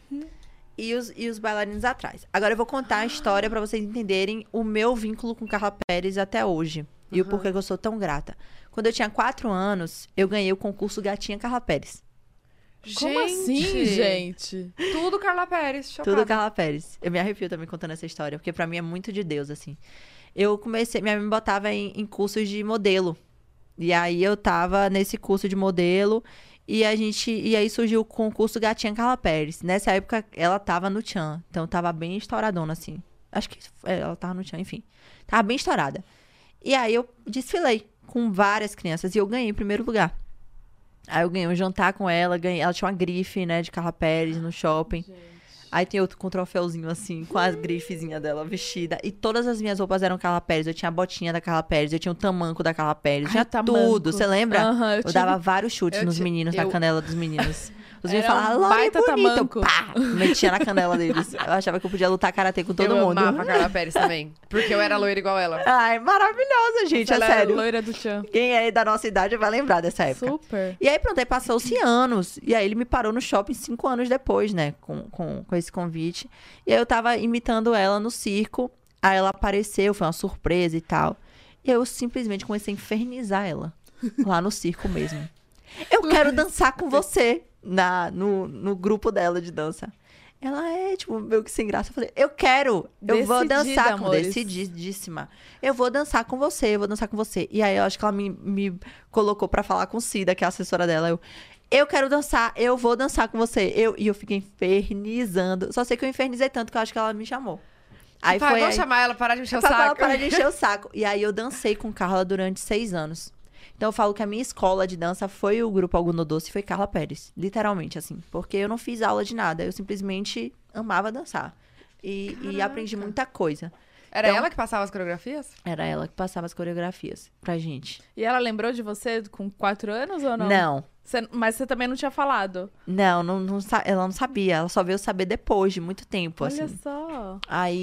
e os, e os bailarinos atrás. Agora eu vou contar a história pra vocês entenderem o meu vínculo com Carla Pérez até hoje. E o porquê que eu sou tão grata. Quando eu tinha quatro anos, eu ganhei o concurso Gatinha Carla Pérez. Como assim, gente? Tudo Carla Pérez, chocada. Tudo Carla Pérez. Eu me arrepio também contando essa história, porque pra mim é muito de Deus, assim. Eu comecei, minha mãe me botava em, em cursos de modelo. E aí eu tava nesse curso de modelo e a gente, e aí surgiu o concurso Gatinha Carla Pérez. Nessa época ela tava no Tchan, então tava bem estouradona, assim. Acho que é, ela tava no Tchan, enfim. Tava bem estourada. E aí eu desfilei com várias crianças e eu ganhei em primeiro lugar. Aí eu ganhei um jantar com ela, ganhei, ela tinha uma grife, né, de Carla Pérez no shopping. Aí tem outro com um troféuzinho assim, com as grifezinhas dela vestida. E todas as minhas roupas eram Carla Pérez. Eu tinha a botinha da Carla Pérez, eu tinha o tamanco da Carla Pérez, Ai, tinha tamanco. tudo. Você lembra? Aham, eu eu tive- dava vários chutes eu nos ti- meninos, eu- na canela dos meninos. Os meninos Era um falavam, Lore, baita bonito. tamanco. Pá! Metia na canela deles. Eu achava que eu podia lutar karatê com todo eu mundo. amava a Carla Pérez também. Porque eu era loira igual ela. Ai, maravilhosa, gente, Ela é sério. é loira do Tchan. Quem é da nossa idade vai lembrar dessa época. Super. E aí, pronto, aí passou-se anos. E aí ele me parou no shopping cinco anos depois, né? Com, com, com esse convite. E aí eu tava imitando ela no circo. Aí ela apareceu, foi uma surpresa e tal. E aí eu simplesmente comecei a infernizar ela. Lá no circo mesmo. Eu quero dançar com você. Na, no, no grupo dela de dança. Ela é, tipo, meio que sem graça. Eu falei, eu quero. Eu vou Decidida, dançar com... amores. Decididíssima. Eu vou dançar com você, eu vou dançar com você. E aí, eu acho que ela me, me colocou pra falar com Cida, que é a assessora dela. Eu, eu quero dançar, eu vou dançar com você. Eu, e eu fiquei infernizando. Só sei que eu infernizei tanto que eu acho que ela me chamou. Aí Pai, foi vamos aí, chamar ela, parar de encher o pra ela saco. parar de encher o saco. E aí eu dancei com Carla durante seis anos. Então eu falo que a minha escola de dança foi o grupo Algodão Doce, foi Carla Pérez. Literalmente, assim. Porque eu não fiz aula de nada. Eu simplesmente amava dançar. E, e aprendi muita coisa. Era Então- ela que passava as coreografias? Era ela que passava as coreografias pra gente. E ela lembrou de você com quatro anos ou não? Não. Você- mas você também não tinha falado. Não, não, não sa- ela não sabia. Ela só veio saber depois de muito tempo, Olha assim. só.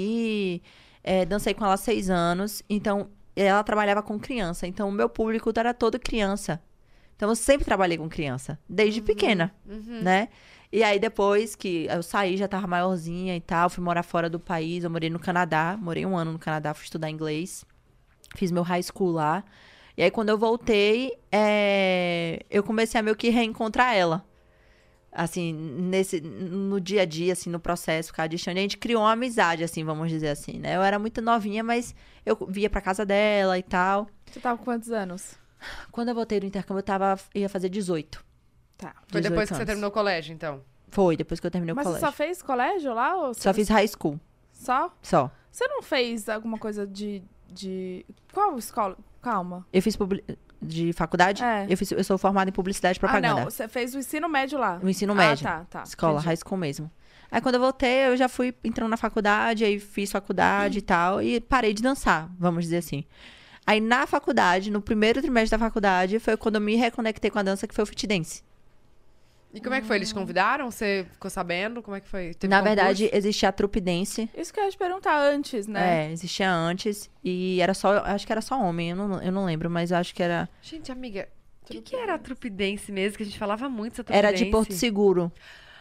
Aí, é, dancei com ela há seis anos. Então, ela trabalhava com criança. Então, o meu público era todo criança. Então, eu sempre trabalhei com criança. Desde pequena, né? E aí, depois que eu saí, já tava maiorzinha e tal. Fui morar fora do país. Eu morei no Canadá. Morei um ano no Canadá. Fui estudar inglês. Fiz meu high school lá. E aí, quando eu voltei, é, eu comecei a meio que reencontrar ela. Assim, nesse, no dia a dia, assim, no processo, ficar distante. A gente criou uma amizade, assim, vamos dizer assim, né? Eu era muito novinha, mas eu via pra casa dela e tal. Você tava com quantos anos? Quando eu voltei do intercâmbio, eu tava, ia fazer dezoito. Tá. Foi depois que anos. você terminou o colégio, então? Foi, depois que eu terminei Mas o você colégio. só fez colégio lá? Ou Só fiz high school, Só? só. Você não fez alguma coisa de... de... Qual escola? Calma. Eu fiz publi... de faculdade? É. Eu, fiz, eu sou formada em publicidade e propaganda. Ah, não. Você fez o ensino médio lá. O ensino médio. Ah, tá, tá. Escola, Entendi. high school mesmo. Aí quando eu voltei, eu já fui entrando na faculdade, aí fiz faculdade e tal, e parei de dançar, vamos dizer assim. Aí na faculdade, no primeiro trimestre da faculdade, foi quando eu me reconectei com a dança, que foi o fit dance. E como é que foi? Eles te convidaram? Você ficou sabendo? Como é que foi? Teve Na concurso? verdade, existia a trupe dance. Isso que eu ia te perguntar antes, né? É, existia antes. E era só, acho que era só homem, eu não, eu não lembro, mas eu acho que era. Gente, amiga, o que, que era a trupe dance mesmo? Que a gente falava muito essa trupe Era dance. de Porto Seguro.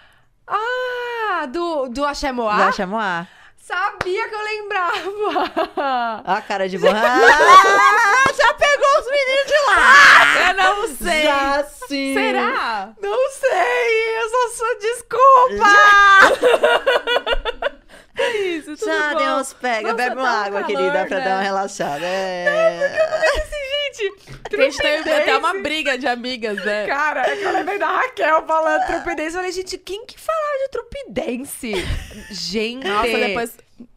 Ah, do, do Axé Moá? Da Chamoá. Sabia que eu lembrava! Ó a cara de borra. Ah, já pegou os meninos de lá! Eu não sei. Já sim! Será? Não sei, eu sou sua desculpa! Isso, tudo Já bom. deu uns pega, Nossa, bebe tá uma um água, calor, querida, pra né? dar uma relaxada. É. Gente, A gente teve trupe até uma dance. briga de amigas, né? Cara, é que eu lembrei da Raquel falando trupe dance. Eu falei, gente, quem que falava de trupe dance? Gente. Nossa, depois...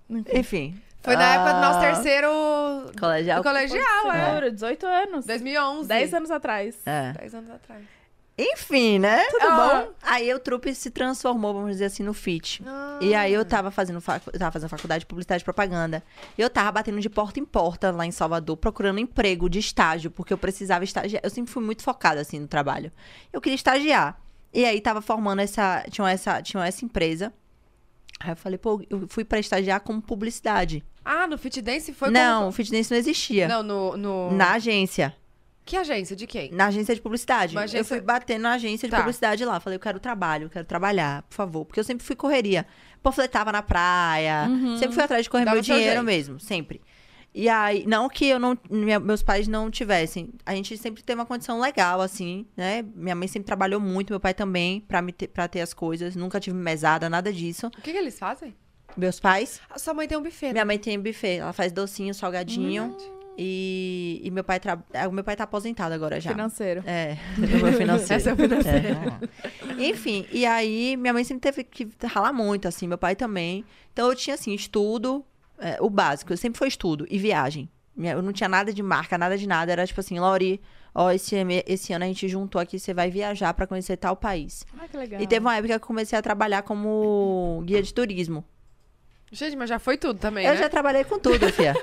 Enfim. Foi na época do nosso Ah, terceiro Colegial. do colegial, é. Seguro, dezoito anos. dois mil e onze. dez anos atrás. É. dez anos atrás. Enfim, né? Tudo Ah, bom? Aí o trupe se transformou, vamos dizer assim, no fit. Ah. E aí eu tava fazendo, fac... eu tava fazendo faculdade de publicidade e propaganda. E eu tava batendo de porta em porta lá em Salvador, procurando emprego de estágio, porque eu precisava estagiar. Eu sempre fui muito focada, assim, no trabalho. Eu queria estagiar. E aí tava formando essa... Tinha essa, tinha essa empresa. Aí eu falei, pô, eu fui pra estagiar como publicidade. Ah, no Fit Dance foi não, como... o fit dance não existia. Não, no, no... Na agência. Que agência? De quem? Na agência de publicidade. Uma Eu agência- fui batendo na agência de Tá. publicidade lá. Falei, eu quero trabalho, eu quero trabalhar, por favor. Porque eu sempre fui correria. Panfletava na praia. Sempre fui atrás de correr Dava meu seu dinheiro jeito. mesmo, sempre. E aí, não que eu não, minha- meus pais não tivessem. A gente sempre teve uma condição legal, assim, né? Minha mãe sempre trabalhou muito, meu pai também, pra, me ter, pra ter as coisas. Nunca tive mesada, nada disso. O que, que eles fazem? Meus pais, A sua mãe tem um buffet, né? minha mãe tem buffet. Ela faz docinho, salgadinho. Hum. E, e meu pai tra... ah, o meu pai tá aposentado agora já. Financeiro. É, o meu financeiro. Esse é o financeiro. É. Enfim, e aí minha mãe sempre teve que ralar muito, assim, meu pai também. Então eu tinha, assim, estudo, é, o básico, eu sempre foi estudo e viagem. Minha- Eu não tinha nada de marca, nada de nada. Era tipo assim, Lori, ó, esse, ano- esse ano a gente juntou aqui, você vai viajar pra conhecer tal país. Ah, que legal. E teve uma época que eu comecei a trabalhar como guia de turismo. Gente, mas já foi tudo também, Eu né? já trabalhei com tudo, fia.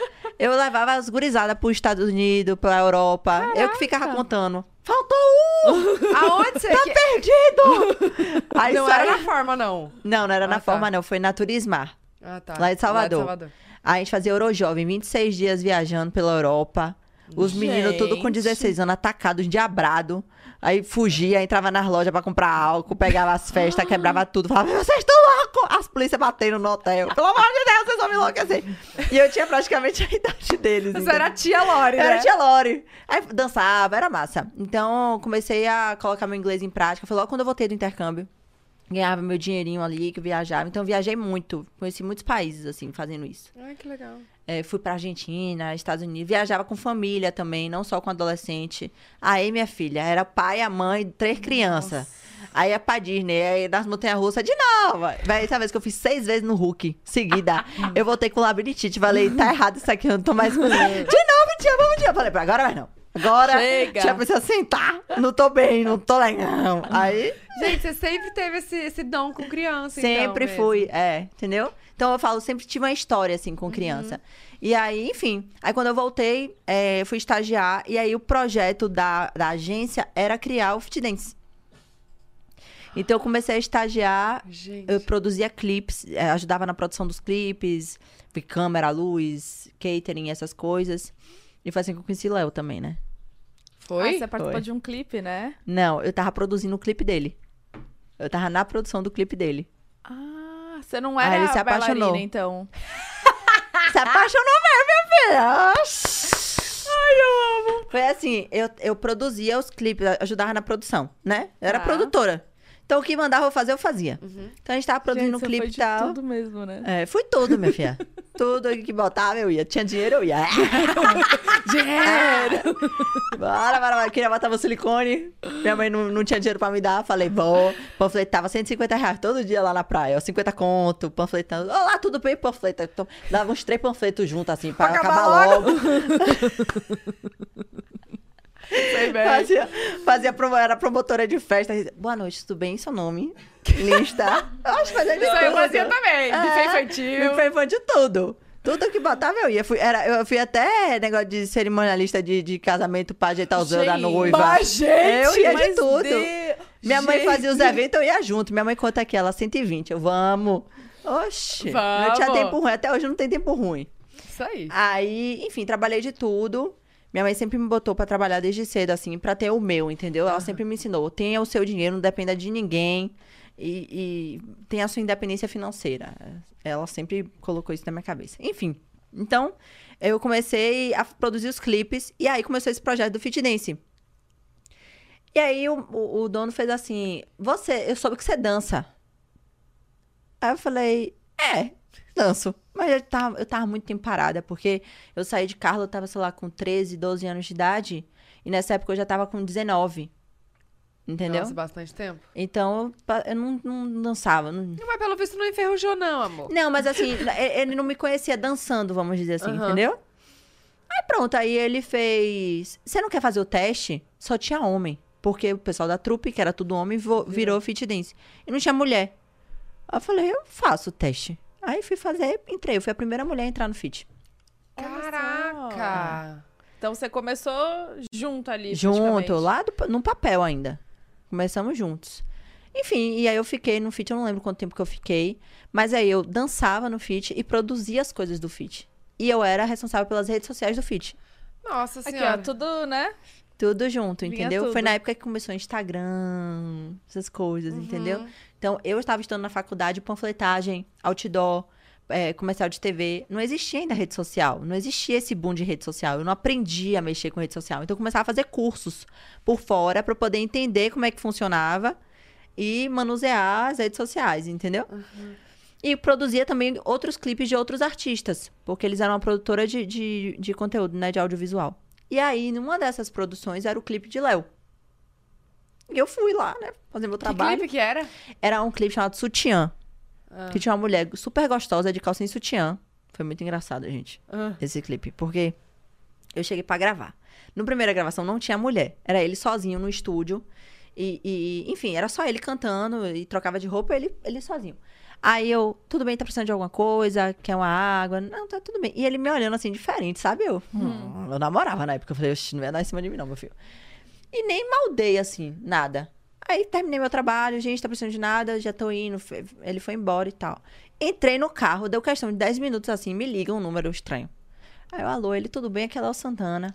Eu levava as gurizadas pros Estados Unidos, pra Europa. Eu que ficava contando. Faltou um! Aonde você... Tá que- perdido! Aí Não sai- era na forma, não. Não, não era Ah, na tá. forma, não. Foi na Turismar. Ah, tá. Lá de Salvador. Salvador. Aí a gente fazia Eurojovem, vinte e seis dias viajando pela Europa. Os meninos tudo com Gente. dezesseis anos, atacados, diabrado. Aí fugia, entrava nas lojas pra comprar álcool, pegava as festas, quebrava tudo. Falava, vocês estão loucos! As polícias batendo no hotel. Pelo amor de Deus, vocês vão me enlouquecer. E eu tinha praticamente a idade deles. Você entendeu? era a tia Lori, Eu né? era tia Lori. Aí dançava, era massa. Então, comecei a colocar meu inglês em prática. Foi logo quando eu voltei do intercâmbio. Ganhava meu dinheirinho ali, que eu viajava. Então, eu viajei muito. Conheci muitos países, assim, fazendo isso. Ai, que legal. É, fui pra Argentina, Estados Unidos. Viajava com família também, não só com adolescente. Aí, minha filha, era pai, a mãe, três crianças. Aí ia pra Disney, aí nas montanhas-russas de novo. Véi, essa vez que eu fiz seis vezes no Hulk, seguida, eu voltei com labirintite. Falei, tá errado isso aqui, eu não tô mais conseguindo. De novo, tia, vamos, tia. Falei, pra agora vai não. Agora, Chega. tia, precisa sentar. Não tô bem, não tô legal. Aí, Gente, você sempre teve esse, esse dom com criança, então, sempre mesmo. fui, é, entendeu? Então eu falo, sempre tive uma história, assim, com criança. E aí, enfim, aí quando eu voltei, é, fui estagiar, e aí o projeto da, da agência era criar o Fit Dance. Então eu comecei a estagiar, Gente. eu produzia clipes, é, ajudava na produção dos clipes, vi câmera, luz, catering, essas coisas. E foi assim que eu conheci Léo também, né? Foi? Ah, você participou Foi. de um clipe, né? Não, eu tava produzindo o clipe dele. Eu tava na produção do clipe dele. Ah, você não Ah, era ele se apaixonou. bailarina, então. Se apaixonou mesmo, minha filha. Oxi. Foi assim, eu, eu produzia os clipes, ajudava na produção, né? Eu era Tá. produtora. Então, o que mandava eu fazer, eu fazia. Uhum. Então, a gente tava produzindo Gente, um clipe foi e de tal. tudo mesmo, né? É, fui tudo, minha filha. Tudo que botava, eu ia. Tinha dinheiro, eu ia. Dinheiro! Bora, bora, bora. Queria botar meu silicone. Minha mãe não, não tinha dinheiro pra me dar. Falei, vou. Panfletava cento e cinquenta reais todo dia lá na praia. Ó, cinquenta conto, panfletando. Olá, tudo bem, panfleta. Então, dava uns três panfletos juntos, assim, pra, Pra acabar, acabar logo. Sei bem. Fazia, fazia promo, era promotora de festa. Boa noite, tudo bem? Seu nome? Lista. Eu acho que fazia de Isso aí eu tudo. fazia também. É, Buffet infantil. Buffet infantil, tudo. Tudo que botava eu ia. Fui, era, eu fui até negócio de cerimonialista de, de casamento pra ajeitar os da Gente, noiva. Mas, gente, eu ia de Mas tudo. de- Minha mãe gente. fazia os eventos, eu ia junto. Minha mãe conta aqui, ela cento e vinte. Eu, vamos. Oxi. Não tinha Vamos. tempo ruim. Até hoje não tem tempo ruim. Isso aí. Aí, enfim, trabalhei de tudo. Minha mãe sempre me botou pra trabalhar desde cedo, assim, pra ter o meu, entendeu? Ela sempre me ensinou, tenha o seu dinheiro, não dependa de ninguém e, e tenha a sua independência financeira. Ela sempre colocou isso na minha cabeça. Enfim, então, eu comecei a produzir os clipes e aí começou esse projeto do Fit Dance. E aí o, o, o dono fez assim, você, eu soube que você dança. Aí eu falei, é, danço. Mas eu tava, eu tava muito tempo parada, porque eu saí de Carla, eu tava, sei lá, com treze, doze anos de idade. E nessa época eu já tava com dezenove. Entendeu? Nossa, bastante tempo. Então, eu, pa- eu não, não dançava. Não... Não, mas pelo visto não enferrujou, não, amor. não, mas assim, e- ele não me conhecia dançando, vamos dizer assim, Aham. entendeu? Aí pronto, aí ele fez... Você não quer fazer o teste? Só tinha homem. Porque o pessoal da trupe, que era tudo homem, vo- virou Fit Dance. E não tinha mulher. Aí eu falei, eu faço o teste. Aí fui fazer, entrei. Eu fui a primeira mulher a entrar no Fit. Caraca. Então você começou junto ali, Junto, praticamente. lá do, no papel ainda. Começamos juntos. Enfim, e aí eu fiquei no Fit, eu não lembro quanto tempo que eu fiquei. Mas aí eu dançava no Fit e produzia as coisas do Fit. E eu era responsável pelas redes sociais do Fit. Nossa Aqui, senhora. ó, tudo, né? Tudo junto, Vinha entendeu? tudo. Foi na época que começou o Instagram, essas coisas, Uhum. entendeu? Então, eu estava estudando na faculdade panfletagem, outdoor, é, comercial de T V. Não existia ainda rede social. Não existia esse boom de rede social. Eu não aprendi a mexer com rede social. Então, eu começava a fazer cursos por fora para poder entender como é que funcionava e manusear as redes sociais, entendeu? E produzia também outros clipes de outros artistas, porque eles eram uma produtora de, de, de conteúdo, né, de audiovisual. E aí, numa dessas produções, era o clipe de Léo. E eu fui lá, né, fazer meu Que trabalho. clipe que era? Era um clipe chamado Sutiã, Ah. que tinha uma mulher super gostosa de calcinha e sutiã. Foi muito engraçado, gente, Ah. esse clipe, porque eu cheguei pra gravar. No primeira gravação não tinha mulher, era ele sozinho no estúdio. E, e, enfim, era só ele cantando e trocava de roupa, ele, ele sozinho. Aí eu, tudo bem, tá precisando de alguma coisa? Quer uma água? Não, tá tudo bem. E ele me olhando assim, diferente, sabe? Eu, hum, eu namorava na época. Eu falei, oxi, não ia dar em cima de mim não, meu filho. E nem maldei, assim, nada. Aí terminei meu trabalho, gente, tá precisando de nada, já tô indo. Fe- Ele foi embora e tal. Entrei no carro, deu questão de dez minutos assim, me liga um número estranho. Aí eu, alô, ele, tudo bem? Aqui é Léo Santana.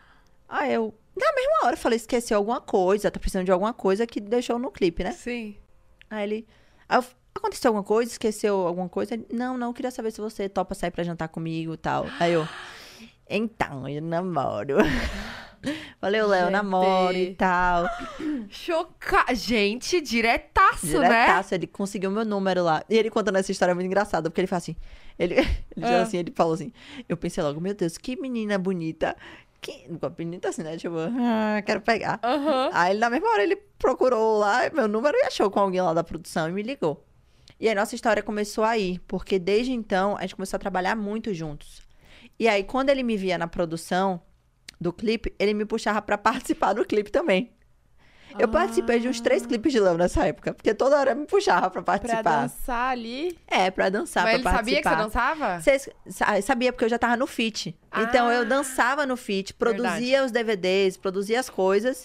Aí eu, na mesma hora, eu falei, esqueceu alguma coisa, tá precisando de alguma coisa que deixou no clipe, né? Sim. Aí ele, aí eu, aconteceu alguma coisa? Esqueceu alguma coisa? Ele, não, não, queria saber se você topa sair pra jantar comigo e tal. Aí eu, então, eu namoro. Falei, o Léo, Gente. namoro e tal. Choca... Gente, diretaço, né? Diretaço, ele conseguiu meu número lá. E ele contando essa história é muito engraçada, porque ele fala assim, ele, ele, diz Ah. assim, ele falou assim, eu pensei logo, meu Deus, que menina bonita. Que bonita assim, né? Tipo, ah, quero pegar. Aham. Aí, na mesma hora, ele procurou lá meu número e achou com alguém lá da produção e me ligou. E aí, nossa história começou aí, porque desde então, a gente começou a trabalhar muito juntos. E aí, quando ele me via na produção do clipe, ele me puxava pra participar do clipe também. Eu participei de uns três clipes de Léo nessa época, porque toda hora me puxava pra Pra participar. dançar ali. É, pra dançar, Mas ele pra sabia que você participar. dançava? Vocês sa- sabia porque eu já tava no Fit. Então Ah, eu dançava no Fit, produzia verdade. os D V Ds, produzia as coisas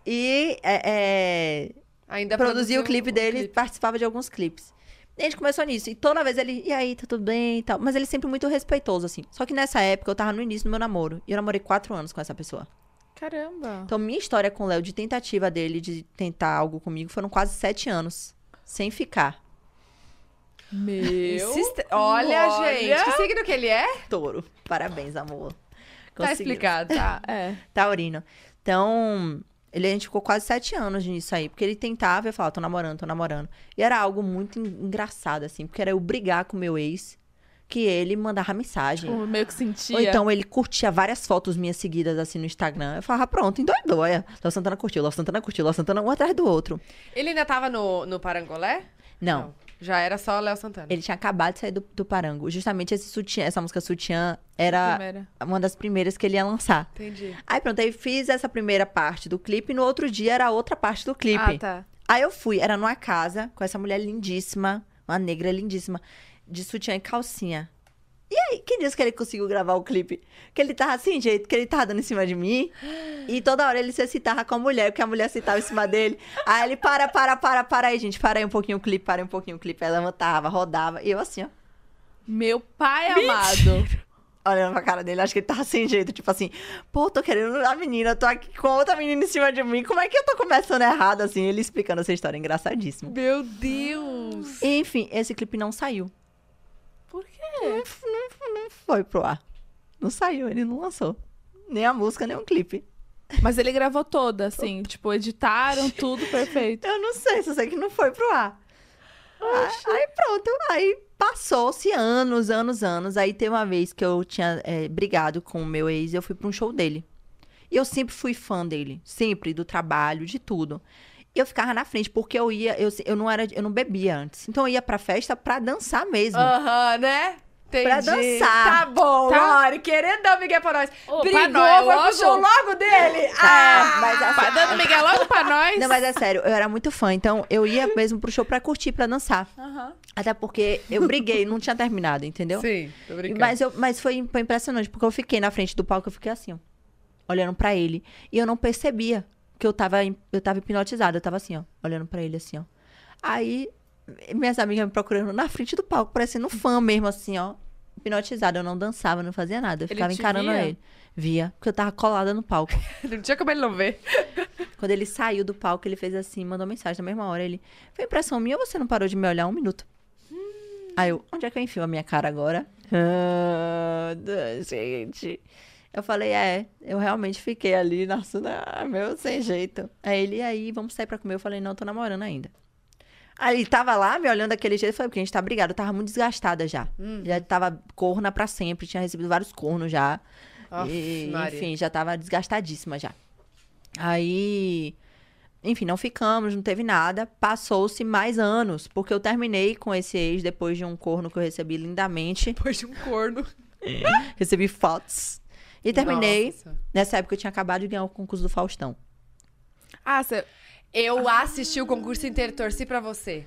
e é, é, Ainda produzia o clipe um dele, clipe. participava de alguns clipes. E a gente começou nisso. E toda vez ele, e aí, tá tudo bem e tal. Mas ele sempre muito respeitoso, assim. Só que nessa época eu tava no início do meu namoro. E eu namorei quatro anos com essa pessoa. Caramba. Então minha história com o Léo, de tentativa dele de tentar algo comigo, foram quase sete anos. Sem ficar. Meu. Insiste- Olha, Olha. gente, que signo que ele é? Touro. Parabéns, amor. Tá explicado. Tá, é. Taurino. Então, ele, a gente ficou quase sete anos nisso aí. Porque ele tentava e eu falava, tô namorando, tô namorando. E era algo muito en- engraçado, assim. Porque era eu brigar com o meu ex, que ele mandava mensagem. Tipo, meio que sentia. Ou então ele curtia várias fotos minhas seguidas, assim, no Instagram. Eu falava, pronto, endoidou. É. Léo Santana curtiu, Léo Santana curtiu, Léo Santana um atrás do outro. Ele ainda tava no, no Parangolé? Não. Já era só Léo Santana. Ele tinha acabado de sair do, do Parango. Justamente esse sutiã, essa música Sutiã era Primeira. uma das primeiras que ele ia lançar. Entendi. Aí pronto, aí fiz essa primeira parte do clipe e no outro dia era a outra parte do clipe. Ah, tá. Aí eu fui, era numa casa com essa mulher lindíssima, uma negra lindíssima, de sutiã e calcinha. E aí, quem disse que ele conseguiu gravar o clipe? Que ele tava assim, jeito, que ele tava dando em cima de mim. E toda hora ele se excitava com a mulher, porque a mulher citava em cima dele. Aí ele, para, para, para, para aí, gente. Para aí um pouquinho o clipe, para aí um pouquinho o clipe. Aí levantava, rodava. E eu assim, ó, Meu pai amado. olhando pra cara dele. Acho que ele tava sem jeito. Tipo assim, pô, tô querendo a menina, eu tô aqui com outra menina em cima de mim. Como é que eu tô começando errado, assim? Ele explicando essa história engraçadíssima. Meu Deus! E, enfim, esse clipe não saiu. Por quê? Não, f- não f- não foi pro ar. Não saiu, ele não lançou. Nem a música, nem o clipe. Mas ele gravou toda, assim. Tipo, editaram tudo perfeito. Eu não sei, só sei que não foi pro ar. Aí, aí pronto, aí passou-se anos, anos, anos. Aí teve uma vez que eu tinha é, brigado com o meu ex e eu fui pra um show dele. E eu sempre fui fã dele, sempre, do trabalho, de tudo. E eu ficava na frente, porque eu ia, eu, eu não era, eu não bebia antes. Então eu ia pra festa pra dançar mesmo. Aham, né? Entendi. Pra dançar. Tá bom, Tá. Lori, querendo dar o Miguel pra nós. Ô, Brigou, pra nós, foi logo. pro show logo dele. Ah, mas assim, Vai dando Miguel logo pra nós. Não, mas é sério, eu era muito fã, então eu ia mesmo pro show pra curtir, pra dançar. Aham. Até porque eu briguei, não tinha terminado, entendeu? Sim, tô brincando. Mas, eu, mas foi, foi impressionante, porque eu fiquei na frente do palco, eu fiquei assim, ó, olhando pra ele. E eu não percebia que eu tava, hip- eu tava hipnotizada, eu tava assim, ó, olhando pra ele assim, ó. Aí, minhas amigas me procurando na frente do palco, parecendo fã mesmo, assim, ó. Hipnotizada, eu não dançava, não fazia nada. Eu Ele ficava te encarando via? ele. Via, porque eu tava colada no palco. Não tinha como ele não ver. Quando ele saiu do palco, ele fez assim, mandou mensagem na mesma hora. Ele, foi impressão minha ou você não parou de me olhar um minuto? Aí eu, onde é que eu enfio a minha cara agora? Ah, gente. Eu falei, é, eu realmente fiquei ali, nossa, ah, meu, sem jeito. Aí ele, e aí, vamos sair pra comer? Eu falei, não, eu tô namorando ainda. Aí ele tava lá, me olhando daquele jeito, eu falei, porque a gente tá brigado, eu tava muito desgastada já. Já tava corna pra sempre, tinha recebido vários cornos já. Aff, E, Maria. enfim, já tava desgastadíssima já. Aí, enfim, não ficamos, não teve nada. Passou-se mais anos, porque eu terminei com esse ex depois de um corno que eu recebi lindamente. Depois de um corno. Recebi fotos. E terminei. Nossa. Nessa época eu tinha acabado de ganhar o concurso do Faustão. Ah, você... Eu assisti o concurso inteiro, torci pra você.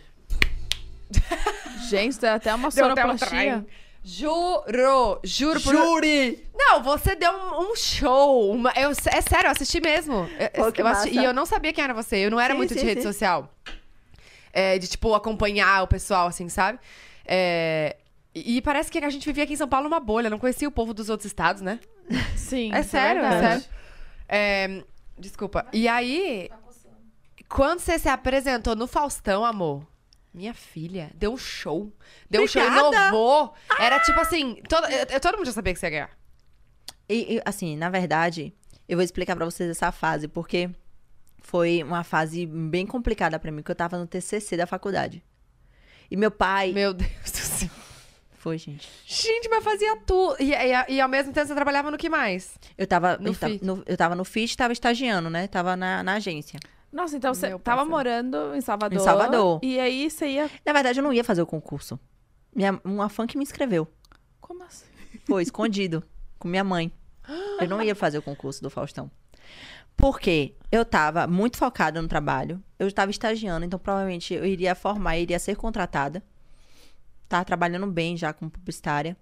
Gente, tem até uma Deu até um sonoplastia. trem. Juro, juro por... Jure! Não, você deu um, um show. uma- eu, é sério, eu assisti mesmo. Eu- Pô, que eu assisti- massa. e eu não sabia quem era você. Eu não era Sim, muito de sim, rede sim. social. É, de, tipo, acompanhar o pessoal, assim, sabe? É, e e parece que a gente vivia aqui em São Paulo numa bolha. Não conhecia o povo dos outros estados, né? Sim, É isso sério, é verdade. sério. É, desculpa. E aí, quando você se apresentou no Faustão, amor, minha filha, deu um show. Deu um show, Obrigada. inovou. Era tipo assim, todo, eu- eu- todo mundo já sabia que você ia ganhar. E, e, assim, na verdade, eu vou explicar pra vocês essa fase, porque foi uma fase bem complicada pra mim, porque eu tava no T C C da faculdade. E meu pai... Meu Deus do céu. Foi, gente. Gente, mas fazia tudo. E, e, e ao mesmo tempo você trabalhava no que mais? Eu tava No eu tava F I T. no, eu tava no F I T, tava estagiando, né? Tava na, na agência. Nossa, então você Meu tava parceiro. morando em Salvador. Em Salvador. E aí você ia... Na verdade, eu não ia fazer o concurso. Minha, uma fã que me inscreveu. Como assim? Foi, escondido. Com minha mãe. Eu não ia fazer o concurso do Faustão. Porque eu tava muito focada no trabalho. Eu estava estagiando, então provavelmente eu iria formar, iria ser contratada. Tava trabalhando bem já como publicitária.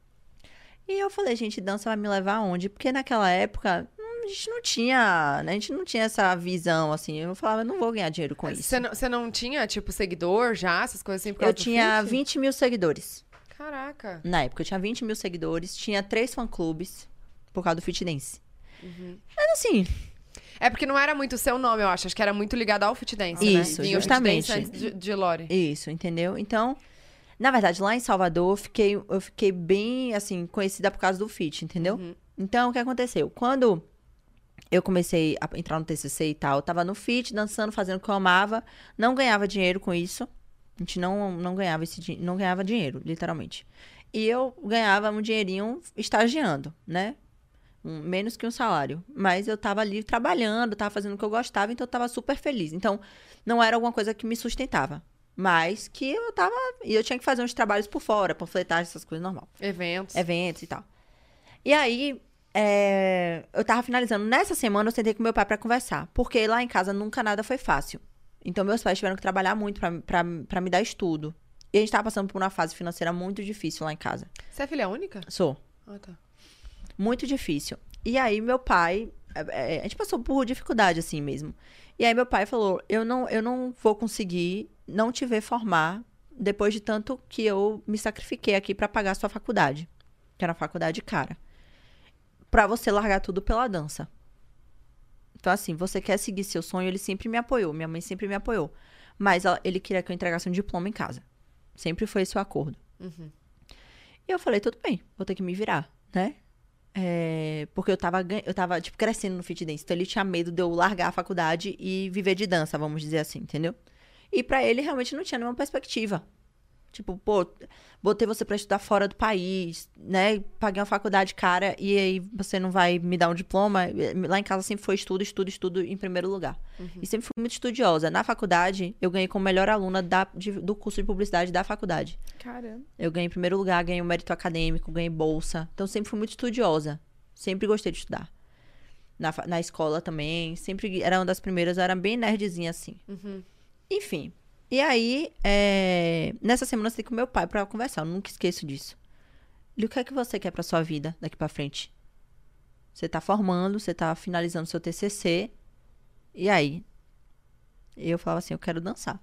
E eu falei, gente, dança vai me levar aonde? Porque naquela época, hum, a gente não tinha, né? A gente não tinha essa visão, assim. Eu falava, eu não vou ganhar dinheiro com isso. Você não, você não tinha, tipo, seguidor já? Essas coisas assim por causa Eu do tinha F I T? vinte mil seguidores. Caraca. Na época, eu tinha vinte mil seguidores. Tinha três fã-clubes por causa do Fit Dance. Mas assim, É porque não era muito o seu nome, eu acho. Acho que era muito ligado ao Fit Dance, Isso, né? Vinha o Fit justamente. Dance antes de, de Lore. isso, entendeu? Então, Na verdade, lá em Salvador, eu fiquei, eu fiquei bem, assim, conhecida por causa do fit, entendeu? Uhum. Então, o que aconteceu? Quando eu comecei a entrar no T C C e tal, eu tava no fit, dançando, fazendo o que eu amava, não ganhava dinheiro com isso. A gente não, não, ganhava esse, din- não ganhava dinheiro, literalmente. E eu ganhava um dinheirinho estagiando, né? Um- menos que um salário. Mas eu tava ali trabalhando, tava fazendo o que eu gostava, então eu tava super feliz. Então, não era alguma coisa que me sustentava. Mas que eu tava... E eu tinha que fazer uns trabalhos por fora, panfletagem, essas coisas normal. Eventos. Eventos e tal. E aí, é, eu tava finalizando. Nessa semana, eu sentei com meu pai pra conversar. Porque lá em casa nunca nada foi fácil. Então, meus pais tiveram que trabalhar muito pra, pra, pra me dar estudo. E a gente tava passando por uma fase financeira muito difícil lá em casa. Você é filha única? Sou. Ah, tá. Muito difícil. E aí, meu pai... é, é, a gente passou por dificuldade, assim mesmo. E aí, meu pai falou, eu não, eu não vou conseguir não te ver formar depois de tanto que eu me sacrifiquei aqui pra pagar a sua faculdade. Que era uma faculdade cara. Pra você largar tudo pela dança. Então, assim, você quer seguir seu sonho, ele sempre me apoiou. Minha mãe sempre me apoiou. Mas ela- ele queria que eu entregasse um diploma em casa. Sempre foi esse o acordo. Uhum. E eu falei, tudo bem, vou ter que me virar, né? É, porque eu tava, gan- eu tava, tipo, crescendo no fit dance. Então, ele tinha medo de eu largar a faculdade e viver de dança, vamos dizer assim, entendeu? E pra ele, realmente, não tinha nenhuma perspectiva. Tipo, pô, botei você pra estudar fora do país, né? Paguei uma faculdade cara e aí você não vai me dar um diploma. Lá em casa sempre foi estudo, estudo, estudo em primeiro lugar. E sempre fui muito estudiosa. Na faculdade, eu ganhei como melhor aluna da, de- do curso de publicidade da faculdade. Caramba. Eu ganhei em primeiro lugar, ganhei o mérito acadêmico, ganhei bolsa. Então, sempre fui muito estudiosa. Sempre gostei de estudar. Na, fa- na escola também. Sempre era uma das primeiras, eu era bem nerdzinha assim. Uhum. Enfim. E aí, é, nessa semana eu saí com meu pai pra conversar. Eu nunca esqueço disso. E o que é que você quer pra sua vida daqui pra frente? Você tá formando, você tá finalizando seu T C C. E aí? E eu falava assim, eu quero dançar.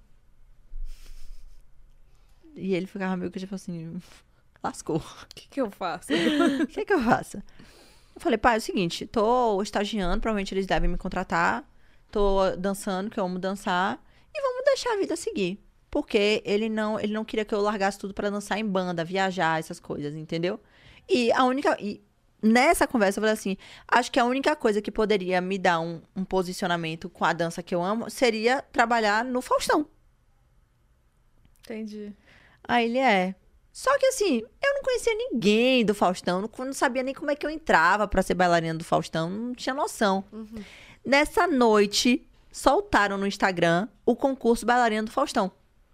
E ele ficava meio que tipo assim, lascou. O que, que eu faço? O que é que eu faço? Eu falei, pai, é o seguinte, tô estagiando, provavelmente eles devem me contratar. Tô dançando, que eu amo dançar. E vamos deixar a vida seguir. Porque ele não, ele não queria que eu largasse tudo pra dançar em banda, viajar, essas coisas, entendeu? E a única... E nessa conversa eu falei assim, acho que a única coisa que poderia me dar um, um posicionamento com a dança que eu amo seria trabalhar no Faustão. Entendi. Aí ele é. Só que assim, eu não conhecia ninguém do Faustão, não, não sabia nem como é que eu entrava pra ser bailarina do Faustão, não tinha noção. Nessa noite, soltaram no Instagram o concurso bailarina do Faustão.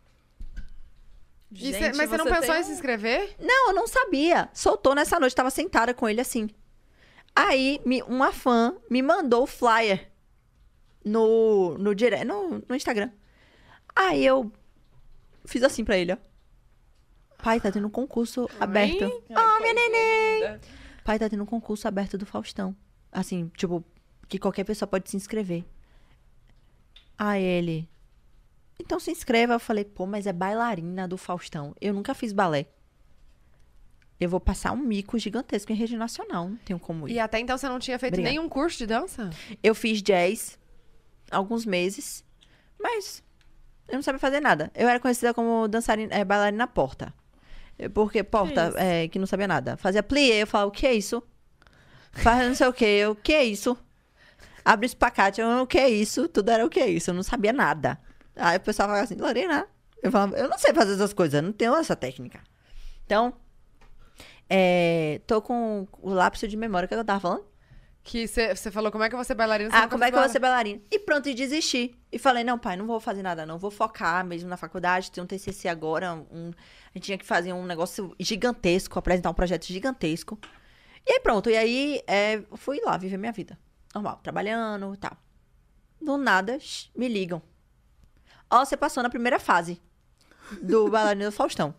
E cê- mas você não pensou tem em se um- inscrever? Não, eu não sabia. Soltou nessa noite, tava sentada com ele assim. Aí, me- uma fã me mandou o flyer no, no, dire... no, no Instagram. Aí eu fiz assim pra ele, ó. Pai, tá tendo um concurso aberto. Ah, minha neném! Pai, tá tendo um concurso aberto do Faustão. Assim, tipo, que qualquer pessoa pode se inscrever. Aí ele... Então se inscreva. Eu falei, pô, mas é bailarina do Faustão. Eu nunca fiz balé. Eu vou passar um mico gigantesco em rede nacional. Não tenho como ir. E até então você não tinha feito Obrigada. nenhum curso de dança? Eu fiz jazz alguns meses, mas eu não sabia fazer nada. Eu era conhecida como dançarina, é, bailarina porta. É, Porque porta, isso? é, que não sabia nada. Fazia plié, eu falava, o que é isso? Faz não sei o que, eu, o que é isso? Abre o espacate, eu, o que é isso? Tudo era o que é isso, eu não sabia nada. Aí o pessoal falava assim, Lorena, eu falava, eu não sei fazer essas coisas, eu não tenho essa técnica. Então, é, tô com o lápis de memória, o que eu tava falando? Que você falou, como é que eu vou ser bailarina? Você Ah, nunca como é fez que eu vou balé. ser bailarina? E pronto, e desisti. E falei, não, pai, não vou fazer nada, não. Vou focar mesmo na faculdade, tem um T C C agora. Um... A gente tinha que fazer um negócio gigantesco, apresentar um projeto gigantesco. E aí pronto, e aí é, fui lá viver minha vida. Normal, trabalhando e tal. Do nada, shh, me ligam. Ó, você passou na primeira fase do bailarino do Faustão.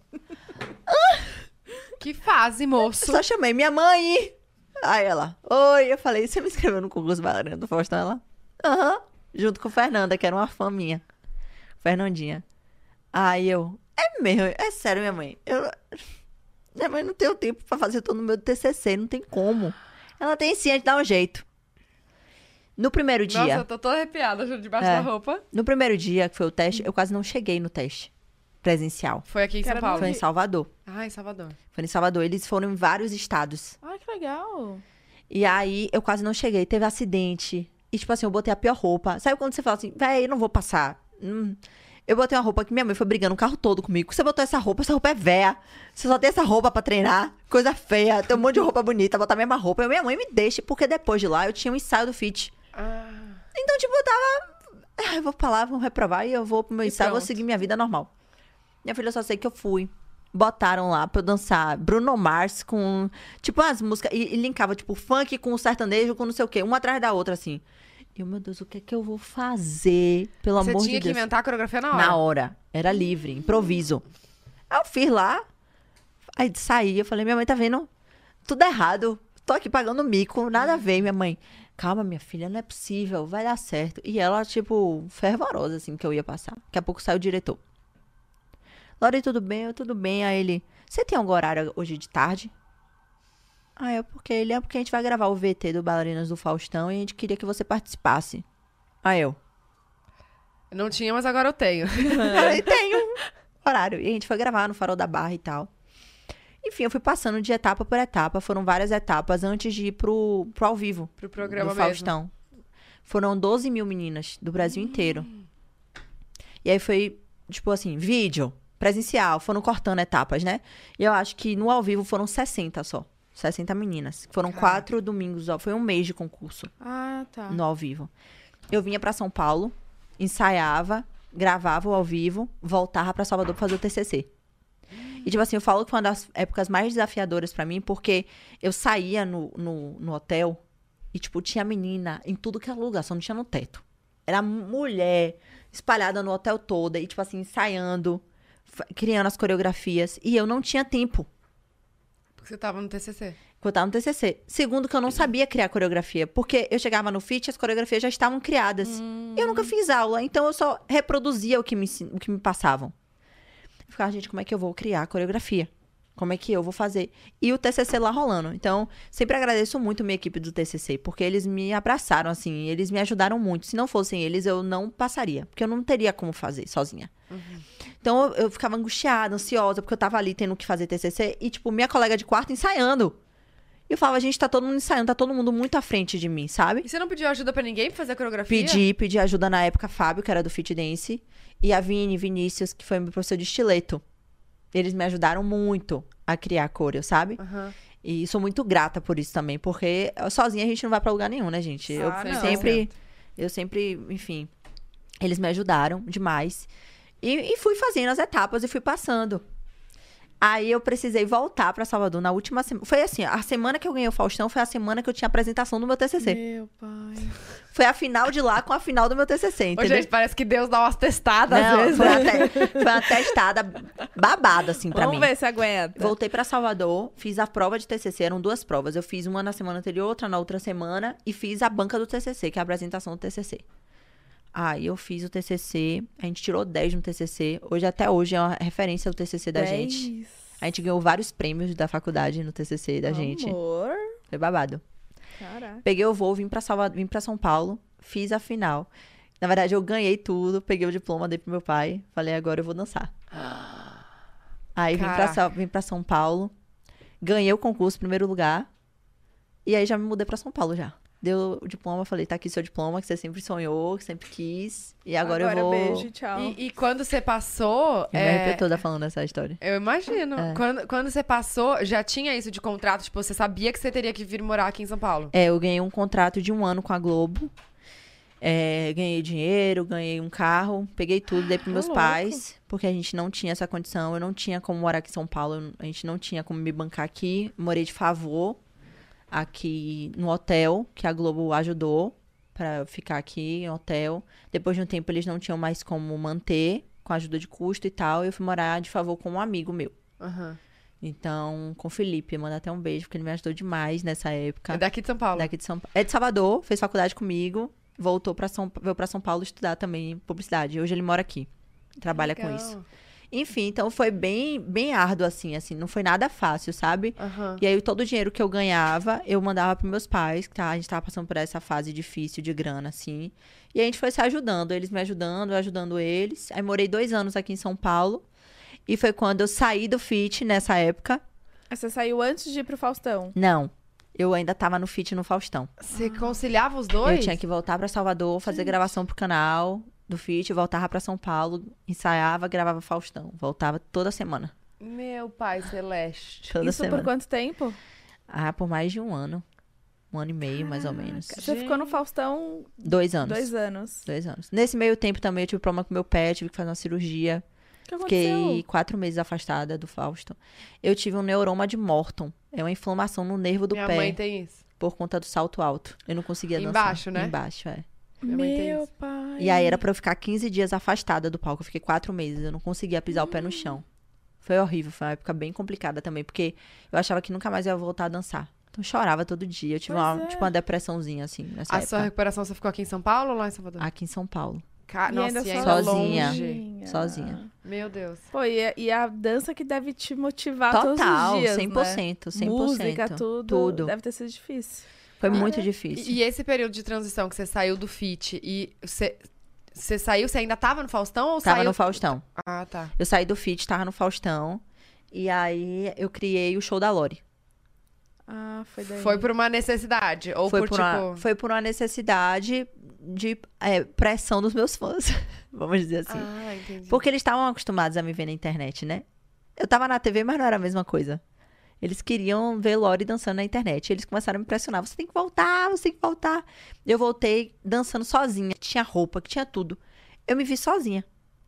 Que fase, moço. Só chamei minha mãe. Aí ela, oi, eu falei, você me inscreveu no concurso bailarina do Faustão? Ela, aham, junto com Fernanda, que era uma fã minha. Fernandinha. Aí eu, é mesmo, é sério, minha mãe. Eu, minha mãe não tem tempo pra fazer todo o meu T C C, não tem como. Ela tem sim, a gente dá um jeito. No primeiro dia, Nossa, eu tô toda arrepiada, juro, debaixo É. da roupa. no primeiro dia que foi o teste, eu quase não cheguei no teste. presencial. Foi aqui em São Cara, Paulo? Foi em Salvador. Ah, em Salvador. Foi em Salvador. Eles foram em vários estados. Ah, que legal. E aí, eu quase não cheguei. Teve acidente. E, tipo assim, eu botei a pior roupa. Sabe quando você fala assim, véi, eu não vou passar. Hum. Eu botei uma roupa que minha mãe foi brigando o carro todo comigo. Você botou essa roupa, essa roupa é véia. Você só tem essa roupa pra treinar. Coisa feia. Tem um monte de roupa bonita, botar a mesma roupa. E minha mãe me deixa, porque depois de lá eu tinha um ensaio do Fit. Ah. Então, tipo, eu tava... Ah, eu vou pra lá, vão reprovar e eu vou pro meu E ensaio, vou pronto. seguir minha vida normal. Minha filha, eu só sei que eu fui. Botaram lá pra eu dançar Bruno Mars com... Tipo, as músicas... E, e linkava, tipo, funk com sertanejo, com não sei o quê. Uma atrás da outra, assim. E eu, meu Deus, o que é que eu vou fazer? Pelo Você amor de tinha Deus. que inventar a coreografia na hora. Na hora. Era livre, improviso. Aí eu fiz lá. Aí saí, eu falei, minha mãe tá vendo tudo errado. Tô aqui pagando mico, nada a ver, minha mãe. Calma, minha filha, não é possível, vai dar certo. E ela, tipo, fervorosa, assim, que eu ia passar. Daqui a pouco saiu o diretor. Lori, tudo bem? Eu, tudo bem. Aí ele, você tem algum horário hoje de tarde? Ah, é porque ele é porque a gente vai gravar o V T do Bailarinas do Faustão e a gente queria que você participasse. Aí eu. Não tinha, mas agora eu tenho. Aí tem um horário. E a gente foi gravar no Farol da Barra e tal. Enfim, eu fui passando de etapa por etapa. Foram várias etapas antes de ir pro, pro ao vivo. Pro programa do mesmo. Faustão. Foram doze mil meninas do Brasil inteiro. E aí foi, tipo assim, vídeo, presencial. Foram cortando etapas, né? E eu acho que no ao vivo foram sessenta só. sessenta meninas. Foram Caraca. quatro domingos. Ó, foi um mês de concurso Ah, tá. no ao vivo. Eu vinha pra São Paulo, ensaiava, gravava o ao vivo, voltava pra Salvador pra fazer o T C C. E, tipo assim, eu falo que foi uma das épocas mais desafiadoras pra mim, porque eu saía no, no, no hotel e, tipo, tinha menina em tudo que é lugar, só não tinha no teto. Era mulher espalhada no hotel toda e, tipo assim, ensaiando, fa- criando as coreografias. E eu não tinha tempo. Porque você tava no T C C. Porque eu tava no T C C. Segundo, que eu não sabia criar coreografia. Porque eu chegava no Fit e as coreografias já estavam criadas. E eu nunca fiz aula, então eu só reproduzia o que me, ensin- o que me passavam. Eu ficava, gente, como é que eu vou criar coreografia? Como é que eu vou fazer? E o T C C lá rolando. Então, sempre agradeço muito minha equipe do T C C, porque eles me abraçaram, assim, eles me ajudaram muito. Se não fossem eles, eu não passaria, porque eu não teria como fazer sozinha. Então, eu, eu ficava angustiada, ansiosa, porque eu tava ali tendo que fazer T C C e, tipo, minha colega de quarto ensaiando. E eu falava, gente, tá todo mundo ensaiando, tá todo mundo muito à frente de mim, sabe? E você não pediu ajuda pra ninguém pra fazer a coreografia? Pedi, pedi ajuda na época, Fábio, que era do Fit Dance, e a Vini, Vinícius, que foi meu professor de estileto. Eles me ajudaram muito a criar a coreo, sabe? Aham. E sou muito grata por isso também, porque sozinha a gente não vai pra lugar nenhum, né, gente? Eu Ah, não. sempre, eu sempre, enfim, eles me ajudaram demais. E, e fui fazendo as etapas e fui passando. Aí eu precisei voltar pra Salvador na última semana. Foi assim, a semana que eu ganhei o Faustão foi a semana que eu tinha a apresentação do meu T C C. Meu pai. Foi a final de lá com a final do meu T C C, Ô, entendeu? gente, parece que Deus dá umas testadas às Não, vezes. foi, né? uma te- foi uma testada babada, assim, pra Vamos mim. ver se aguenta. Voltei pra Salvador, fiz a prova de T C C, eram duas provas. Eu fiz uma na semana anterior, outra na outra semana, e fiz a banca do T C C, que é a apresentação do T C C. Aí eu fiz o T C C, a gente tirou dez no T C C. Hoje, até hoje, é uma referência do T C C da gente. Dez. A gente ganhou vários prêmios da faculdade no T C C da gente. Amor. Foi babado. Caraca. Peguei o voo, vim pra, Salvador, vim pra São Paulo, fiz a final. Na verdade, eu ganhei tudo, peguei o diploma, dei pro meu pai. Falei, agora eu vou dançar. Aí vim pra, Caraca. Sa- vim pra São Paulo, ganhei o concurso, primeiro lugar. E aí já me mudei pra São Paulo já. Deu o diploma, falei, tá aqui seu diploma, que você sempre sonhou, que sempre quis. E agora, eu vou... beijo, tchau. E, e quando você passou... Eu me é, arrepio toda falando essa história. Eu imagino. É. Quando, quando você passou, já tinha isso de contrato? Tipo, você sabia que você teria que vir morar aqui em São Paulo? É, eu ganhei um contrato de um ano com a Globo. É, ganhei dinheiro, ganhei um carro, peguei tudo, dei pros meus louco. pais, porque a gente não tinha essa condição, eu não tinha como morar aqui em São Paulo, a gente não tinha como me bancar aqui. Morei de favor aqui no hotel, que a Globo ajudou pra eu ficar aqui em hotel. Depois de um tempo eles não tinham mais como manter, com a ajuda de custo e tal, e eu fui morar de favor com um amigo meu. Aham. Então, com o Felipe, manda até um beijo, porque ele me ajudou demais nessa época. É daqui de São Paulo. Daqui de São Pa- É de Salvador, fez faculdade comigo, voltou para São veio para São Paulo estudar também publicidade. Hoje ele mora aqui. Trabalha com Legal. isso. Enfim, então foi bem bem árduo assim, assim, não foi nada fácil, sabe? Aham. E aí todo o dinheiro que eu ganhava, eu mandava para meus pais, que tá, a gente tava passando por essa fase difícil de grana assim. E a gente foi se ajudando, eles me ajudando, eu ajudando eles. Aí morei dois anos aqui em São Paulo. E foi quando eu saí do Fit nessa época. Você saiu antes de ir pro Faustão? Não. Eu ainda tava no Fit no Faustão. Você conciliava os dois? Eu tinha que voltar pra Salvador, fazer Gente. gravação pro canal do Fit, voltava pra São Paulo, ensaiava, gravava Faustão. Voltava toda semana. Meu pai celeste. Toda Isso semana. por quanto tempo? Ah, por mais de um ano. Um ano e meio, mais ou menos. Você ficou no Faustão Dois anos. dois anos. Dois anos. Nesse meio tempo também eu tive problema com meu pé, tive que fazer uma cirurgia. O que aconteceu? Fiquei quatro meses afastada do Fausto. Eu tive um neuroma de Morton. É uma inflamação no nervo do Minha pé mãe tem isso. por conta do salto alto. Eu não conseguia dançar. Embaixo, né? Embaixo, é. Minha mãe tem Meu isso. pai. E aí era pra eu ficar quinze dias afastada do palco. Eu fiquei quatro meses. Eu não conseguia pisar o pé no chão. Foi horrível. Foi uma época bem complicada também. Porque eu achava que nunca mais ia voltar a dançar. Então eu chorava todo dia. Eu tive Pois uma, é. tipo, uma depressãozinha, assim, nessa A época. sua recuperação, você ficou aqui em São Paulo ou lá em Salvador? Aqui em São Paulo. Ca... E Nossa, ainda e ainda sozinha. longe. Sozinha. Meu Deus. Pô, e, a- e a dança que deve te motivar Total, todos os dias, cem por cento, né? cem por cento. Música, tudo. Tudo. Deve ter sido difícil. Foi muito E, difícil. e esse período de transição que você saiu do Fit e você, você saiu, você ainda tava no Faustão ou Tava saiu? no Faustão. Ah, tá. Eu saí do Fit, tava no Faustão. E aí eu criei o show da Lori. Ah, foi daí. Foi por uma necessidade? Ou Foi por, por, tipo... uma, foi por uma necessidade de é, pressão dos meus fãs. Vamos dizer assim. Ah, entendi. Porque eles estavam acostumados a me ver na internet, né? Eu tava na T V, mas não era a mesma coisa. Eles queriam ver Lori dançando na internet. Eles começaram a me pressionar. Você tem que voltar, você tem que voltar. Eu voltei dançando sozinha. Tinha roupa, que tinha tudo. Eu me vi sozinha.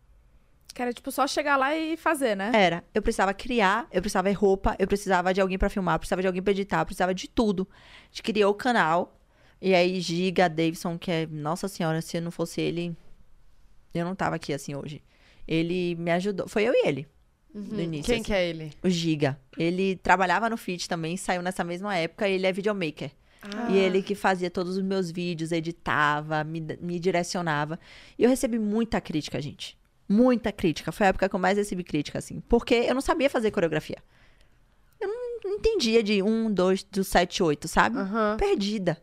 Que era tipo só chegar lá e fazer, né? Era. Eu precisava criar, eu precisava de roupa, eu precisava de alguém pra filmar, eu precisava de alguém pra editar, eu precisava de tudo. A gente criou o canal. E aí, Giga, Davidson, que é... Nossa Senhora, se não fosse ele... Eu não tava aqui assim hoje. Ele me ajudou. Foi eu e ele. No início. Quem assim. que é ele? O Giga. Ele trabalhava no Fit também, saiu nessa mesma época. Ele é videomaker. Ah. E ele que fazia todos os meus vídeos, editava, me, me direcionava. E eu recebi muita crítica, gente. Muita crítica. Foi a época que eu mais recebi crítica, assim. Porque eu não sabia fazer coreografia. Eu não, não entendia de um, dois, do sete, oito, sabe? Aham. Perdida.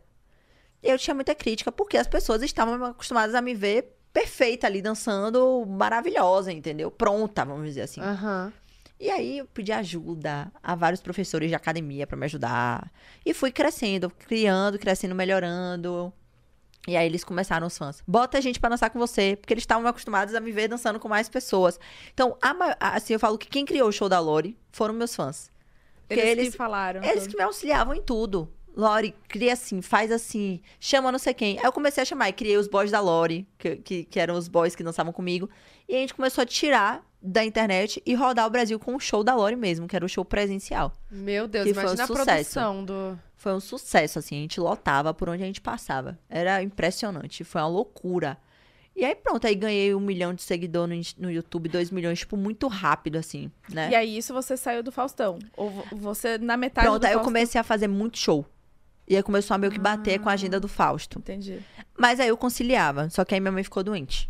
E eu tinha muita crítica porque as pessoas estavam acostumadas a me ver perfeita ali, dançando, maravilhosa, entendeu? Pronta, vamos dizer assim. Aham. E aí eu pedi ajuda a vários professores de academia pra me ajudar. E fui crescendo, criando, crescendo, melhorando. E aí eles começaram, os fãs. Bota a gente pra dançar com você, porque eles estavam acostumados a me ver dançando com mais pessoas. Então, a ma- a- assim, eu falo que quem criou o show da Lori foram meus fãs. Porque Eles, eles, que falaram. eles tudo. que me auxiliavam em tudo. Lori, cria assim, faz assim, chama não sei quem. Aí eu comecei a chamar e criei os boys da Lori, que, que, que eram os boys que dançavam comigo. E a gente começou a tirar da internet e rodar o Brasil com o show da Lori mesmo, que era o show presencial. Meu Deus, Que foi um imagina a sucesso. produção do... Foi um sucesso, assim, a gente lotava por onde a gente passava. Era impressionante, foi uma loucura. E aí pronto, aí ganhei um milhão de seguidores no, ins- no YouTube, dois milhões, tipo, muito rápido, assim, né? E aí, isso você saiu do Faustão? Ou vo- você, na metade Pronto, do aí eu Faustão... comecei a fazer muito show. E aí começou a meio que bater com a agenda do Fausto. Entendi. Mas aí eu conciliava, só que aí minha mãe ficou doente.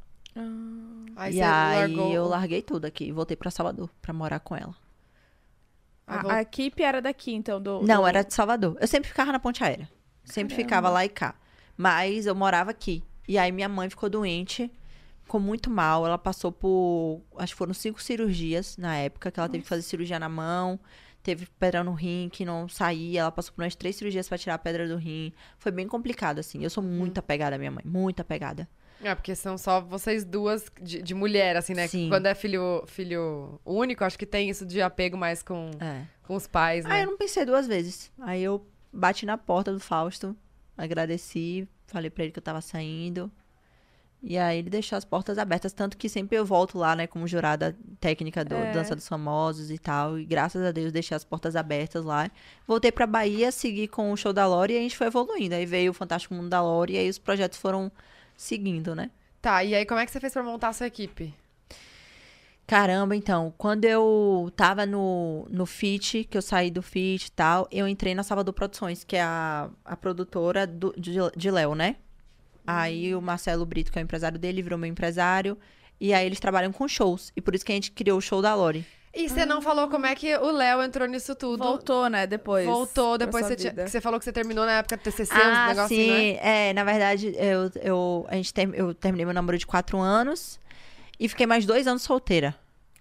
Aí e você aí largou... eu larguei tudo aqui e voltei pra Salvador pra morar com ela. Aí A, vol- a equipe era daqui, então, do... Não, do- era de Salvador. Eu sempre ficava na Ponte Aérea. Sempre Caramba. ficava lá e cá. Mas eu morava aqui. E aí minha mãe ficou doente, ficou muito mal. Ela passou por, acho que foram cinco cirurgias na época, que ela teve que fazer cirurgia na mão. Teve pedra no rim que não saía. Ela passou por umas três cirurgias pra tirar a pedra do rim. Foi bem complicado, assim. Eu sou muito apegada à minha mãe. Muito apegada. É, porque são só vocês duas de, de mulher, assim, né? Sim. Quando é filho, filho único, acho que tem isso de apego mais com, É. com os pais, Ah, né? eu não pensei duas vezes. Aí eu bati na porta do Fausto, agradeci, falei pra ele que eu tava saindo. E aí ele deixou as portas abertas, tanto que sempre eu volto lá, né, como jurada técnica do É. Dança dos Famosos e tal. E graças a Deus deixei as portas abertas lá. Voltei pra Bahia, segui com o show da Lori e a gente foi evoluindo. Aí veio o Fantástico Mundo da Lori e aí os projetos foram seguindo, né? Tá, e aí como é que você fez pra montar a sua equipe? Caramba, então, quando eu tava no, no Fit, que eu saí do Fit e tal, eu entrei na Salvador Produções, que é a, a produtora do, de, de Léo, né? Aí o Marcelo Brito, que é o empresário dele, virou meu empresário. E aí eles trabalham com shows. E por isso que a gente criou o show da Lori. E você não falou como é que o Léo entrou nisso tudo? Voltou, né, depois. Voltou, pra depois sua você, tinha- vida. que você falou que você terminou na época do T C C, uns Ah, negocinhos, sim. né? É, na verdade, eu, eu, a gente ter, eu terminei meu namoro de quatro anos. E fiquei mais dois anos solteira.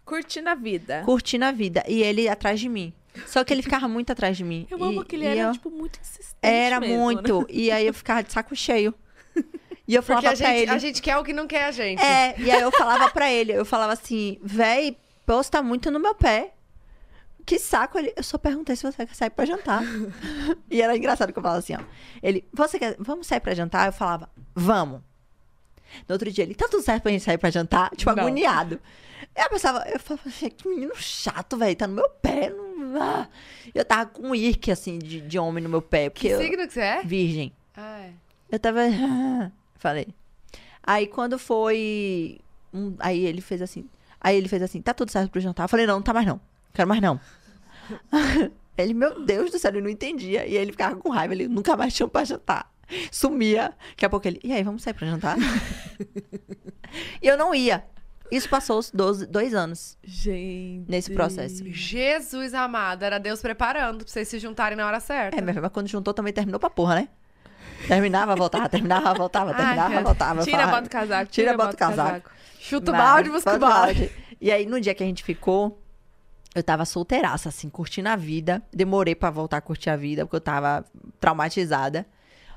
Curtindo a vida. curtindo a vida. E ele atrás de mim. Só que ele ficava muito atrás de mim. Eu e, amo que ele e era, eu... tipo, muito insistente Era mesmo, muito. Né? E aí eu ficava de saco cheio. E eu Porque falava a pra gente, ele... a gente quer o que não quer a gente. É, e aí eu falava pra ele, eu falava assim, véi, posto tá muito no meu pé. Que saco, ele. Eu só perguntei se você quer sair pra jantar. E era engraçado que eu falava assim, ó. Ele, você quer. Vamos sair pra jantar? Eu falava, vamos. No outro dia, ele, tá tudo certo pra gente sair pra jantar? Tipo, Não. agoniado. Eu pensava, eu falava, que menino chato, velho, tá no meu pé. Não... Ah. Eu tava com um irque, assim, de, de homem no meu pé. Porque Que eu... signo que você é? Virgem. Ah, é. Eu tava. Falei. Aí quando foi. um- Aí ele fez assim. Aí ele fez assim, tá tudo certo pro jantar? Eu falei, não, não tá mais não. Quero mais não. Ele, meu Deus do céu, ele não entendia. E ele ficava com raiva, ele nunca mais tinha pra jantar. Sumia. Daqui a pouco ele, e aí, vamos sair pra jantar? E eu não ia. Isso passou os doze, dois anos Gente. nesse processo. Jesus amado, era Deus preparando pra vocês se juntarem na hora certa. É, mas mas quando juntou também terminou pra porra, né? Terminava, voltava, terminava, voltava, Ai, terminava, cara. voltava. Tira, falava, bota o casaco. Tira, Tira, bota o casaco. Chuta o Mas, balde, busca o bota o balde. balde. E aí, no dia que a gente ficou, eu tava solteiraça, assim, curtindo a vida. Demorei pra voltar a curtir a vida, porque eu tava traumatizada.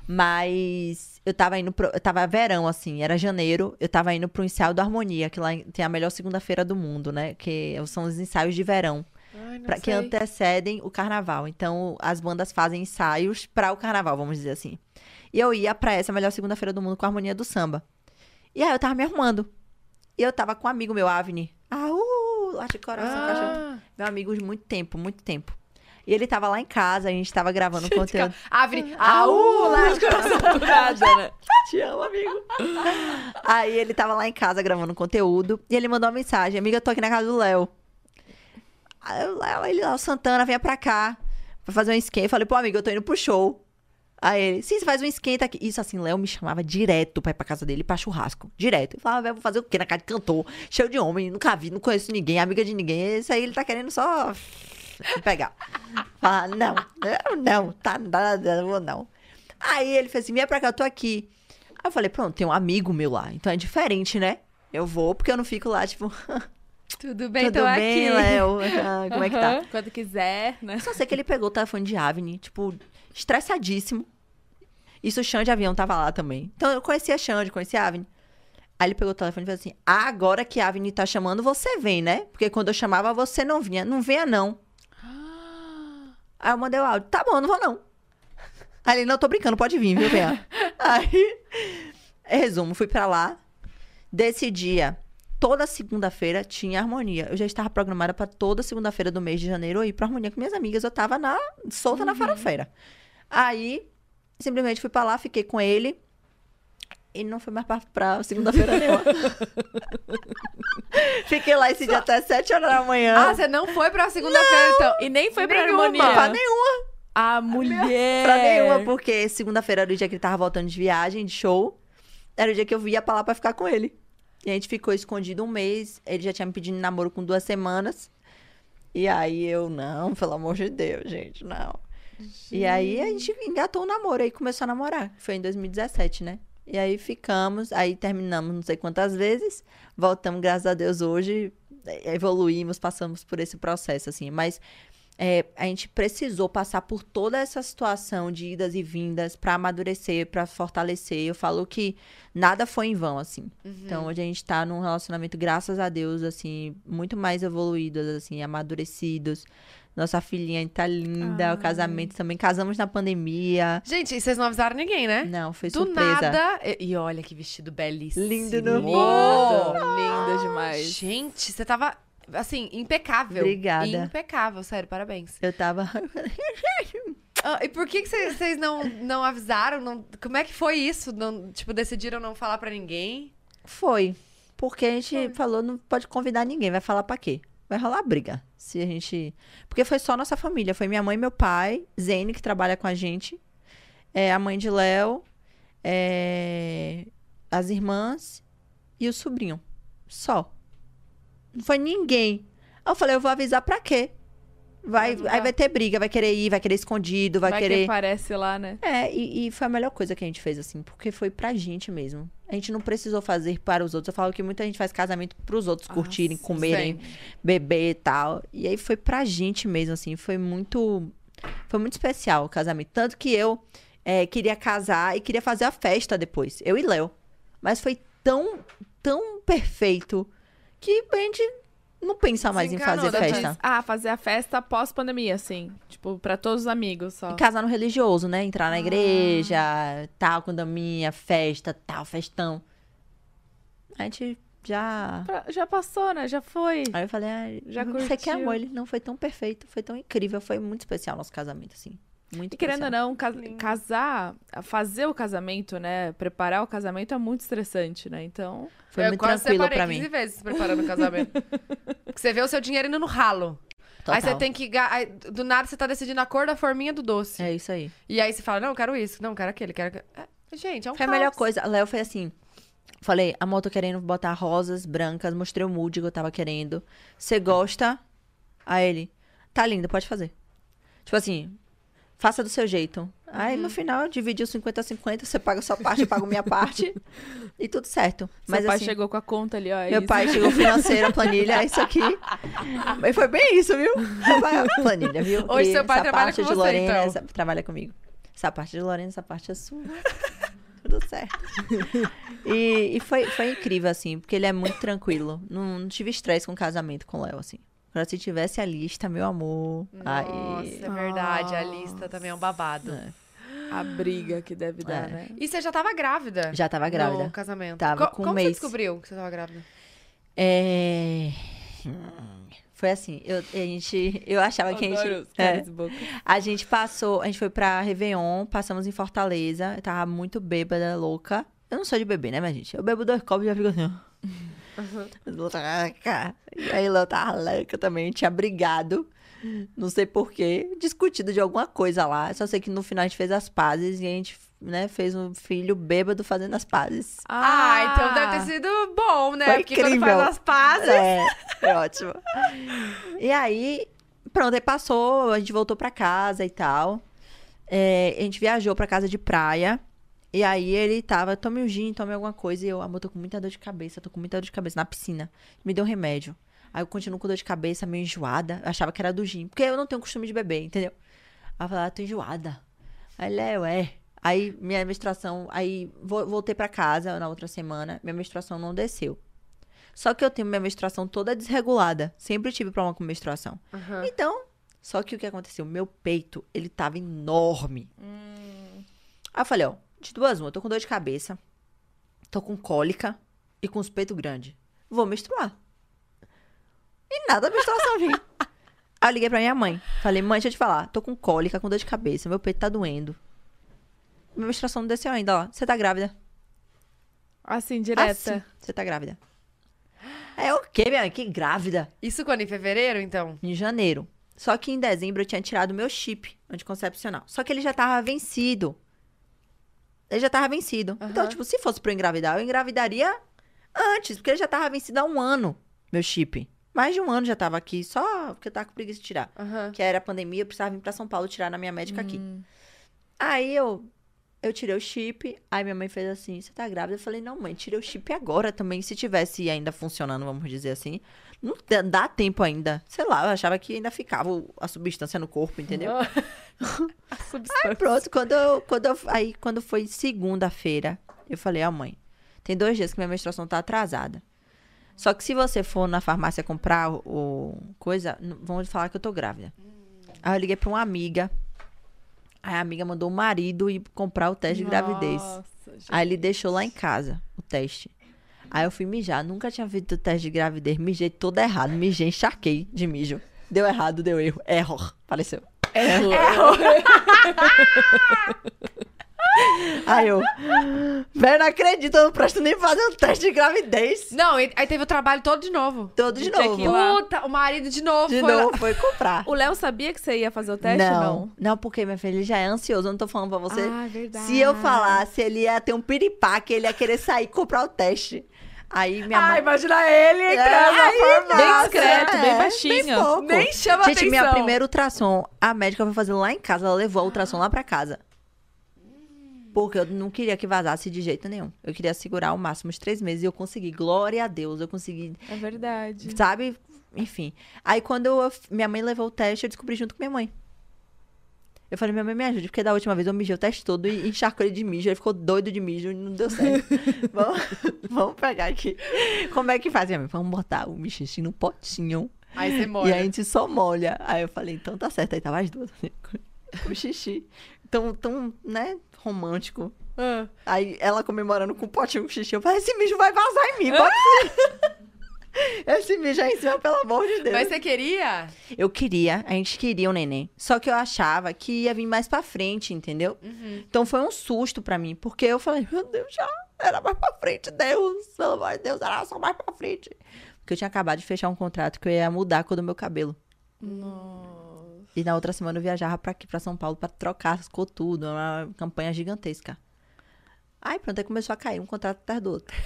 Mas eu tava indo pro... Eu tava verão, assim, era janeiro. Eu tava indo pro ensaio do Harmonia, que lá tem a melhor segunda-feira do mundo, né? Que são os ensaios de verão. Ai, não Pra, que sei. antecedem o carnaval. Então, as bandas fazem ensaios pra o carnaval, vamos dizer assim. E eu ia pra essa melhor segunda-feira do mundo com a Harmonia do Samba. E aí eu tava me arrumando. E eu tava com um amigo meu, Avni. Ah, uh, lá de coração, cachorro. Ah, Meu amigo de muito tempo, muito tempo. E ele tava lá em casa, a gente tava gravando gente, conteúdo. Ave, au, lá de coração. Do nada, né? Te amo, amigo. Aí ele tava lá em casa gravando conteúdo. E ele mandou uma mensagem. Amiga, eu tô aqui na casa do Léo. Aí o Léo, ele lá, o Santana, venha pra cá. Pra fazer um esquenta. Eu falei, pô, amigo, eu tô indo pro show. Aí ele, sim, você faz um esquenta aqui. Isso assim, Léo me chamava direto pra ir pra casa dele, pra churrasco. Direto. Eu falava, velho, vou fazer o quê na casa de cantor? Cheio de homem, nunca vi, não conheço ninguém, amiga de ninguém. Isso aí ele tá querendo só me pegar. Fala, não, eu não, tá, nada, vou não. Aí ele fez assim, venha pra cá, eu tô aqui. Aí eu falei, pronto, tem um amigo meu lá, então é diferente, né? Eu vou, porque eu não fico lá, tipo, Tudo bem, tudo tô bem, aqui. Léo? Ah, como é que tá? Aham. Quando quiser, né? Só sei que ele pegou o telefone de Avni, tipo, estressadíssimo. Isso o Xande Avião tava lá também. Então eu conhecia Xande, conhecia Avni. Aí ele pegou o telefone e falou assim, ah, agora que a Avni tá chamando, você vem, né? Porque quando eu chamava, você não vinha. Não venha, não. Aí eu mandei o áudio, tá bom, não vou não. Aí ele, não, tô brincando, pode vir, viu, Bea? Aí, resumo, fui pra lá. Desse dia, toda segunda-feira tinha Harmonia. Eu já estava programada pra toda segunda-feira do mês de janeiro eu ir pra Harmonia com minhas amigas. Eu tava na, solta na farofeira. Aí, simplesmente fui pra lá, fiquei com ele. E não foi mais pra, pra segunda-feira nenhuma. Fiquei lá esse dia até sete horas da manhã. Ah, você não foi pra segunda-feira, então. E nem foi pra Nenhuma. harmonia. Pra nenhuma. A mulher. Pra nenhuma, porque segunda-feira era o dia que ele tava voltando de viagem, de show. Era o dia que eu ia pra lá pra ficar com ele. E a gente ficou escondido um mês. Ele já tinha me pedido namoro com duas semanas. E aí eu, não, pelo amor de Deus, gente, não. Gente. E aí a gente engatou o namoro, aí começou a namorar. Foi em dois mil e dezessete, né? E aí ficamos, aí terminamos não sei quantas vezes. Voltamos, graças a Deus, hoje. Evoluímos, passamos por esse processo, assim. Mas é, a gente precisou passar por toda essa situação de idas e vindas pra amadurecer, pra fortalecer. Eu falo que nada foi em vão, assim. Uhum. Então, hoje a gente tá num relacionamento, graças a Deus, assim, muito mais evoluídos, assim, amadurecidos. Nossa filhinha tá linda, Ai. o casamento também. Casamos na pandemia. Gente, e vocês não avisaram ninguém, né? Não, foi Do surpresa. nada. E, e olha que vestido belíssimo. Lindo, não? Lindo, lindo demais. Gente, você tava, assim, impecável. Obrigada. Impecável, sério, parabéns. Eu tava... Ah, e por que que vocês vocês não, não avisaram? Não, como é que foi isso? Não, tipo, decidiram não falar pra ninguém? Foi. Porque a gente Foi. falou, não pode convidar ninguém. Vai falar pra quê? Vai rolar briga. Se a gente... Porque foi só nossa família. Foi minha mãe e meu pai. Zene, que trabalha com a gente. É, a mãe de Léo. É, as irmãs. E o sobrinho. Só. Não foi ninguém. Aí eu falei, eu vou avisar pra quê? Vai, Não dá. aí vai ter briga. Vai querer ir, vai querer escondido, vai, Vai querer... que aparece lá, né? É, e, e foi a melhor coisa que a gente fez, assim. Porque foi pra gente mesmo. A gente não precisou fazer para os outros. Eu falo que muita gente faz casamento pros outros Ah, curtirem, sim, comerem, sim. beber e tal. E aí foi pra gente mesmo, assim. Foi muito... Foi muito especial o casamento. Tanto que eu é, queria casar e queria fazer a festa depois. Eu e Léo. Mas foi tão, tão perfeito que a gente não pensa mais em Desencanou fazer da festa. Diz, ah, fazer a festa pós-pandemia, assim. Tipo, pra todos os amigos só. E casar no religioso, né? Entrar na Ah. igreja, tal, com daminha, festa, tal, festão. A gente já... Pra- Já passou, né? Já foi. Aí eu falei, ah, Já você que curtiu. amou ele. Não foi tão perfeito, foi tão incrível. Foi muito especial nosso casamento, assim. Muito E querendo ou especial. não, ca- casar, fazer o casamento, né? Preparar o casamento é muito estressante, né? Então, Foi eu muito quase tranquilo separei pra quinze mim. vezes preparando o casamento. Porque você vê o seu dinheiro indo no ralo. Aí você Total. tem que... ga- aí, do nada você tá decidindo a cor da forminha do doce. É isso aí. E aí você fala, não, eu quero isso. Não, eu quero aquele. Quero... É, gente, é um Foi a caos. melhor coisa. Léo foi assim. Falei, amor, tô querendo botar rosas brancas. Mostrei o mood que eu tava querendo. Você gosta? Aí ele, tá lindo, pode fazer. Tipo assim, faça do seu jeito. Aí no final dividiu cinquenta a cinquenta. Você paga a sua parte, eu pago a minha parte. E tudo certo. Mas seu pai assim, chegou com a conta ali, ó. é meu isso. pai chegou financeiro, a planilha, é isso aqui. Mas foi bem isso, viu? Meu pai, a planilha, viu? Hoje E seu pai essa trabalha parte com de você, Lorena, então. essa, trabalha comigo. Essa parte de Lorena, essa parte é sua. Tudo certo. E, e foi, foi incrível, assim, porque ele é muito tranquilo. Não, não tive estresse com o casamento com o Léo, assim. Agora, se tivesse a lista, meu amor. Nossa, Aí. é verdade. A lista também é um babado. É. A briga que deve dar, É. né? E você já tava grávida? Já tava grávida. No casamento. Tava Co- com um como você mês. descobriu que você tava grávida? É... Foi assim, eu, a gente, eu achava que a Adoro gente... os é. caras de boca. A gente passou, a gente foi pra Réveillon, passamos em Fortaleza, eu tava muito bêbada, louca. Eu não sou de beber, né, minha gente? Eu bebo dois copos e já fico assim, ó. E aí eu tava louca também, tinha brigado, não sei porquê, discutido de alguma coisa lá. Só sei que no final a gente fez as pazes e a gente, né, fez um filho bêbado fazendo as pazes. Ah, então deve ter sido bom, né? Foi Porque quando incrível. faz as pazes... É, foi ótimo. E aí, pronto, aí passou, a gente voltou pra casa e tal. É, a gente viajou pra casa de praia. E aí ele tava, tome um gin, tome alguma coisa. E eu, amor, tô com muita dor de cabeça, tô com muita dor de cabeça na piscina. Me deu um remédio. Aí eu continuo com dor de cabeça, meio enjoada. Eu achava que era do gin, porque eu não tenho costume de beber, entendeu? Aí eu falei, ah, tô enjoada. Aí ele, é, ué. Aí minha menstruação, aí vo- voltei pra casa na outra semana, minha menstruação não desceu. Só que eu tenho minha menstruação toda desregulada. Sempre tive problema com menstruação. Aham. Então, só que o que aconteceu? Meu peito, ele tava enorme. Aí eu falei, ó, de duas uma, eu tô com dor de cabeça, tô com cólica e com os peitos grandes. Vou menstruar. E nada a menstruação vir. Aí eu liguei pra minha mãe. Falei, mãe, deixa eu te falar, tô com cólica, com dor de cabeça, meu peito tá doendo. Minha menstruação não desceu ainda, ó. Você tá grávida? Assim, direta. Assim, você tá grávida. É o quê, minha mãe? Que grávida? Isso quando? Em fevereiro, então? Em janeiro. Só que em dezembro eu tinha tirado o meu chip anticoncepcional. Só que ele já tava vencido. Ele já tava vencido. Então, Aham. tipo, se fosse pra eu engravidar, eu engravidaria antes, porque ele já tava vencido há um ano, meu chip. Mais de um ano já tava aqui, só porque eu tava com preguiça de tirar. Aham. Que era a pandemia, eu precisava vir pra São Paulo tirar na minha médica aqui. Hum. Aí eu, eu tirei o chip, aí minha mãe fez assim, você tá grávida? Eu falei, não mãe, tirei o chip agora também, se tivesse ainda funcionando, vamos dizer assim. Não dá- dá tempo ainda. Sei lá, eu achava que ainda ficava o- a substância no corpo, entendeu? A Aí substância. pronto, quando eu, quando eu, aí quando foi segunda-feira, eu falei, ó mãe, tem dois dias que minha menstruação tá atrasada. Só que se você for na farmácia comprar o, o coisa, n- vão falar que eu tô grávida. Aí eu liguei pra uma amiga, aí a amiga mandou o marido ir comprar o teste de gravidez. Nossa, gente. Aí ele deixou lá em casa o teste. Aí eu fui mijar, nunca tinha feito o teste de gravidez, mijei todo errado, mijei, encharquei de mijo. Deu errado, deu erro, error, apareceu. Errou. Aí eu, velho, não acredito, eu não presto nem fazer o teste de gravidez. Não, e- aí teve o trabalho todo de novo. Todo de Tinha novo. que ir lá. Puta, o marido de novo De foi lá. novo, foi comprar. O Léo sabia que você ia fazer o teste ou não, não? não, porque minha filha ele já é ansioso, eu não tô falando pra você. Ah, verdade. Se eu falasse, ele ia ter um piripaque, ele ia querer sair e comprar o teste. Aí minha Ah, mãe... imagina ele É, entrando na aí, farmácia. Bem discreto, bem É, baixinho. bem pouco. Nem chama Gente, atenção. minha primeira ultrassom, a médica foi fazer lá em casa, ela levou a ultrassom lá pra casa. Porque eu não queria que vazasse de jeito nenhum. Eu queria segurar ao máximo os três meses e eu consegui. Glória a Deus, eu consegui. É verdade. Sabe? Enfim. Aí quando eu, minha mãe levou o teste, eu descobri junto com minha mãe. Eu falei, minha mãe, me ajude, porque da última vez eu mijei o teste todo e encharcou ele de mijo. Ele ficou doido de mijo e não deu certo. vamos, vamos pegar aqui. Como é que faz, minha mãe? Vamos botar o xixi no potinho. Aí você molha. E aí a gente só molha. Aí eu falei, então tá certo. Aí tava as duas, né? Com o xixi. Tão, tão, né, romântico. Ah. Aí ela comemorando com o potinho com xixi. Eu falei, esse mijo vai vazar em mim. Bota esse mijo aí em cima, pelo amor de Deus. Mas você queria? Eu queria, a gente queria um neném. Só que eu achava que ia vir mais pra frente, entendeu? Uhum. Então foi um susto pra mim. Porque eu falei, meu Deus, já era mais pra frente, Deus. Pelo amor de Deus, era só mais pra frente. Porque eu tinha acabado de fechar um contrato que eu ia mudar a cor do meu cabelo. Nossa. E na outra semana eu viajava pra aqui, pra São Paulo, pra trocar as cor tudo. Uma campanha gigantesca. Aí pronto, aí começou a cair um contrato atrás do outro.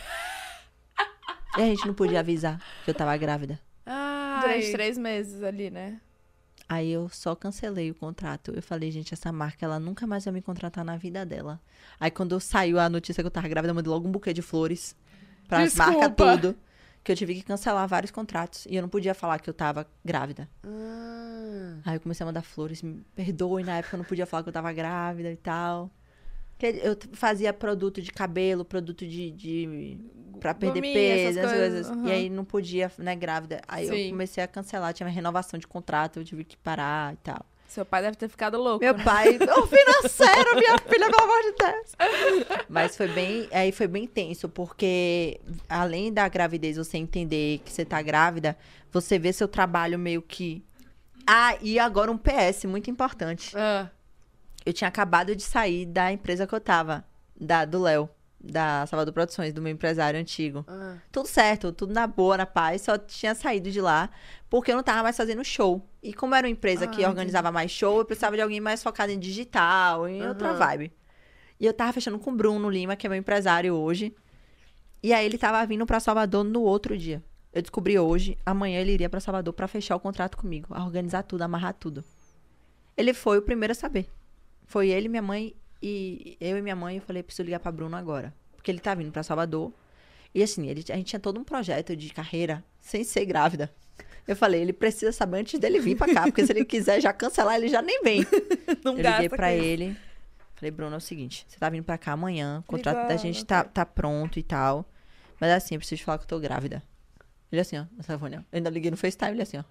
E a gente não podia avisar que eu tava grávida. Ai. Durante três meses ali, né? Aí eu só cancelei o contrato. Eu falei, gente, essa marca, ela nunca mais vai me contratar na vida dela. Aí quando saiu a notícia que eu tava grávida, eu mandei logo um buquê de flores pra Desculpa. marca tudo. Que eu tive que cancelar vários contratos. E eu não podia falar que eu tava grávida. Ah. Aí eu comecei a mandar flores, me perdoe, na época eu não podia falar que eu tava grávida e tal. Que eu fazia produto de cabelo, produto de... de pra perder Gominha, peso, essas essas coisas, coisas. uhum. E aí não podia, né, grávida. Aí Sim. eu comecei a cancelar, tinha uma renovação de contrato, eu tive que parar e tal. Seu pai deve ter ficado louco, Meu né? pai, o financeiro, minha filha, pelo amor de Deus. Mas foi bem, aí foi bem tenso, porque além da gravidez, você entender que você tá grávida, você vê seu trabalho meio que... Ah, e agora um P S muito importante. Ah. Eu tinha acabado de sair da empresa que eu tava, da, do Léo, da Salvador Produções, do meu empresário antigo. Ah. Tudo certo, tudo na boa, na paz, só tinha saído de lá porque eu não tava mais fazendo show. E como era uma empresa Ah, que organizava mais show, eu precisava de alguém mais focado em digital, em outra Aham. vibe. E eu tava fechando com o Bruno Lima, que é meu empresário hoje. E aí ele tava vindo pra Salvador no outro dia. Eu descobri hoje, amanhã ele iria pra Salvador pra fechar o contrato comigo, a organizar tudo, amarrar tudo. Ele foi o primeiro a saber. Foi ele, minha mãe e eu e minha mãe. Eu falei, preciso ligar pra Bruno agora. Porque ele tá vindo pra Salvador. E assim, ele, a gente tinha todo um projeto de carreira sem ser grávida. Eu falei, ele precisa saber antes dele vir pra cá. Porque se ele quiser já cancelar, ele já nem vem. Não Eu gasta liguei pra com isso. ele. Falei, Bruno, é o seguinte. Você tá vindo pra cá amanhã. O contrato Legal, da gente tá, tá pronto e tal. Mas assim, eu preciso te falar que eu tô grávida. Ele assim, ó. Na telefone, ó. Eu ainda liguei no FaceTime, ele assim, ó.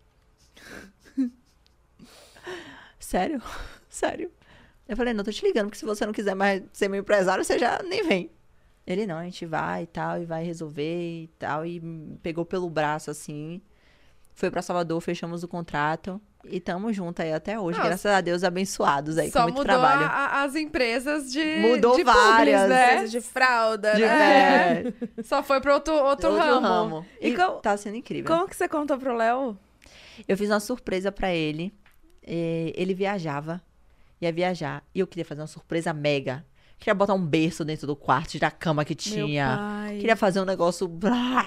Sério? Sério? Eu falei, não, tô te ligando, porque se você não quiser mais ser meu empresário, você já nem vem. Ele, não, a gente vai e tal, e vai resolver e tal. E me pegou pelo braço, assim. Foi pra Salvador, fechamos o contrato. E tamo junto aí até hoje, Nossa. graças a Deus, abençoados aí, Só com muito mudou trabalho. a- a- as empresas de Mudou de várias, publis, né? Coisa de fralda, De- né? é, Só foi pra outro, outro, outro ramo. ramo. E E como- tá sendo incrível. Como que você contou pro Léo? Eu fiz uma surpresa pra ele. eh, Ele viajava. Ia viajar. E eu queria fazer uma surpresa mega. Queria botar um berço dentro do quarto, tirar a cama que tinha. Meu pai. Queria fazer um negócio... blá.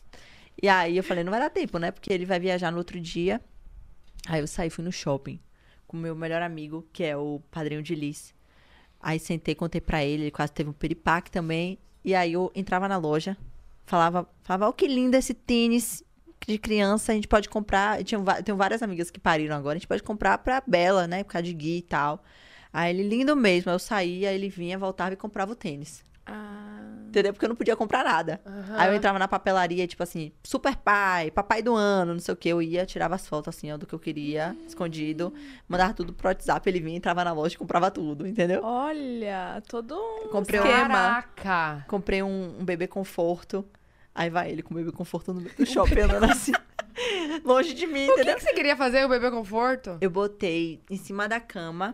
E aí eu falei, não vai dar tempo, né? Porque ele vai viajar no outro dia. Aí eu saí, fui no shopping. Com o meu melhor amigo, que é o padrinho de Liz. Aí sentei, contei pra ele. Ele quase teve um piripaque também. E aí eu entrava na loja. Falava, falava, oh, que lindo esse tênis de criança. A gente pode comprar... Eu tinha, va- tenho várias amigas que pariram agora. A gente pode comprar pra Bela, né? Por causa de Gui e tal. Aí ele, lindo mesmo. Aí eu saía, ele vinha, voltava e comprava o tênis. Ah, Entendeu? Porque eu não podia comprar nada. Aham. Aí eu entrava na papelaria, tipo assim, super pai, papai do ano, não sei o que. Eu ia, tirava as fotos assim, ó, do que eu queria, escondido. Mandava tudo pro WhatsApp, ele vinha, entrava na loja e comprava tudo, entendeu? olha, todo um Comprei um- esquema. Caraca! Comprei um, um bebê conforto. Aí vai ele com o bebê conforto no meio do shopping, andando assim, longe de mim, O que, entendeu? que você queria fazer, o bebê conforto? Eu botei em cima da cama,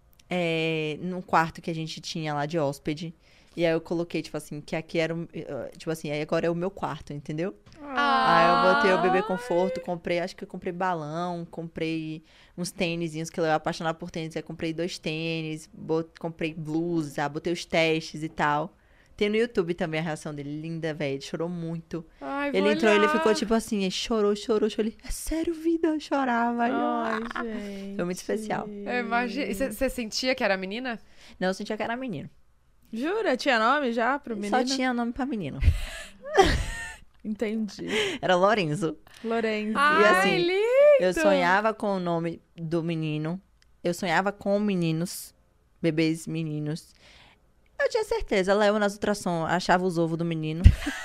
é, num quarto que a gente tinha lá de hóspede. E aí eu coloquei, tipo assim, que aqui era, o- eh, tipo assim, aí agora é o meu quarto, entendeu? Aí eu botei o bebê conforto, comprei, acho que eu comprei balão, comprei uns tênisinhos, que eu era apaixonada por tênis, aí comprei dois tênis, bot- comprei blusa, botei os testes e tal. Tem no YouTube também a reação dele, linda, velho, ele chorou muito. Ai, vou Ele entrou, ele olhar. ficou tipo assim, ele chorou, chorou, chorou, ele, é sério, vida, eu chorava. Aí eu, Ai, "Ah". gente. Foi muito especial. Eu imagino. E Você você sentia que era menina? Não, eu sentia que era menino. Jura? Tinha nome já pro menino? Só tinha nome pra menino. Entendi. Era Lorenzo. Lorenzo. Ai, assim, lindo! Eu sonhava com o nome do menino. Eu sonhava com meninos. Bebês meninos. Eu tinha certeza. Léo nas ultrassom achava os ovos do menino.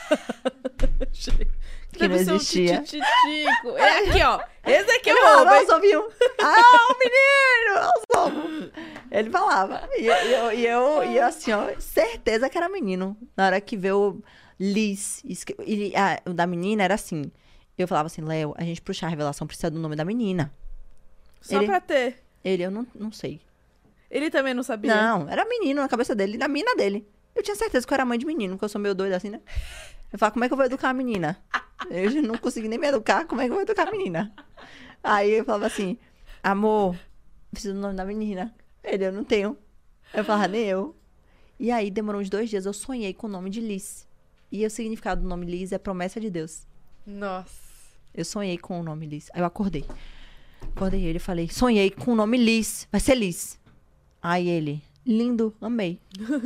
que não Deve ser um existia. tititico. É aqui, ó. Esse aqui é Ele o falava, ovo, os ovinhos. Ah, o menino! Os ovos. Ele falava. E eu, e eu, e eu, e eu, assim, ó, certeza que era menino. Na hora que veio Liz, escre- e, ah, o da menina era assim. Eu falava assim, Léo, a gente puxar a revelação precisa do nome da menina. Só Ele- pra ter. Ele, eu não, não sei. Ele também não sabia? Não, era menino na cabeça dele, da mina dele. Eu tinha certeza que eu era mãe de menino, porque eu sou meio doida assim, né? Eu falava, como é que eu vou educar a menina? Eu já não consegui nem me educar, como é que eu vou educar a menina? Aí eu falava assim, amor, preciso do nome da menina. Ele, eu não tenho. Eu falava, nem eu. E aí demorou uns dois dias, eu sonhei com o nome de Liz. E o significado do nome Liz é promessa de Deus. Nossa. Eu sonhei com o nome Liz. Aí eu acordei. Acordei ele e falei, sonhei com o nome Liz. Vai ser Liz. Aí ele, lindo, amei.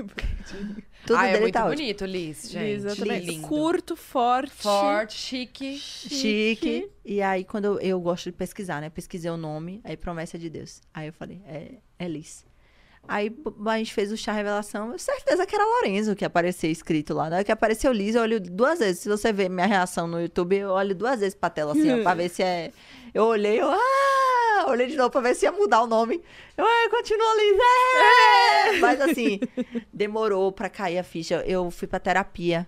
Tudo Ai, é dele muito tá ótimo. bonito, Liz, gente. Liz, eu também. Lindo. Curto, forte. Forte, chique. Chique. E aí, quando eu, eu gosto de pesquisar, né? Pesquisei o nome, aí promessa de Deus. Aí eu falei, é, é Liz. Aí b- a gente fez o chá revelação. Eu certeza que era Lorenzo que aparecia escrito lá. Na hora que apareceu Liz, eu olho duas vezes. Se você ver minha reação no YouTube, eu olho duas vezes pra tela, assim, ó, pra ver se é... Eu olhei, eu... Ah! Olhei de novo pra ver se ia mudar o nome. Eu, é, continua Liz, é! Mas assim, demorou pra cair a ficha. Eu fui pra terapia.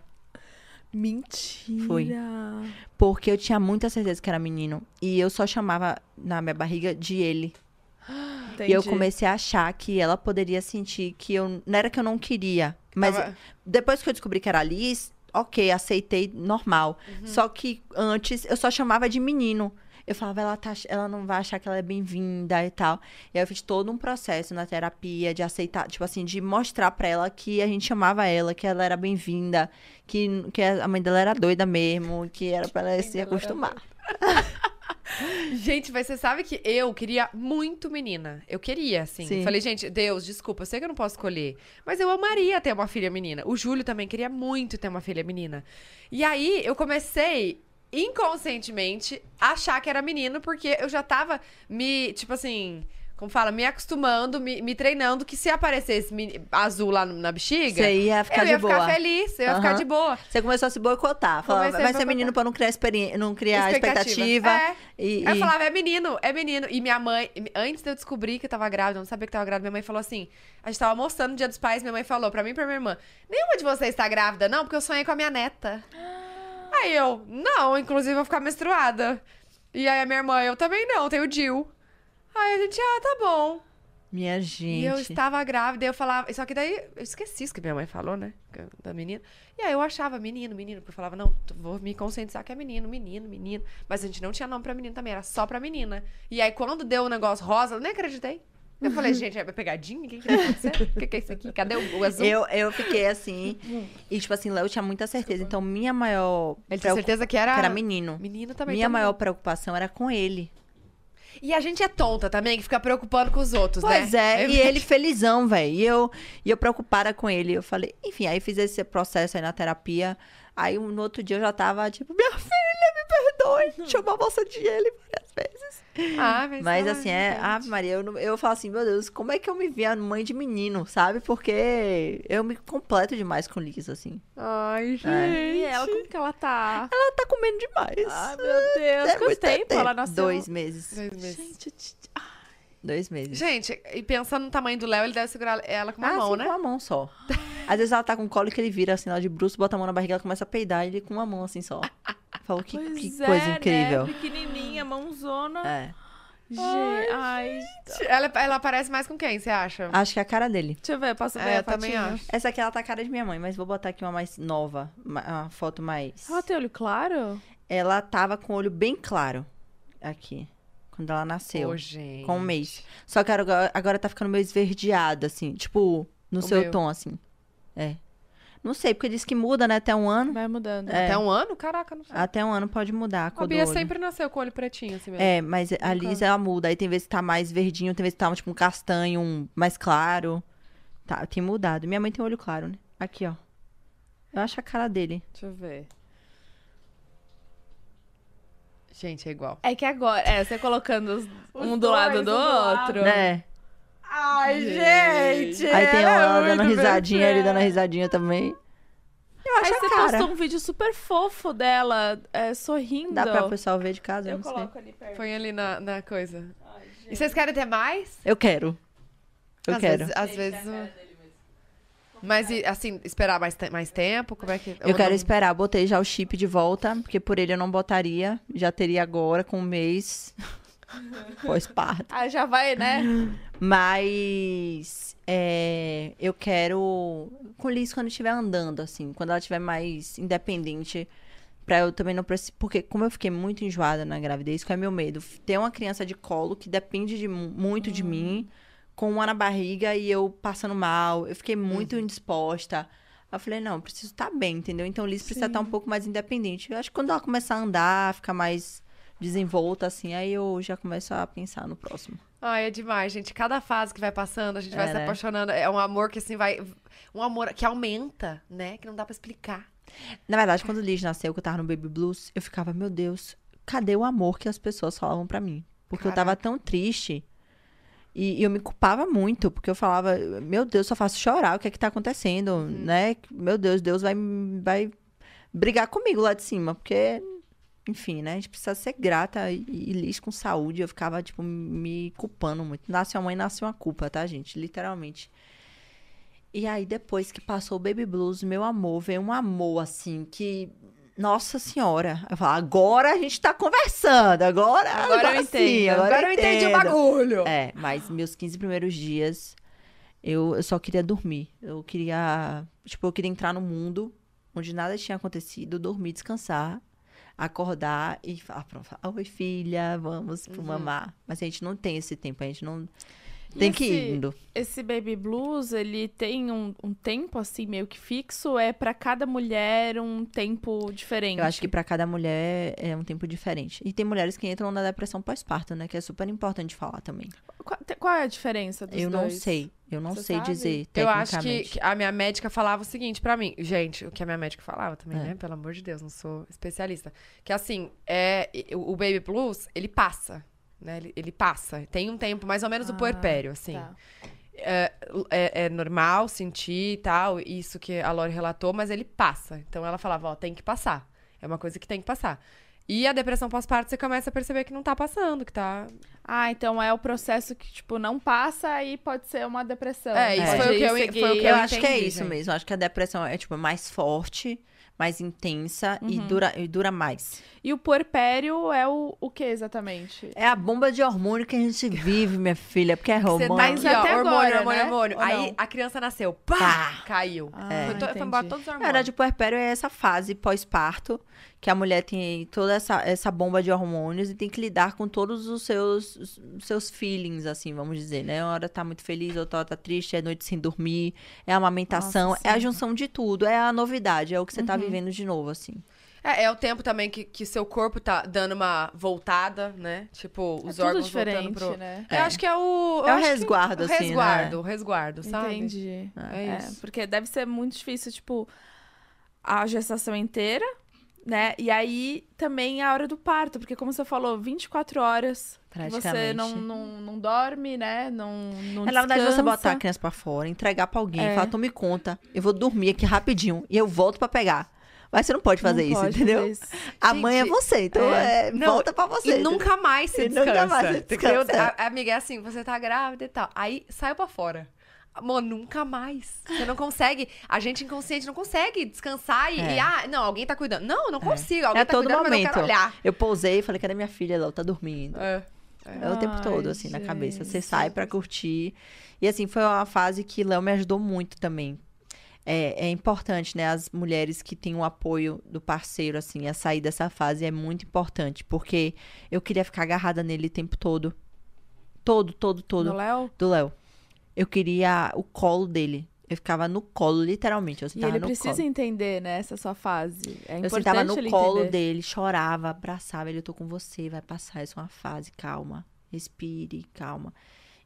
Mentira. Fui. Porque eu tinha muita certeza que era menino. E eu só chamava na minha barriga de ele. Entendi. E eu comecei a achar que ela poderia sentir que eu... Não era que eu não queria. Mas Tava- depois que eu descobri que era Liz, ok, aceitei normal. Só que antes eu só chamava de menino. Eu falava, ela, tá, ela não vai achar que ela é bem-vinda e tal. E aí eu fiz todo um processo na terapia de aceitar, tipo assim, de mostrar pra ela que a gente chamava ela, que ela era bem-vinda, que, que a mãe dela era doida mesmo, que era pra ela se acostumar. Gente, mas você sabe que eu queria muito menina. Eu queria, assim. Sim. Falei, gente, Deus, desculpa, eu sei que eu não posso escolher. Mas eu amaria ter uma filha menina. O Júlio também queria muito ter uma filha menina. E aí, eu comecei, inconscientemente, a achar que era menino, porque eu já tava me, tipo assim... Como fala, me acostumando, me, me treinando, que se aparecesse meni- azul lá no- na bexiga... Você ia ficar eu de ia boa. ficar feliz, eu ia ficar Aham. de boa. Você começou a se boicotar. Falava, Comecei a vai ser boicotar. menino pra não criar, experi... não criar expectativa. É. E, Aí eu e- falava, é menino, é menino. E minha mãe, antes de eu descobrir que eu tava grávida, eu não sabia que tava grávida, minha mãe falou assim: a gente tava almoçando no Dia dos Pais, minha mãe falou pra mim e pra minha irmã: nenhuma de vocês tá grávida, não, porque eu sonhei com a minha neta. Aí eu, não, inclusive eu vou ficar menstruada. E aí a minha irmã, eu também não, tenho o Jill. Aí a gente, ah, tá bom. Minha gente. E eu estava grávida, e eu falava. Só que daí eu esqueci isso que minha mãe falou, né? Da menina. E aí eu achava menino, menino, porque eu falava, não, vou me conscientizar que é menino, menino, menino. Mas a gente não tinha nome pra menino também, era só pra menina. E aí quando deu o negócio rosa, eu nem acreditei. Eu falei, gente, é pegadinha? O que, que vai acontecer? O que, que é isso aqui? Cadê o, o azul? Eu, eu fiquei assim. E, tipo assim, Léo tinha muita certeza. Então, minha maior. Ele tinha preocup- certeza que era. que era menino. Menino também. Minha todo maior mundo. preocupação era com ele. E a gente é tonta também, que fica preocupando com os outros, né? Pois é, e ele felizão, velho. E eu, e eu preocupada com ele. Eu falei, enfim, aí fiz esse processo aí na terapia. Aí no outro dia eu já tava tipo, minha filha, me perdoe. Chamou a moça de ele várias vezes. Ah, mas, Mas ah, assim, é, gente. Ave Maria, eu, não- eu falo assim, meu Deus, como é que eu me vi a mãe de menino, sabe? Porque eu me completo demais com Liz, assim. Ai, gente. E ela, como que ela tá? Ela tá comendo demais. Ai, meu Deus. É Quanto muito tempo ela nasceu? Dois meses. Dois meses. Gente, eu te- Dois meses. Gente, e pensando no tamanho do Léo, ele deve segurar ela com uma ah, mão, sim, né? com uma mão só. Às vezes ela tá com colo que ele vira assim, lá de bruço, bota a mão na barriga, ela começa a peidar e ele com uma mão assim só. Falou que, Pois que é, coisa né? incrível. Pequenininha, mãozona. É. Gente, ai, Ela, ela parece mais com quem, você acha? Acho que é a cara dele. deixa eu ver, posso ver É, a eu também patinha? acho. Essa aqui ela tá a cara de minha mãe, mas vou botar aqui uma mais nova. Uma, uma foto mais. Ela tem olho claro? Ela tava com o olho bem claro. Aqui. Quando ela nasceu. Ô, gente. Com um mês. Só que agora, agora tá ficando meio esverdeado, assim. Tipo, no O seu meu. tom, assim. É. Não sei, porque diz que muda, né? Até um ano. Vai mudando. É. Até um ano? Caraca, não sei. Até um ano pode mudar a A cor do Bia olho. sempre nasceu com o olho pretinho, assim mesmo. É, mas a Liz, ela muda. Aí tem vezes que tá mais verdinho, tem vezes que tá, tipo, um castanho, um mais claro. Tá, tem mudado. Minha mãe tem olho claro, né? Aqui, ó. Eu acho a cara dele. Deixa eu ver. Gente, é igual. É que agora, é, você colocando os- um do dois, lado um do do lado. outro. Né? Ai, gente! Aí tem ela é ela muito dando risadinha, ele dando perfeita. risadinha também. Eu acho Aí a você cara. postou um vídeo super fofo dela, é, sorrindo. Dá pra pessoal ver de casa? Eu Eu não sei. coloco ali perto. Põe ali na, na coisa. Ai, E vocês querem ter mais? Eu quero. Eu às quero. Vezes, às vezes... Mas, e, assim, esperar mais, te- mais tempo? Como é que... Eu ou quero não- esperar. Botei já o chip de volta, porque por ele eu não botaria. Já teria agora, com um mês pós-parto. Ah, já vai, né? Mas é, eu quero com Liz quando estiver andando, assim, quando ela estiver mais independente, pra eu também não precisar. Porque, como eu fiquei muito enjoada na gravidez, que é meu medo, ter uma criança de colo que depende de, mu- muito de mim, com uma na barriga e eu passando mal, eu fiquei muito indisposta. Aí eu falei, não, eu preciso estar bem, entendeu? Então, Liz precisa estar um pouco mais independente. Eu acho que quando ela começar a andar, ficar mais desenvolta, assim, aí eu já começo a pensar no próximo. Ai, é demais, gente. Cada fase que vai passando, a gente vai É, se né? apaixonando. É um amor que, assim, vai... Um amor que aumenta, né? Que não dá pra explicar. Na verdade, quando o Liz nasceu, que eu tava no Baby Blues, eu ficava, meu Deus, cadê o amor que as pessoas falavam pra mim? Porque eu tava tão triste. E, e eu me culpava muito, porque eu falava, meu Deus, só faço chorar, o que é que tá acontecendo, né? Meu Deus, Deus vai, vai brigar comigo lá de cima, porque, enfim, né? A gente precisa ser grata e, e Liz com saúde. Eu ficava, tipo, me culpando muito. Nasce uma mãe, nasce uma culpa, tá, gente? Literalmente. E aí, depois que passou o Baby Blues, meu amor, veio um amor, assim, que... Nossa Senhora. Eu falo, agora a gente tá conversando, agora... Agora eu sim, entendo. Agora, eu entendi o entendo. bagulho. É, mas meus quinze primeiros dias, eu, eu só queria dormir. Eu queria, tipo, eu queria entrar no mundo onde nada tinha acontecido, dormir, descansar, acordar e falar, pronto, falar, oi filha, vamos pro mamar. Mas a gente não tem esse tempo, a gente não E tem que esse- ir indo. Esse Baby Blues, ele tem um, um tempo, assim, meio que fixo? É pra cada mulher um tempo diferente? Eu acho que pra cada mulher é um tempo diferente. E tem mulheres que entram na depressão pós-parto, né? Que é super importante falar também. Qual, te- qual é a diferença dos eu não dois? sei, eu não Você sei sabe? dizer Eu acho que, tecnicamente. que a minha médica falava o seguinte pra mim. Gente, o que a minha médica falava também, É. né? Pelo amor de Deus, não sou especialista. Que assim, é, o o Baby Blues, ele passa, né? Ele, ele passa. Tem um tempo, mais ou menos o Ah, puerpério, assim. Tá. É, é- é normal sentir e tal, isso que a Lori relatou, mas ele passa. Então ela falava, ó, tem que passar. É uma coisa que tem que passar. E a depressão pós-parto, você começa a perceber que não tá passando, que tá... Ah, então é o processo que, tipo, não passa e pode ser uma depressão. É, isso Pode foi o que eu- seguir- foi o que Eu, eu acho que é entendi, isso gente. mesmo. Eu acho que a depressão é, tipo, mais forte, mais intensa e, dura, e dura mais. E o puerpério é o, o que exatamente? É a bomba de hormônio que a gente vive, minha filha, porque é Você hormônio. tá Mas aqui, ó, até hormônio, agora, hormônio, né? hormônio. Ou Aí não? a criança nasceu, pá, Pá! caiu. Ah, foi, to- foi entendi. embora todos os Na hormônios. verdade, o puerpério é essa fase pós-parto, que a mulher tem toda essa, essa bomba de hormônios e tem que lidar com todos os seus, os seus feelings, assim, vamos dizer, né? Uma hora tá muito feliz, outra hora tá triste, é noite sem dormir, é a amamentação, Nossa é a Senhora. junção de tudo, é a novidade, é o que você tá Uhum. vivendo de novo, assim. É, é o tempo também que, que seu corpo tá dando uma voltada, né? Tipo, os é tudo órgãos diferente, voltando pro... né? Eu acho que é o... eu É o acho que- resguardo, o assim, né? resguardo, o resguardo, sabe? Entendi. É É, isso. porque deve ser muito difícil, tipo, a gestação inteira, né? E aí também a hora do parto, porque como você falou, vinte e quatro horas que você Praticamente. não, não, não dorme, né? Não, não É, na verdade, você descansa. botar a criança pra fora, entregar pra alguém, É. falar, tome conta, eu vou dormir aqui rapidinho e eu volto pra pegar. Mas você não pode fazer Não isso, pode entendeu? fazer isso. A mãe é Gente, você, então é. é, Não, volta pra você. E nunca mais você E nunca descansa. mais você entendeu? descansa. A, a amiga é assim, você tá grávida e tal. Aí saiu pra fora. Amor, nunca mais. Você não consegue. A gente inconsciente não consegue descansar e, É. e, ah, não, alguém tá cuidando. Não, eu não consigo. Alguém É a tá todo cuidando, mas eu quero momento. olhar. Eu pousei e falei, cadê minha filha? Ela tá dormindo. É. É o tempo Ai, todo, assim, na cabeça. Você gente. sai pra curtir. E, assim, foi uma fase que Léo me ajudou muito também. É, é importante, né? As mulheres que têm o apoio do parceiro, assim, a sair dessa fase é muito importante. Porque eu queria ficar agarrada nele o tempo todo. Todo, todo, todo. No Léo? Do Léo. Eu queria o colo dele. Eu ficava no colo, literalmente. Eu E sentava ele no precisa colo. entender, né, essa sua fase. É Eu importante sentava no ele colo entender. dele, chorava, abraçava ele. Eu tô com você, vai passar. Isso é uma fase, calma. Respire, calma.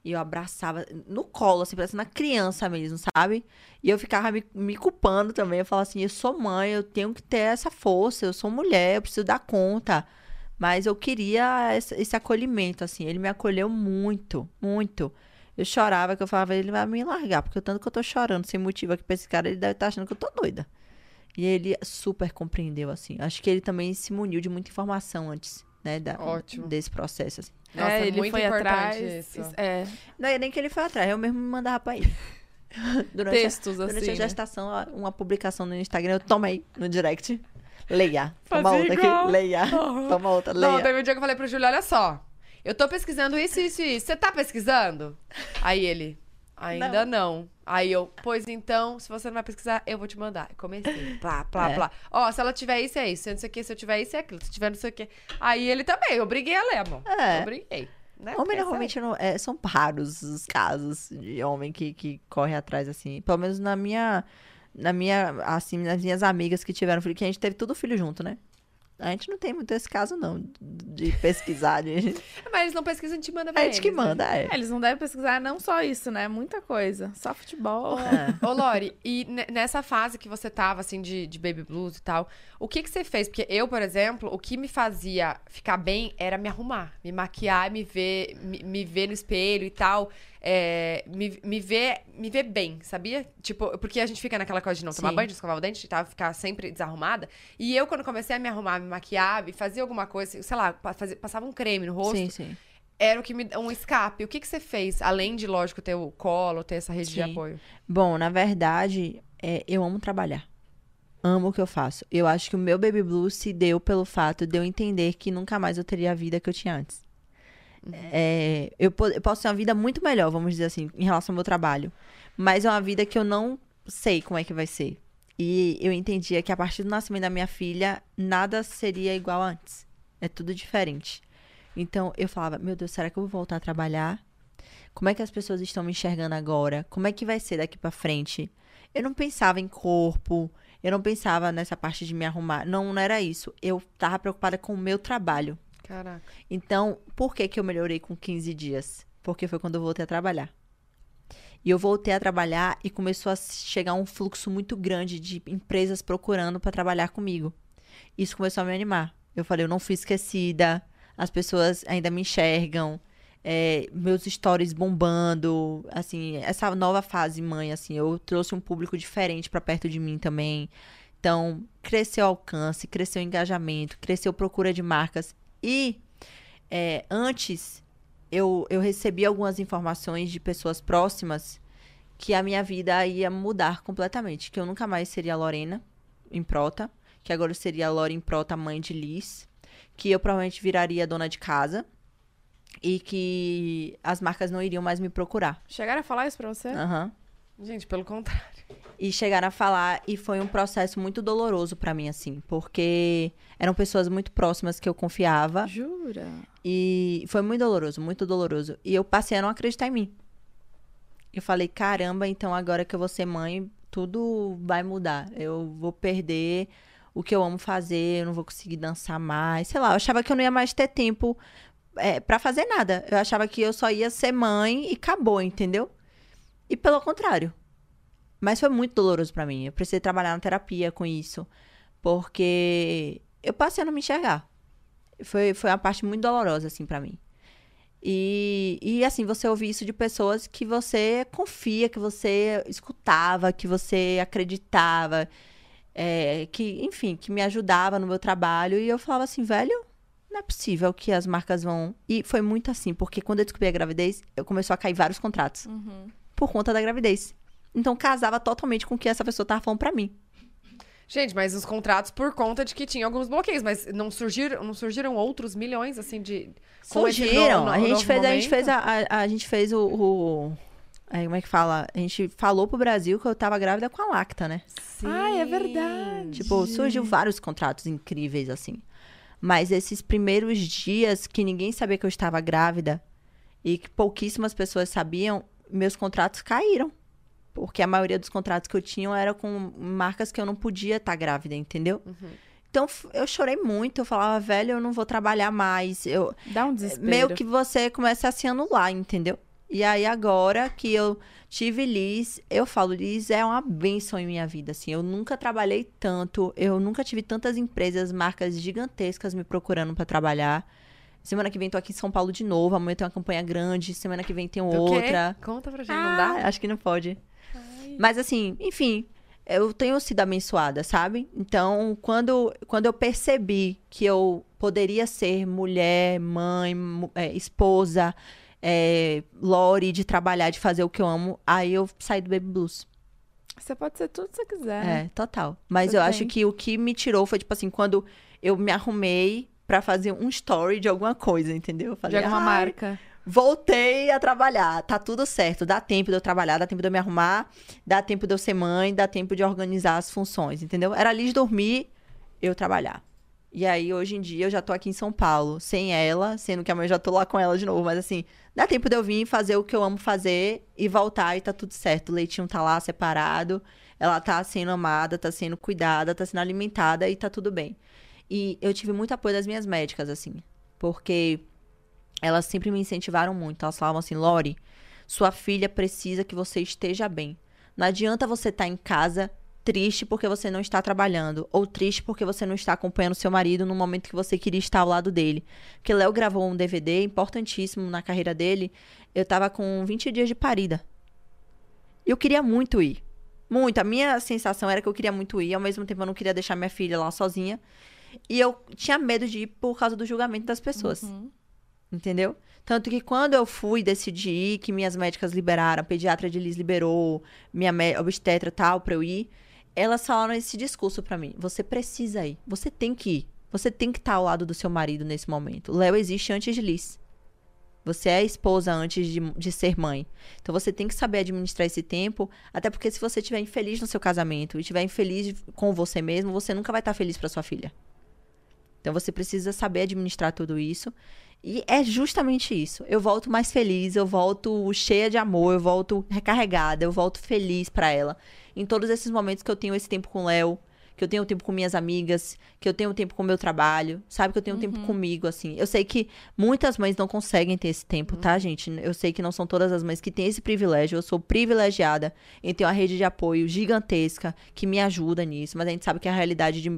E eu abraçava no colo, assim, parecendo uma criança mesmo, sabe? E eu ficava me, me culpando também. Eu falava assim, eu sou mãe, eu tenho que ter essa força, eu sou mulher, eu preciso dar conta. Mas eu queria esse, esse acolhimento, assim. Ele me acolheu muito, muito. Eu chorava, que eu falava, ele vai me largar, porque o tanto que eu tô chorando sem motivo aqui pra esse cara, ele deve estar achando que eu tô doida. E ele super compreendeu, assim. Acho que ele também se muniu de muita informação antes, né? Da, Ótimo. Desse processo, assim. Nossa, é, é ele muito foi importante atrás. isso. É, Não é nem que ele foi atrás, eu mesmo me mandava pra ele. Durante, textos, a, durante assim, a né? gestação, uma publicação no Instagram, eu tomei no direct. Leia. Toma Fazia outra igual. aqui. Leia. Uhum. Toma outra, Não, leia. teve um dia que eu falei pro Júlio, olha só. Eu tô pesquisando isso, isso e isso. Você tá pesquisando? Aí ele, ainda não. Aí eu, pois então, se você não vai pesquisar, eu vou te mandar. Comecei, plá, plá, É. plá. Ó, se ela tiver isso, é isso. Se eu não sei o que, se eu tiver isso, é aquilo. Se tiver não sei o que. Aí ele também, eu briguei a ler, amor. É. Eu briguei. Né? Homem Porque, normalmente não, é, são raros os casos de homem que, que corre atrás, assim. Pelo menos na minha, na minha, assim, nas minhas amigas que tiveram filho, que a gente teve tudo filho junto, né? A gente não tem muito esse caso, não, de pesquisar. De... sério. Mas eles não pesquisam, a gente manda pra A gente que eles, né? manda, é. É, eles não devem pesquisar não só isso, né? Muita coisa. Só futebol. Ô, Lori, e ne- nessa fase que você tava, assim, de, de baby blues e tal, o que que você fez? Porque eu, por exemplo, o que me fazia ficar bem era me arrumar, me maquiar, me ver, me, me ver no espelho e tal, é, me, me ver, me ver bem, sabia? Tipo, porque a gente fica naquela coisa de não tomar Sim. banho, de escovar o dente e tal, ficar sempre desarrumada. E eu, quando comecei a me arrumar, me maquiar, e fazer alguma coisa, sei lá, pa- fazer- passava um creme no rosto, Sim, sim. era o que me um escape. O que que você fez? Além de, lógico, ter o colo, ter essa rede de Sim. apoio. Bom, na verdade, é, eu amo trabalhar. Amo o que eu faço. Eu acho que o meu baby blues se deu pelo fato de eu entender que nunca mais eu teria a vida que eu tinha antes. É, eu, po- eu posso ter uma vida muito melhor, vamos dizer assim, em relação ao meu trabalho. Mas é uma vida que eu não sei como é que vai ser. E eu entendia que a partir do nascimento da minha filha, nada seria igual antes. É tudo diferente. Então, eu falava, meu Deus, será que eu vou voltar a trabalhar? Como é que as pessoas estão me enxergando agora? Como é que vai ser daqui pra frente? Eu não pensava em corpo, eu não pensava nessa parte de me arrumar. Não, não era isso. Eu tava preocupada com o meu trabalho. Caraca. Então, por que que eu melhorei com quinze dias? Porque foi quando eu voltei a trabalhar. E eu voltei a trabalhar e começou a chegar um fluxo muito grande de empresas procurando para trabalhar comigo. Isso começou a me animar. Eu falei, eu não fui esquecida, as pessoas ainda me enxergam, é, meus stories bombando, assim, essa nova fase mãe, assim, eu trouxe um público diferente para perto de mim também. Então, cresceu o alcance, cresceu o engajamento, cresceu procura de marcas. E é, antes, eu, eu recebi algumas informações de pessoas próximas que a minha vida ia mudar completamente. Que eu nunca mais seria a Lorena Improta, que agora eu seria a Lora Improta, mãe de Liz, que eu provavelmente viraria dona de casa e que as marcas não iriam mais me procurar. Chegaram a falar isso pra você? Aham. Gente, pelo contrário. E chegaram a falar, e foi um processo muito doloroso pra mim, assim, porque eram pessoas muito próximas que eu confiava, Jura? e foi muito doloroso, muito doloroso. E eu passei a não acreditar em mim. Eu falei, caramba, então agora que eu vou ser mãe, tudo vai mudar. Eu vou perder o que eu amo fazer, eu não vou conseguir dançar mais, sei lá. Eu achava que eu não ia mais ter tempo é, pra fazer nada. Eu achava que eu só ia ser mãe e acabou, entendeu? E pelo contrário. Mas foi muito doloroso pra mim. Eu precisei trabalhar na terapia com isso. Porque eu passei a não me enxergar. Foi, foi uma parte muito dolorosa, assim, pra mim. E, e, assim, você ouvir isso de pessoas que você confia, que você escutava, que você acreditava, é, que, enfim, que me ajudava no meu trabalho. E eu falava assim, velho, não é possível que as marcas vão... E foi muito assim, porque quando eu descobri a gravidez, eu começou a cair vários contratos. Uhum. Por conta da gravidez. Então, casava totalmente com o que essa pessoa tava falando pra mim. Gente, mas os contratos por conta de que tinha alguns bloqueios, mas não surgiram, não surgiram outros milhões, assim, de... com esse Surgiram. no- A no- gente novo fez, a gente momento? fez, a, a, a gente fez o... o é, como é que fala? A gente falou pro Brasil que eu tava grávida com a Lacta, né? Sim. Ai, é verdade. Tipo, surgiu vários contratos incríveis, assim. Mas esses primeiros dias que ninguém sabia que eu estava grávida e que pouquíssimas pessoas sabiam, meus contratos caíram. Porque a maioria dos contratos que eu tinha era com marcas que eu não podia estar grávida, entendeu? Uhum. Então, f- eu chorei muito. Eu falava, velho, eu não vou trabalhar mais. Eu, Dá um desespero. meio que você começa a se anular, entendeu? E aí, agora que eu tive Liz, eu falo, Liz é uma bênção em minha vida, assim. Eu nunca trabalhei tanto, eu nunca tive tantas empresas, marcas gigantescas me procurando pra trabalhar. Semana que vem tô aqui em São Paulo de novo, amanhã tem uma campanha grande, semana que vem tem Do outra. quê? Conta pra gente, Ah, não dá? acho que não pode. Ai. Mas assim, enfim, eu tenho sido abençoada, sabe? Então, quando, quando eu percebi que eu poderia ser mulher, mãe, mu- é, esposa, é, Lori, de trabalhar, de fazer o que eu amo, aí eu saí do Baby Blues. Você pode ser tudo que você quiser. É, total. Mas Você eu tem. acho que o que me tirou foi, tipo assim, quando eu me arrumei pra fazer um story de alguma coisa, entendeu? Eu De falei, alguma "Ai, marca. voltei a trabalhar, tá tudo certo, dá tempo de eu trabalhar, dá tempo de eu me arrumar, dá tempo de eu ser mãe, dá tempo de organizar as funções, entendeu? Era ali de dormir, eu trabalhar. E aí, hoje em dia, eu já tô aqui em São Paulo, sem ela, sendo que amanhã eu já tô lá com ela de novo, mas assim, dá tempo de eu vir fazer o que eu amo fazer e voltar e tá tudo certo. O Leitinho tá lá separado, ela tá sendo amada, tá sendo cuidada, tá sendo alimentada e tá tudo bem. E eu tive muito apoio das minhas médicas, assim, porque elas sempre me incentivaram muito. Elas falavam assim, Lori, sua filha precisa que você esteja bem. Não adianta você estar em casa triste porque você não está trabalhando, ou triste porque você não está acompanhando seu marido no momento que você queria estar ao lado dele. Porque Léo gravou um D V D importantíssimo na carreira dele. Eu tava com vinte dias de parida. Eu queria muito ir. Muito. A minha sensação era que eu queria muito ir. Ao mesmo tempo, eu não queria deixar minha filha lá sozinha. E eu tinha medo de ir por causa do julgamento das pessoas. Uhum. Entendeu? Tanto que quando eu fui decidir ir, que minhas médicas liberaram, a pediatra de Liz liberou, minha mé- obstetra e tal, pra eu ir, elas falaram esse discurso pra mim. Você precisa ir. Você tem que ir. Você tem que estar ao lado do seu marido nesse momento. O Léo existe antes de Liz. Você é esposa antes de, de ser mãe. Então, você tem que saber administrar esse tempo, até porque se você estiver infeliz no seu casamento e estiver infeliz com você mesmo, você nunca vai estar feliz pra sua filha. Então, você precisa saber administrar tudo isso. E é justamente isso. Eu volto mais feliz, eu volto cheia de amor, eu volto recarregada, eu volto feliz pra ela. Em todos esses momentos que eu tenho esse tempo com o Léo, que eu tenho tempo com minhas amigas, que eu tenho tempo com o meu trabalho, sabe? Que eu tenho tempo comigo, assim. Eu sei que muitas mães não conseguem ter esse tempo, tá, gente? Eu sei que não são todas as mães que têm esse privilégio. Eu sou privilegiada em ter uma rede de apoio gigantesca que me ajuda nisso. Mas a gente sabe que a realidade de-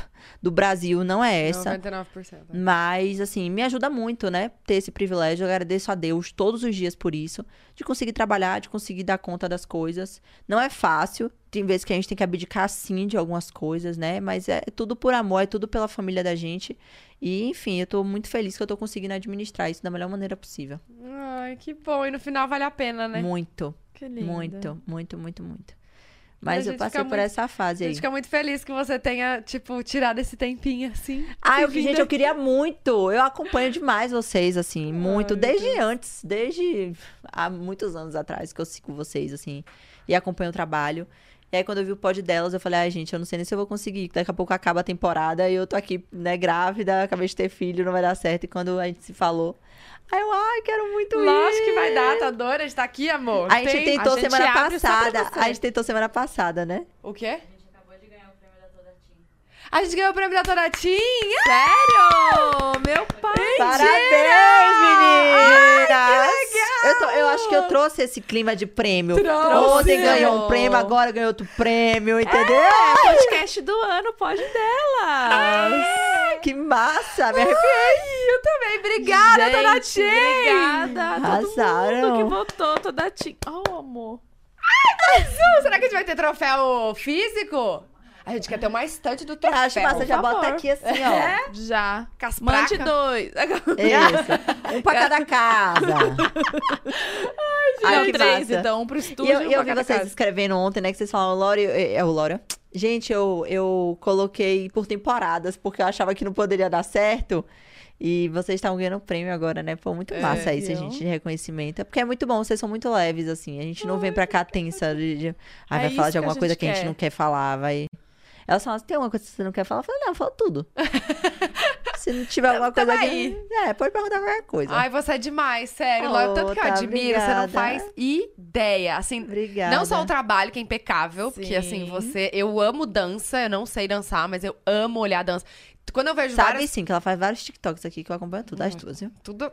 do Brasil não é essa. noventa e nove por cento. né? Mas, assim, me ajuda muito, né? Ter esse privilégio. Eu agradeço a Deus todos os dias por isso. De conseguir trabalhar, de conseguir dar conta das coisas. Não é fácil. Tem vezes que a gente tem que abdicar, sim, de algumas coisas, né? Mas é tudo por amor, é tudo pela família da gente. E, enfim, eu tô muito feliz que eu tô conseguindo administrar isso da melhor maneira possível. Ai, que bom. E no final vale a pena, né? Muito, Que lindo. muito, muito, muito, muito. A Mas eu gente passei fica por muito- essa fase A aí. gente fica muito feliz que você tenha, tipo, tirado esse tempinho, assim. Ah, eu, e vindo gente, eu aqui. queria muito. Eu acompanho demais vocês, assim, muito. meu Desde Deus. antes, desde há muitos anos atrás que eu sigo vocês, assim, e acompanho o trabalho. E aí, quando eu vi o pod delas, eu falei, ai, gente, eu não sei nem se eu vou conseguir. Daqui a pouco acaba a temporada e eu tô aqui, né, grávida, acabei de ter filho, não vai dar certo. E quando a gente se falou, aí eu, ai, quero muito ir. Lógico que vai dar, tá doida? A gente tá aqui, amor. A gente Tem- tentou a gente semana abre só pra passada. você. A gente tentou semana passada, né? O quê? A gente ganhou o prêmio da Toratim! Sério? Meu pai. Parabéns, meninas! Ai, que legal! Eu, tô- eu acho que eu trouxe esse clima de prêmio. Trouxe! Ontem ganhou um prêmio, agora ganhou outro prêmio, entendeu? É, podcast do ano, pode delas. Que massa! Me arrepiei. Ai, eu também. Obrigada, Gente, Toratim! Obrigada a todo Arrasaram. mundo que votou, toda Tim. Oh, amor. Uh, será que a gente vai ter troféu físico? A gente quer ter uma estante do Eu troféu. acho massa, já favor. bota aqui assim, ó. É? Já. Com as Mande placas? dois. Isso. Um pra cada casa. Ai, Não, que três, massa. então, um pro E estúdio eu, e um e eu pra vi cada vocês casa. escrevendo ontem, né? Que vocês falaram, Lori... É, é o Lora? Gente, eu, eu coloquei por temporadas, porque eu achava que não poderia dar certo. E vocês estavam ganhando prêmio agora, né? Pô, muito massa isso, a viu? gente, de reconhecimento. É porque é muito bom, vocês são muito leves, assim. A gente não vem pra cá tensa de... de... Ai, É vai falar isso de alguma que a coisa gente que a gente quer. não quer falar, vai... Elas falam, tem alguma coisa que você não quer falar? Eu falo, não, fala tudo. Se não tiver alguma Tamo coisa aí. aqui... É, pode perguntar qualquer coisa. Ai, você é demais, sério. Oh, Lógico, tanto que eu tá, admiro, você não obrigada. faz ideia. Assim, Obrigada. não só o trabalho, que é impecável, porque assim, Sim. você. Eu amo dança, eu não sei dançar, mas eu amo olhar dança. Quando eu vejo Sabe várias. sim, que ela faz vários TikToks aqui que eu acompanho tudo, as duas, viu? Tudo.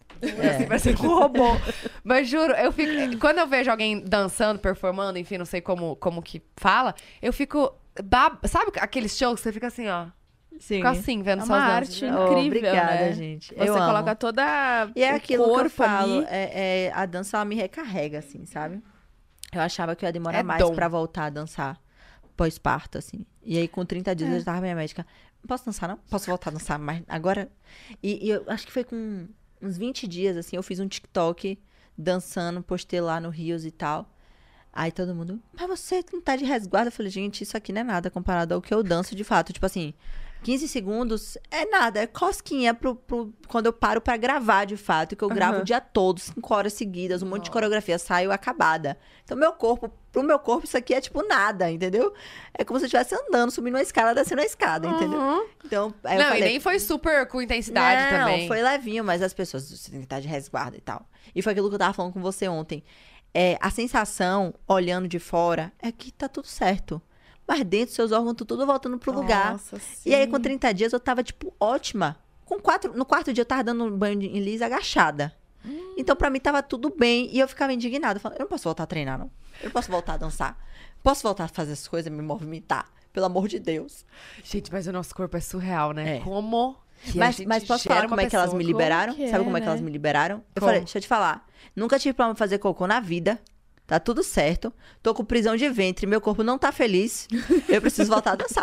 É. Assim, parece um robô. Mas juro, eu fico... Quando eu vejo alguém dançando, performando, enfim, não sei como, como que fala, eu fico... Bab... Sabe aqueles shows que você fica assim, ó? Sim. Fica assim, vendo É suas uma danças. arte né? Oh, incrível, obrigada, né? gente. Você Eu amo. coloca toda E é o aquilo que eu corpo falo, ali. é, é- a dança ela me recarrega, assim, sabe? Eu achava que eu ia demorar É mais dom. pra voltar a dançar pós-parto, assim. E aí, com trinta dias, É. eu já tava minha médica. Não posso dançar, não? Posso voltar a dançar mais agora? E, e eu acho que foi com uns vinte dias, assim, eu fiz um TikTok dançando, postei lá no Rios e tal. Aí todo mundo, mas você não tá de resguardo? Eu falei, gente, isso aqui não é nada comparado ao que eu danço de fato. Tipo assim, quinze segundos é nada, é cosquinha pro, pro, quando eu paro pra gravar de fato, que eu gravo Aham. o dia todo, cinco horas seguidas, um monte de coreografia, saio acabada. Então, meu corpo, pro meu corpo, isso aqui é tipo nada, entendeu? É como se eu estivesse andando, subindo uma escada, descendo a escada, entendeu? Uhum. Então, aí eu Não, falei, e nem foi super com intensidade não, também. foi levinho, mas as pessoas, você tem que estar de resguardo e tal. E foi aquilo que eu tava falando com você ontem. É, a sensação, olhando de fora, é que tá tudo certo. Mas dentro, seus órgãos estão tudo voltando pro lugar. Nossa, E aí, sim. com trinta dias, eu tava, tipo, ótima. Com quatro, no quarto dia, eu tava dando um banho de- em Liz agachada. Hum. Então, pra mim, tava tudo bem. E eu ficava indignada. Eu falava, eu não posso voltar a treinar, não. Eu não posso voltar a dançar. Posso voltar a fazer as coisas, me movimentar. Pelo amor de Deus. Gente, mas o nosso corpo é surreal, né? É. Como que a Mas, gente mas posso gera falar como uma é que elas pessoa? me liberaram? Como que Sabe é, como é que né? elas me liberaram? Eu Como? falei, deixa eu te falar. Nunca tive problema fazer cocô na vida. Tá tudo certo. Tô com prisão de ventre. Meu corpo não tá feliz. Eu preciso voltar a dançar.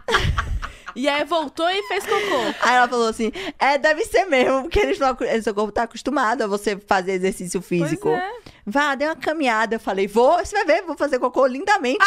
E aí voltou e fez cocô. Aí ela falou assim: é, deve ser mesmo, porque eles não, acu- seu corpo tá acostumado a você fazer exercício físico. Pois é. Vá, dê uma caminhada. Eu falei, vou, você vai ver, vou fazer cocô lindamente.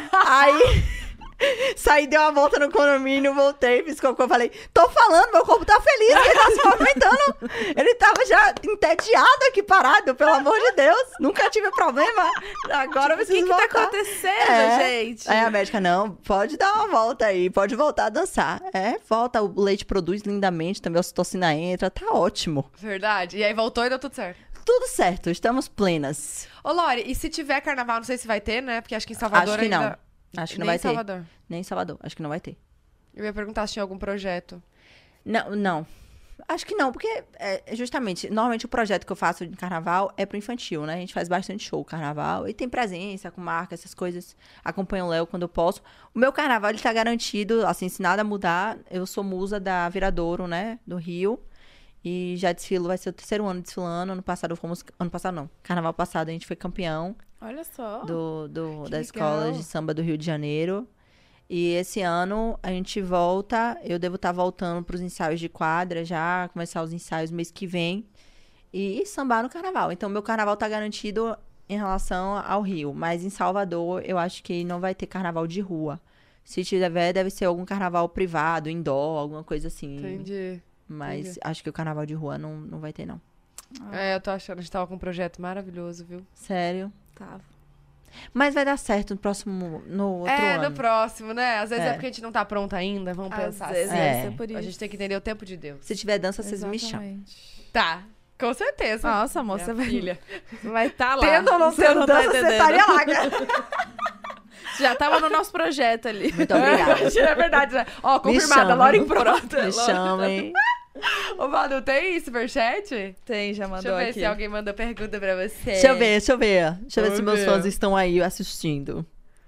Aí saí, dei uma volta no condomínio, voltei, fiz cocô. Falei, tô falando, meu corpo tá feliz, ele tá se movimentando. Ele tava já entediado aqui parado, pelo amor de Deus. Nunca tive problema. Agora eu O que preciso que tá voltar. acontecendo, É. gente? Aí a médica, não, pode dar uma volta aí, pode voltar a dançar. É, volta, o leite produz lindamente, também a ocitocina entra, tá ótimo. Verdade. E aí voltou e deu tudo certo. Tudo certo, estamos plenas. Ô, Lori, e se tiver carnaval, não sei se vai ter, né? Porque acho que em Salvador Acho que não. ainda... Acho que não Nem vai em ter. Salvador. Nem em Salvador, acho que não vai ter. Eu ia perguntar se tinha algum projeto. Não, não. Acho que não, porque é, justamente, normalmente o projeto que eu faço de carnaval é pro infantil, né? A gente faz bastante show carnaval e tem presença com marca, essas coisas. Acompanho o Léo quando eu posso. O meu carnaval, ele tá garantido, assim, se nada mudar, eu sou musa da Viradouro, né? Do Rio. E já desfilo, vai ser o terceiro ano desfilando. Ano passado fomos. Ano passado não. Carnaval passado a gente foi campeão Olha só. do, do, que da legal. escola de samba do Rio de Janeiro. E esse ano a gente volta. Eu devo estar voltando para os ensaios de quadra já, começar os ensaios mês que vem. E sambar no carnaval. Então, meu carnaval tá garantido em relação ao Rio. Mas em Salvador, eu acho que não vai ter carnaval de rua. Se tiver, deve ser algum carnaval privado, indoor, alguma coisa assim. Entendi. Mas entendi. acho que o carnaval de rua não, não vai ter, não. É, eu tô achando. A gente tava com um projeto maravilhoso, viu? Sério. Tava. Mas vai dar certo no próximo, no outro é, ano. no próximo, né? Às vezes é. É. porque a gente não tá pronta ainda. Vamos Às pensar vezes assim. É. vai ser por isso. A gente tem que entender o tempo de Deus. Se tiver dança, vocês me chamam. Exatamente. Tá. Com certeza. Nossa, moça, Minha vai filha. vai estar lá. Tendo ou não Você tendo tá dança, você entendendo. estaria lá, cara. Já tava no nosso projeto ali. Muito obrigada. É verdade, né? Ó, Me confirmada. chamem. Lori pronta. Me chamem. Ô, Manu, tem superchat? Tem, já mandou Deixa eu ver aqui. se alguém mandou pergunta pra você. Deixa eu ver, deixa eu ver. Deixa eu ver Vamos se meus ver. fãs estão aí assistindo.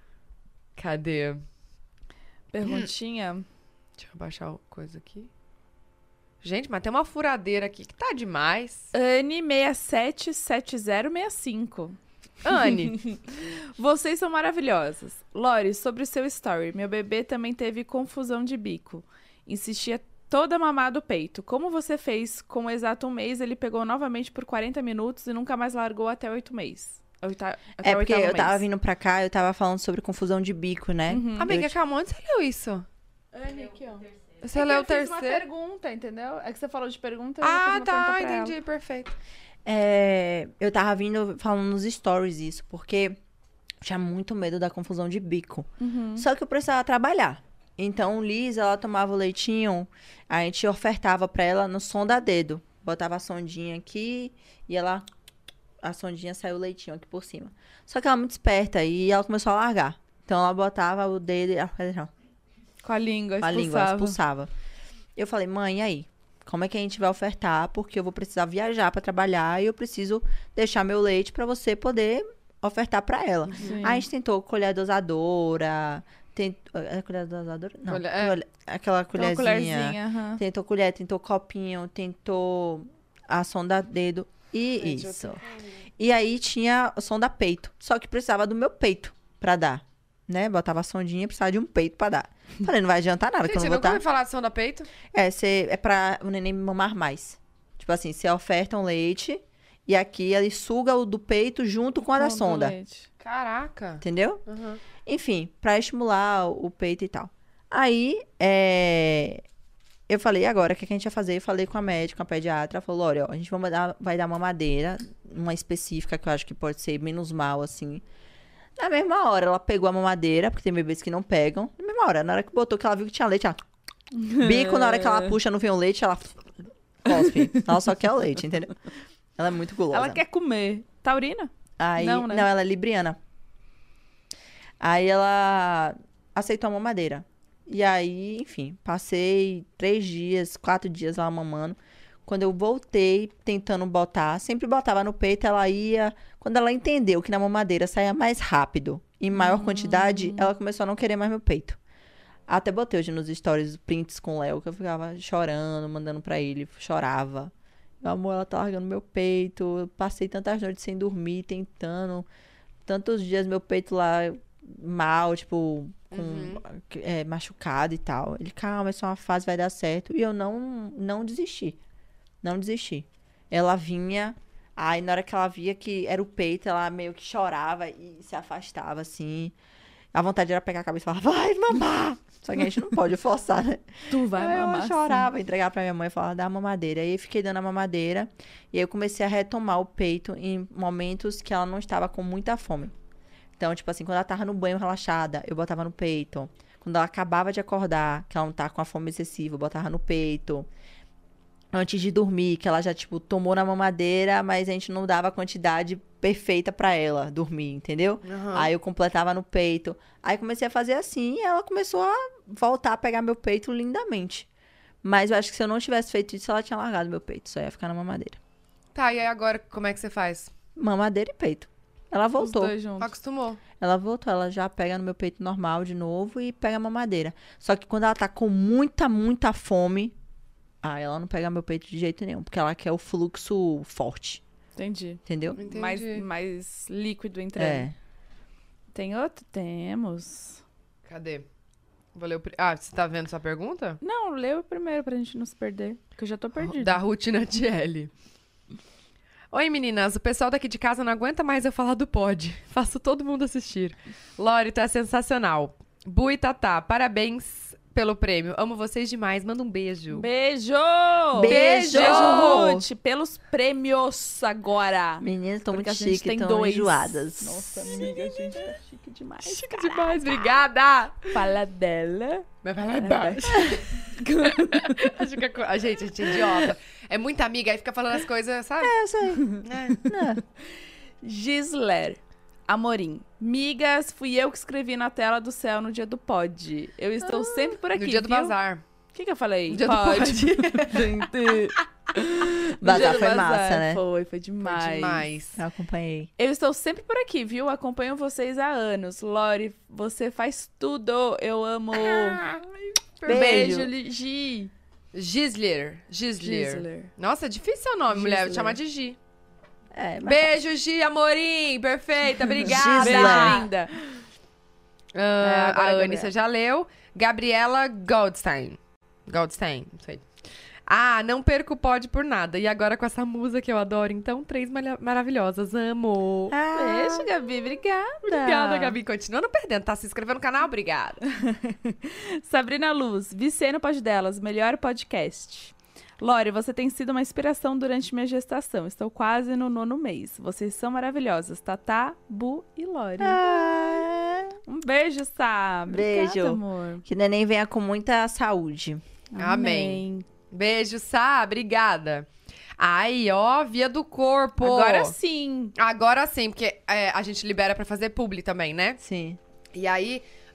Cadê? Perguntinha. Deixa eu baixar a coisa aqui. Gente, mas tem uma furadeira aqui que tá demais. Anne seis sete sete zero seis cinco. Anne. Vocês são maravilhosas. Lori, sobre o seu story, meu bebê também teve confusão de bico. Insistia toda mamar do peito. Como você fez? Com o exato um mês, ele pegou novamente por quarenta minutos e nunca mais largou até oito meses. Oita- até É o porque oitavo eu tava mês. vindo pra cá, eu tava falando sobre confusão de bico, né? Uhum. Amiga, Eu- calma, onde você leu isso? Anne, aqui, ó. Você É que leu eu o fiz uma terceiro? pergunta, entendeu? É que você falou de pergunta, eu fiz Ah, uma pergunta tá, pra ela. entendi, perfeito. É, eu tava vindo falando nos stories isso, porque eu tinha muito medo da confusão de bico. Uhum. Só que eu precisava trabalhar. Então, Liz, ela tomava o leitinho, a gente ofertava pra ela no sonda dedo. Botava a sondinha aqui e ela... A sondinha saiu o leitinho aqui por cima. Só que ela é muito esperta e ela começou a largar. Então, ela botava o dedo e ela fazia assim, ó, Com a língua, com a língua, ela expulsava. expulsava. Eu falei, mãe, e aí? como é que a gente vai ofertar? Porque eu vou precisar viajar pra trabalhar e eu preciso deixar meu leite pra você poder ofertar pra ela. Sim. Aí a gente tentou colher dosadora, tent... é colher dosadora? Não, Colher- é. colher- aquela Então, uma colherzinha. colherzinha, aham. Tentou colher, tentou copinho, tentou a sonda dedo e Gente, eu isso. E aí tinha o sonda peito, só que precisava do meu peito pra dar, né? Botava a sondinha, precisava de um peito pra dar. Falei, não vai adiantar nada, que eu Gente, não você vou nunca dar. ouviu falar de sonda peito? É, cê, é pra o neném mamar mais. Tipo assim, você oferta um leite e aqui ele suga o do peito junto com a da Com sonda. leite. Caraca. Entendeu? Uhum. Enfim, pra estimular o peito e tal. Aí, é... eu falei, e agora, o que, que a gente vai fazer? Eu falei com a médica, com a pediatra. Ela falou, olha, ó, a gente vai dar, vai dar mamadeira, uma específica que eu acho que pode ser menos mal, assim. Na mesma hora, ela pegou a mamadeira, porque tem bebês que não pegam. Na mesma hora, na hora que botou, que ela viu que tinha leite, ela... Bico, na hora que ela puxa, não vem o leite, ela... cospe. Ela só quer o leite, entendeu? Ela é muito gulosa. Ela quer comer. Taurina? Aí, Não, não, né? ela é libriana. Aí ela aceitou a mamadeira. E aí, enfim, passei três dias, quatro dias lá mamando. Quando eu voltei, tentando botar, sempre botava no peito, ela ia... Quando ela entendeu que na mamadeira saía mais rápido, em maior quantidade, ela começou a não querer mais meu peito. Até botei hoje nos stories prints com o Léo, que eu ficava chorando, mandando pra ele, chorava. Meu amor, ela tá largando meu peito. Eu passei tantas noites sem dormir, tentando. Tantos dias meu peito lá mal, tipo, com, Uhum. é, machucado e tal. Ele, calma, é só uma fase, vai dar certo. E eu não, não desisti. Não desisti. Ela vinha, aí na hora que ela via que era o peito, ela meio que chorava e se afastava, assim. A vontade era pegar a cabeça e falar, vai mamar! Só que a gente não pode forçar, né? Tu vai Aí mamar. eu chorava, entregar pra minha mãe e falava, dá a mamadeira. Aí eu fiquei dando a mamadeira. E aí eu comecei a retomar o peito em momentos que ela não estava com muita fome. Então, tipo assim, quando ela tava no banho relaxada, eu botava no peito. Quando ela acabava de acordar, que ela não tá com a fome excessiva, eu botava no peito. Antes de dormir, que ela já, tipo, tomou na mamadeira, mas a gente não dava a quantidade perfeita pra ela dormir, entendeu? Uhum. Aí eu completava no peito. Aí comecei a fazer assim e ela começou a voltar a pegar meu peito lindamente. Mas eu acho que se eu não tivesse feito isso, ela tinha largado meu peito. Só ia ficar na mamadeira. Tá, e aí agora como é que você faz? Mamadeira e peito. Ela Os voltou. dois juntos. Acostumou. Ela voltou. Ela já pega no meu peito normal de novo e pega a mamadeira. Só que quando ela tá com muita, muita fome, aí ela não pega meu peito de jeito nenhum. Porque ela quer o fluxo forte. Entendi. Entendeu? Entendi. Mais, mais líquido entrando. É. Tem outro? Temos. Cadê? Vou ler o... pri- Ah, você tá vendo sua pergunta? Não, lê o primeiro pra gente não se perder. Que eu já tô perdida. Da Ruth Natiele. Oi, meninas. O pessoal daqui de casa não aguenta mais eu falar do pod. Faço todo mundo assistir. Lori, tu é sensacional. Bu e Tatá, parabéns pelo prêmio. Amo vocês demais. Manda um beijo. Beijo! Beijo! Beijo, Ruth! Pelos prêmios agora. Meninas estão Porque muito a gente chiques, tem estão dois. enjoadas. Nossa, amiga, a gente tá chique demais. Chique Caraca. demais, obrigada! Fala dela. Mas vai lá embaixo. Acho que a, co- a gente, a gente é idiota. É muita amiga, aí fica falando as coisas, sabe? É, eu sei. É. Gisler. Amorim. Migas, fui eu que escrevi na tela do céu no dia do pod. Eu estou sempre por aqui, No dia do viu? bazar. O que, que eu falei? No dia do Pod. pod. Gente. No Bazar dia do foi massa, né? Foi, foi demais. Foi demais. Eu acompanhei. Eu estou sempre por aqui, viu? Acompanho vocês há anos. Lori, você faz tudo. Eu amo. Beijo. Beijo, Li- Gi. Gisler. Gisler. Gisler. Nossa, é difícil seu nome, mulher. Vou te Gisler. chamar de Gi. É, mas... Beijo, Gi, amorim. Perfeita, obrigada. Gisler. Linda. Ah, É, agora a é Anissa já leu. Gabriela Goldstein. Goldstein, não sei. Ah, não perco o pod por nada. E agora com essa musa que eu adoro. Então, três malha- maravilhosas. Amo. Ah, Beijo, Gabi. Obrigada. Obrigada, Gabi. Continuando perdendo. Tá se inscrevendo no canal? Obrigada. Sabrina Luz. Vicê no Pod Delas. Melhor podcast. Lori, você tem sido uma inspiração durante minha gestação. Estou quase no nono mês. Vocês são maravilhosas. Tatá, Bu e Lori. ah, Um beijo, Sá. Obrigada, Beijo. amor. que o neném venha com muita saúde. Amém. Beijo, Sá. Obrigada. Aí, ó, via do corpo. Agora sim. Agora sim, porque é, a gente libera pra fazer publi também, né? Sim. E aí,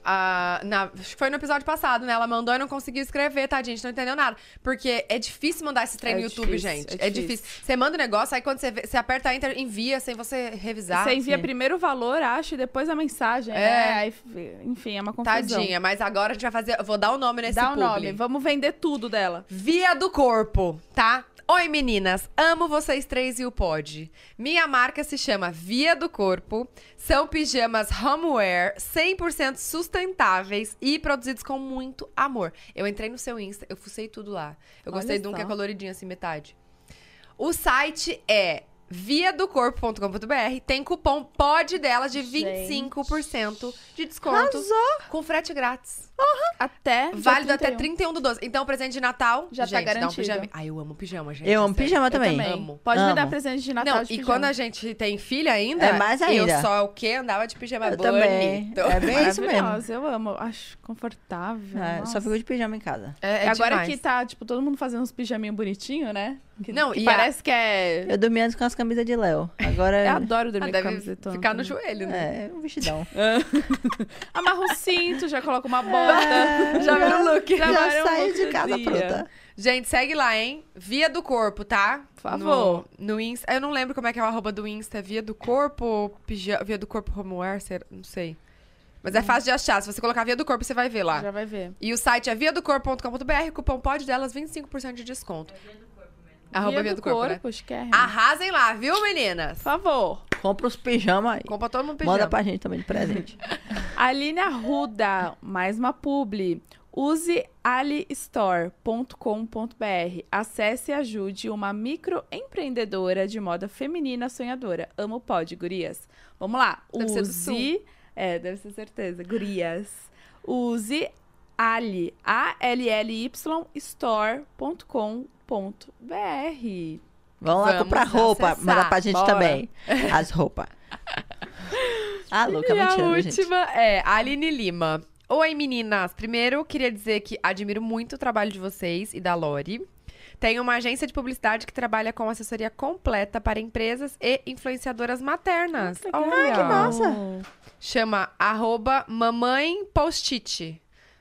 a, na, acho que foi no episódio passado, né? Ela mandou e não conseguiu escrever, tadinha, a gente não entendeu nada. Porque é difícil mandar esse trem É no YouTube, difícil, gente. é É difícil. Você manda um negócio, aí quando você, vê, você aperta Enter, envia sem você revisar. Você envia sim. primeiro o valor, acho, e depois a mensagem, É. né? Aí, enfim, é uma confusão. Tadinha, mas agora a gente vai fazer... Eu vou dar o nome nesse Dá o publi. nome, vamos vender tudo dela. Via do Corpo, tá? Oi, meninas. Amo vocês três e o pod. Minha marca se chama Via do Corpo. São pijamas homeware cem por cento sustentáveis e produzidos com muito amor. Eu entrei no seu Insta, eu fucei tudo lá. Eu Olha gostei de um só. que é coloridinho assim, metade. O site é via do corpo ponto com ponto b r. Tem cupom pod delas de vinte e cinco por cento de desconto. Com frete grátis. Até. Válido dia até trinta e um. trinta e um do doze. Então, presente de Natal, Já tá gente, dá um garantido. pijama. Ai, eu amo pijama, gente. Eu amo sério. pijama Eu também. também. Amo. Pode me dar Amo. presente de Natal Não, de e pijama. quando a gente tem filha ainda, É mais ainda. eu só o quê? Andava de pijama Eu bonito. também. É bem isso mesmo. Maravilhosa, eu amo. Acho confortável. É, nossa. só fico de pijama em casa. É, é Agora demais. que tá, tipo, todo mundo fazendo uns pijaminhos bonitinhos, né? Que, Não, que e a- parece que é... Eu dormi antes com as camisas de Léo. Agora Eu adoro Ah, dormir com deve camisetona. ficar no também. joelho, né? é um vestidão. Amarra o cinto, já coloca uma bota. Já vira o look. Já Já vai um saí look de do casa dia. pronta. Gente, segue lá, hein? Via do Corpo, tá? Por favor. No, no Insta. Eu não lembro como é que é o arroba do Insta. É Via do Corpo, pija... Via do Corpo Homeware, será? Não sei. Mas é fácil de achar. Se você colocar Via do Corpo, você vai ver lá. Já vai ver. E o site é via do corpo ponto com ponto b r, cupom pod delas, vinte e cinco por cento de desconto. Arroba Via do corpo, né? esquerre. Arrasem lá, viu, meninas? Por favor. Compra os pijamas aí. Compra todo mundo pijama. Manda pra gente também de presente. Aline Arruda, mais uma publi. Use alistore ponto com ponto b r. Acesse e ajude uma microempreendedora de moda feminina sonhadora. Amo pod, gurias. Vamos lá. Deve ser do Use... É, deve ser certeza. Gurias. Use Ali, A L L Y, store ponto com ponto b r. Vamos lá Vamos comprar roupa. acessar. Manda pra gente Bora. também. As roupas. Ah, louca, E a mentira, viu, gente? última é a Aline Lima. Oi, meninas. Primeiro, queria dizer que admiro muito o trabalho de vocês e da Lori. Tenho uma agência de publicidade que trabalha com assessoria completa para empresas e influenciadoras maternas. Legal. Olha. que massa. Chama arroba mamãe post-it.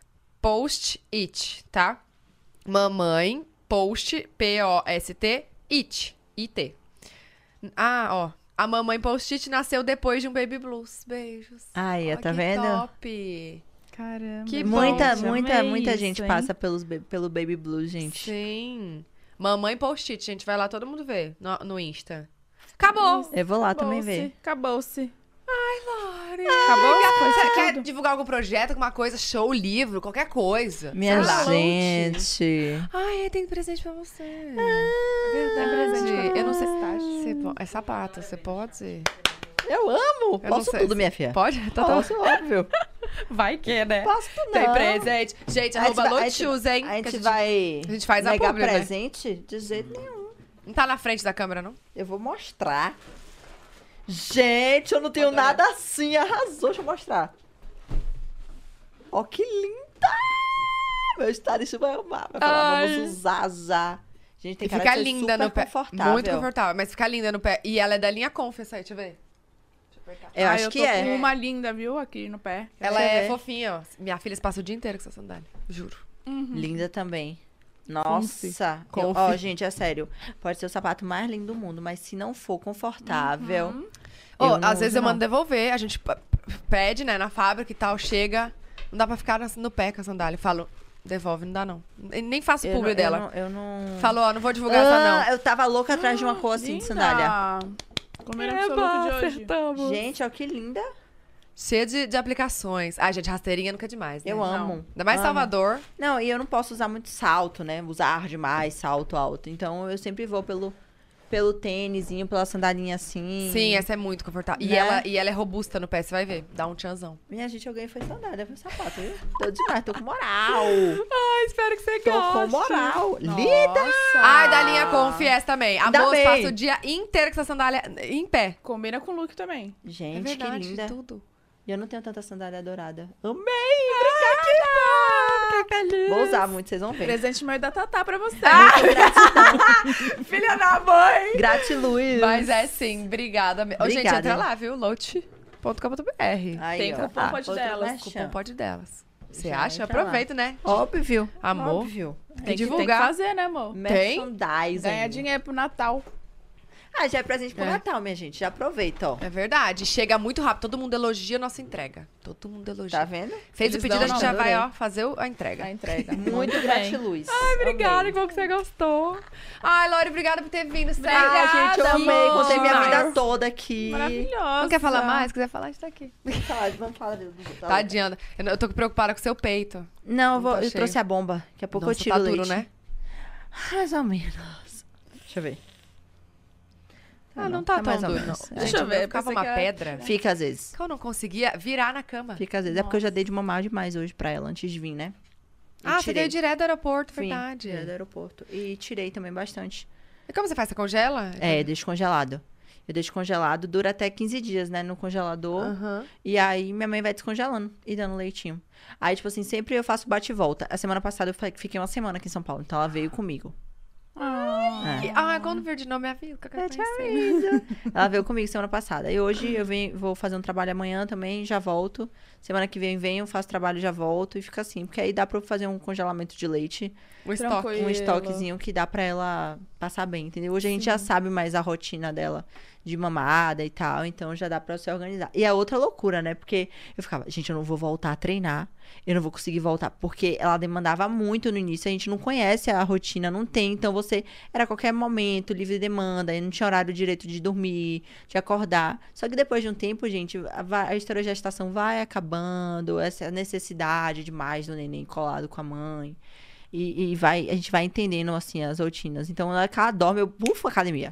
Post-it, tá? Mamãe post, P O S T, it, I T. Ah, ó. A mamãe post-it nasceu depois de um baby blues. Beijos. Ai, Ó, tá que vendo? top. Caramba. Que bom, Muita, gente, muita, amei muita isso, gente hein? passa pelos, ba- pelo Baby Blues, gente. Sim. Mamãe post-it, gente. Vai lá todo mundo ver no, no Insta. Acabou. Eu vou lá também Acabou-se, ver. Acabou-se. Lori. Acabou? Foi Você isso quer tudo? divulgar algum projeto, alguma coisa, show, livro, qualquer coisa? Minha Sei lá. gente. Ai, tem presente pra você. Ah, Verdade. presente pra Eu não sei. você. Você po- É sapato, você pode? Eu amo. Eu não Posso sei tudo, se- minha filha. Pode? Tá, tá. Posso, óbvio. Vai que, né? Posso não. Tem presente. Gente, A arroba gente vai- a gente- Lotus, hein? A que gente vai a gente faz a negar publi, né? presente de jeito nenhum. Não tá na frente da câmera, não? Eu vou mostrar. Gente, eu não tenho Adorei. nada assim. Arrasou. Deixa eu mostrar. Ó, que linda! Meu stylist vai amar. Vai falar, Ai. vamos usar já. Gente, tem E cara fica de ser linda super no pé. confortável. Muito confortável, mas fica linda no pé. E ela é da linha Conf, essa aí, deixa eu ver. Deixa eu apertar. Eu Ah, acho eu que tô é. com uma linda, viu, aqui no pé. Ela Deixa eu é ver. fofinha, ó. Minha filha passa o dia inteiro com essa sandália. Juro. Linda também. Nossa. Conf. Eu- Ó, gente, é sério. Pode ser o sapato mais lindo do mundo, mas se não for confortável... Uhum. Ô, eu não às vezes uso, eu não. mando devolver, a gente p- pede, né, na fábrica e tal, chega, não dá pra ficar no- no pé com a sandália. Eu falo, devolve, não dá não. E nem faço Eu publi não- dela. Eu não... Eu não... Falou, ó, não vou divulgar essa Ah, não. eu tava louca atrás de uma cor assim de Linda. sandália. Combina com o seu look de hoje. acertamos. Gente, ó, que linda. Cheia de, de aplicações. Ai, gente, rasteirinha nunca é demais, né? Eu amo. Ainda mais amo. Salvador. Não, e eu não posso usar muito salto, né? Usar demais, salto alto. Então, eu sempre vou pelo, pelo tênisinho, pela sandalinha assim. Sim, essa é muito confortável. E, Né? ela, e ela é robusta no pé, você vai ver. Dá um tchanzão. Minha gente, eu ganhei foi sandália, foi sapato, viu? Tô demais, tô com moral. Ai, espero que você Tô com moral. Linda! Nossa. Ai, da linha Confies também. A Ainda moça bem. passa o dia inteiro com essa sandália em pé. Combina com o look também. Gente, é verdade, que linda. tudo. E eu não tenho tanta sandália dourada. Amei! Obrigada! Vou usar muito, vocês vão ver. Presente meu e da Tatá pra você. Filha da mãe! Gratiluz. Mas é sim, obrigada. me- Ô, gente, Obrigada, entra hein? lá, viu? Lote ponto com ponto br. Aí, Tem ó. cupom Ah, Pode outro Delas. merchan. Cupom pode delas. Você Já acha? entra lá. Aproveita, né? Óbvio. Amor. Óbvio. Tem que, tem que divulgar. fazer, né, amor? Merchandising. Ganhar dinheiro pro Natal. Ah, já é presente pro É. Natal, minha gente. Já aproveita, ó. É verdade. Chega muito rápido. Todo mundo elogia a nossa entrega. Todo mundo elogia. Tá vendo? Fez Eles o pedido, a dão gente já nome, vai, adorei. ó, fazer o- a entrega. A entrega. Muito bem. gratiluz. Obrigada, que bom que você gostou. Ai, Lori, obrigada por ter vindo. Sério. Ah, gente, eu Obrigada, amei. amor. Contei minha Demais. vida toda aqui. Maravilhosa. Não quer falar mais? Se quiser falar, a gente tá aqui. Vamos falar, vamos falar do... do- da- Tadinha. Eu, eu tô preocupada com o seu peito. Não, eu, vou, Não tá eu cheio. trouxe a bomba. Daqui a pouco Nossa, eu tiro tá o duro, leite. né? Mais ou menos. Deixa eu ver. Ah, não tá, tão mais ou duro, menos. não. É. Deixa eu Gente, ver, Ficava pensei uma que era- pedra. Fica às vezes. Que eu não conseguia virar na cama. Fica às vezes. É porque eu já dei de mamar demais hoje pra ela, antes de vir, né? E Ah, você tirei. veio direto do aeroporto, Vim, verdade. direto do aeroporto. E tirei também bastante. E como você faz? Você congela? É, deixo congelado. Eu deixo congelado, dura até quinze dias, né, no congelador. Aham. E aí minha mãe vai descongelando e dando leitinho. Aí, tipo assim, sempre eu faço bate e volta. A semana passada eu fa- fiquei uma semana aqui em São Paulo, então ela veio comigo. Ah. E- Ah, quando vir de novo, me avisa que eu quero conhecer. Ela veio comigo semana passada. E hoje eu venho, vou fazer um trabalho amanhã também, já volto. Semana que vem venho, faço trabalho, já volto. E fica assim, porque aí dá pra eu fazer um congelamento de leite. O estoque. Tranquilo. Um estoquezinho que dá pra ela passar bem, entendeu? Hoje a gente já sabe mais a rotina dela de mamada e tal, então já dá pra se organizar. E a outra loucura, né? Porque eu ficava, gente, eu não vou voltar a treinar, eu não vou conseguir voltar, porque ela demandava muito no início, a gente não conhece a rotina, não tem, então você era a qualquer momento, livre demanda, aí não tinha horário direito de dormir, de acordar. Só que depois de um tempo, gente, a, va- a esterogestação vai acabando, essa necessidade demais do neném colado com a mãe. E, e vai, a gente vai entendendo, assim, as rotinas. Então, ela, que ela dorme, eu bufo a academia.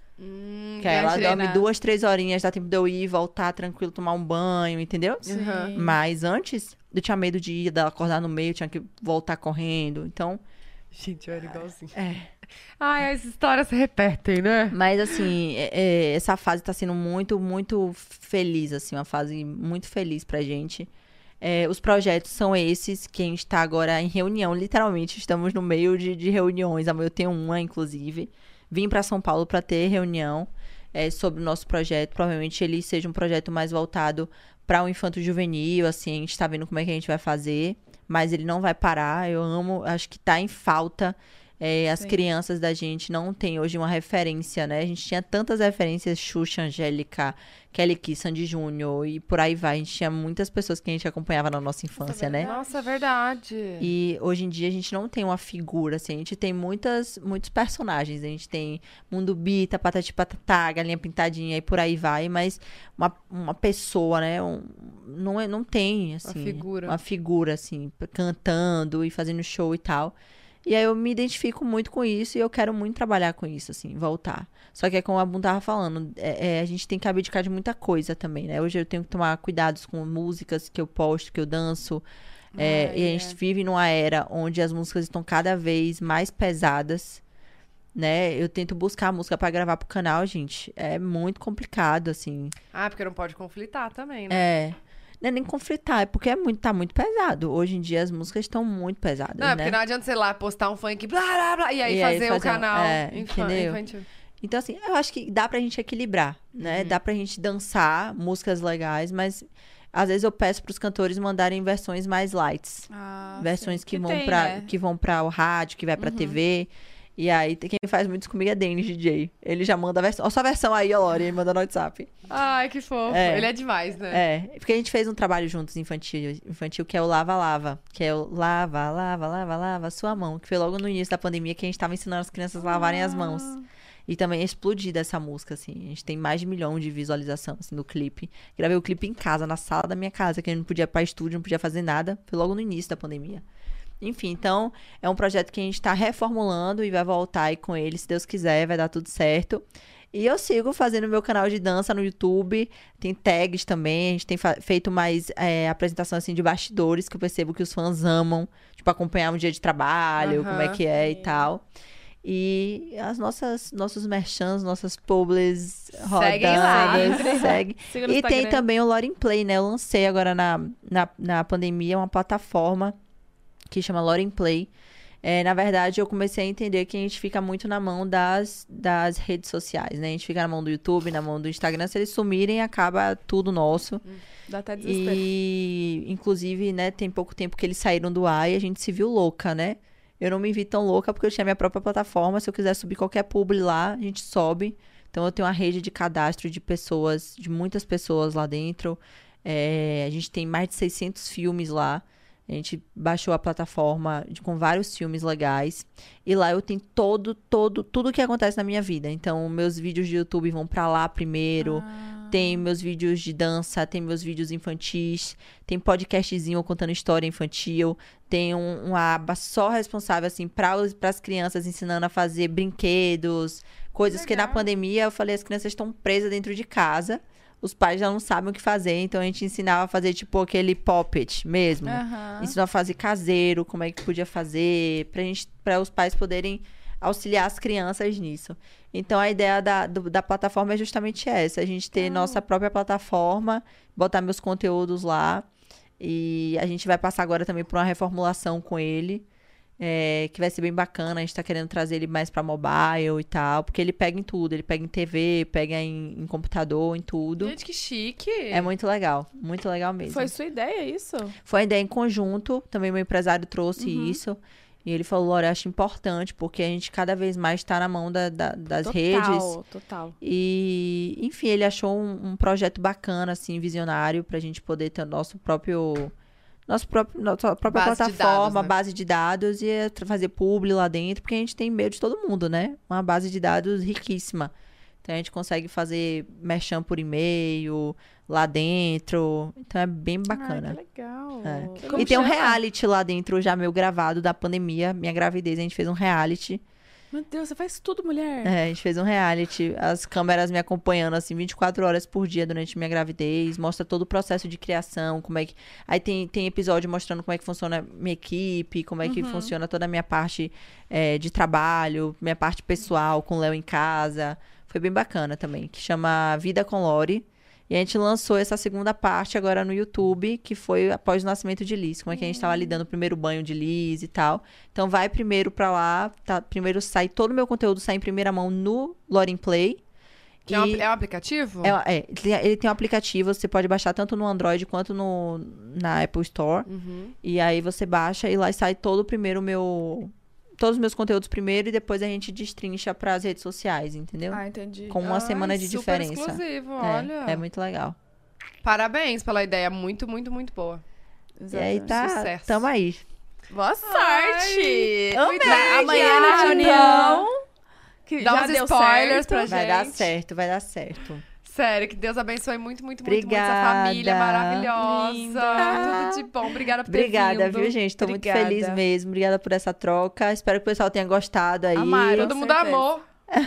Hum, Que aí ela treinar. dorme duas, três horinhas, dá tempo de eu ir, voltar tranquilo, tomar um banho, entendeu? Sim. Mas antes, eu tinha medo de ir, dela acordar no meio, tinha que voltar correndo. Então, Gente, eu era igualzinho. é. Ai, as histórias se repetem, né? Mas, assim, é- é, essa fase tá sendo muito, muito feliz, assim. Uma fase muito feliz pra gente. É, os projetos são esses, que a gente tá agora em reunião, literalmente. Estamos no meio de, de reuniões. Amanhã eu tenho uma, inclusive. Vim pra São Paulo pra ter reunião é, sobre o nosso projeto. Provavelmente ele seja um projeto mais voltado para o infanto juvenil, assim. A gente tá vendo como é que a gente vai fazer. Mas ele não vai parar. Eu amo, acho que tá em falta. É, as Sim. crianças da gente não tem hoje uma referência, né? A gente tinha tantas referências, Xuxa, Angélica, Kelly Key, Sandy Júnior e por aí vai. A gente tinha muitas pessoas que a gente acompanhava na nossa infância, né? Nossa, é verdade. E hoje em dia a gente não tem uma figura, assim, a gente tem muitas, muitos personagens. A gente tem Mundo Bita, Patati Patatá, Galinha Pintadinha e por aí vai, mas uma, uma pessoa, né? Um, não, é, não tem, assim. figura. Uma figura, assim, cantando e fazendo show e tal. E aí eu me identifico muito com isso e eu quero muito trabalhar com isso, assim, voltar. Só que é como a Bun tava falando, é, é, a gente tem que abdicar de muita coisa também, né? Hoje eu tenho que tomar cuidados com músicas que eu posto, que eu danço. É, Ai, e a gente é. vive numa era onde as músicas estão cada vez mais pesadas, né? Eu tento buscar música pra gravar pro canal, gente. É muito complicado, assim. Ah, porque não pode conflitar também, né? É. Não é nem conflitar, é porque é muito, tá muito pesado. Hoje em dia as músicas estão muito pesadas, Não, é né? porque não adianta, sei lá, postar um funk, blá, blá, blá, e aí E aí fazer o fazer um- canal é, infan- entendeu? infantil. Então, assim, eu acho que dá pra gente equilibrar, né? Uhum. Dá pra gente dançar músicas legais, mas às vezes eu peço pros cantores mandarem versões mais lights. Ah, versões sim. que, vão tem, pra, né? que vão pra o rádio, que vai pra T V. E aí, tem- quem faz muito isso comigo é Denis, D J. Ele já manda a versão. Olha sua versão aí, ó, Lori, ele manda no WhatsApp. Ai, que fofo. É. Ele é demais, né? É, porque a gente fez um trabalho juntos infantil, infantil que é o Lava Lava, que é o Lava, Lava, Lava, Lava sua mão, que foi logo no início da pandemia que a gente tava ensinando as crianças a lavarem as mãos. E também é explodida essa música, assim. A gente tem mais de um milhão de visualização, assim, no clipe. Gravei o clipe em casa, na sala da minha casa, que a gente não podia ir pra estúdio, não podia fazer nada. Foi logo no início da pandemia. Enfim, então, é um projeto que a gente tá reformulando e vai voltar aí com ele, se Deus quiser, vai dar tudo certo. E eu sigo fazendo meu canal de dança no YouTube, tem tags também, a gente tem fa- feito mais é, apresentação, assim, de bastidores, que eu percebo que os fãs amam, tipo, acompanhar um dia de trabalho, como é Aham. que é e Sim. tal. E as nossas, nossos merchans, nossas publis Seguem lá. rodadas, segue. Siga no E tem Instagram. também o Lorin Play, né? Eu lancei agora na, na, na pandemia uma plataforma que chama Lorin Play. É, na verdade, eu comecei a entender que a gente fica muito na mão das, das redes sociais, né? A gente fica na mão do YouTube, na mão do Instagram. Se eles sumirem, acaba tudo nosso. Dá até desespero. E, inclusive, né, tem pouco tempo que eles saíram do ar e a gente se viu louca, né? Eu não me vi tão louca porque eu tinha minha própria plataforma. Se eu quiser subir qualquer publi lá, a gente sobe. Então, eu tenho uma rede de cadastro de pessoas, de muitas pessoas lá dentro. É, a gente tem mais de seiscentos filmes lá. A gente baixou a plataforma de, com vários filmes legais. E lá eu tenho todo, todo, tudo que acontece na minha vida. Então, meus vídeos de YouTube vão pra lá primeiro. Ah. Tem meus vídeos de dança, tem meus vídeos infantis. Tem podcastzinho contando história infantil. Tem um, uma aba só responsável, assim, para as crianças, ensinando a fazer brinquedos. Coisas que na pandemia, eu falei, as crianças estão presas dentro de casa. Os pais já não sabem o que fazer, então a gente ensinava a fazer, tipo, aquele poppet mesmo. Aham. Ensinou a fazer caseiro, como é que podia fazer, pra gente, para os pais poderem auxiliar as crianças nisso. Então, a ideia da, do- da plataforma é justamente essa, a gente ter nossa própria plataforma, botar meus conteúdos lá, e a gente vai passar agora também por uma reformulação com ele, é, que vai ser bem bacana. A gente tá querendo trazer ele mais pra mobile e tal, porque ele pega em tudo, ele pega em T V, pega em, em computador, em tudo. Gente, que chique. É muito legal, muito legal mesmo. Foi sua ideia isso? Foi uma ideia em conjunto, também meu empresário trouxe isso. E ele falou, Laura, eu acho importante, porque a gente cada vez mais tá na mão da- da- das total, redes. Total. E, enfim, ele achou um, um projeto bacana, assim, visionário, pra gente poder ter o nosso próprio... Nosso próprio, nossa própria Base de plataforma, dados, né? base de dados e é tra- fazer publi lá dentro, porque a gente tem medo de todo mundo, né? Uma base de dados riquíssima. Então a gente consegue fazer merchan por e-mail lá dentro. Então é bem bacana. Ai, que legal. É. Como E tem um chama? reality lá dentro, já meu gravado da pandemia, minha gravidez, a gente fez um reality. Meu Deus, você faz tudo, mulher. É, a gente fez um reality, as câmeras me acompanhando, assim, vinte e quatro horas por dia durante minha gravidez, mostra todo o processo de criação, como é que... Aí tem, tem episódio mostrando como é que funciona a minha equipe, como é que funciona toda a minha parte é, de trabalho, minha parte pessoal, com o Léo em casa. Foi bem bacana também, que chama Vida com Lori. E a gente lançou essa segunda parte agora no YouTube, que foi após o nascimento de Liz. Como é que a gente tava lidando o primeiro banho de Liz e tal. Então vai primeiro pra lá, tá? Primeiro sai, todo o meu conteúdo sai em primeira mão no Lorin Play. Que é, um, E- é um aplicativo? é, é, ele tem- ele tem um aplicativo, você pode baixar tanto no Android quanto no, na Apple Store. Uhum. E aí você baixa e lá sai todo o primeiro meu... Todos os meus conteúdos primeiro e depois a gente destrincha pras redes sociais, entendeu? Ah, entendi. Com uma Ai, semana de super diferença. exclusivo, É, olha. é muito legal. Parabéns pela ideia, muito, muito, muito boa. E aí tá, Sucesso. tamo aí. Boa sorte! Amei, Na- amanhã na Diana. reunião. Que Dá já uns deu spoilers certo. pra Vai gente. dar certo, vai dar certo. Sério, que Deus abençoe muito, muito, muito, muito essa Obrigada. família maravilhosa. Linda. Tudo de bom. Obrigada por ter Obrigada, vindo. viu, gente? Tô Obrigada. muito feliz mesmo. Obrigada por essa troca. Espero que o pessoal tenha gostado aí. Amaram. Todo Com mundo certeza. amou.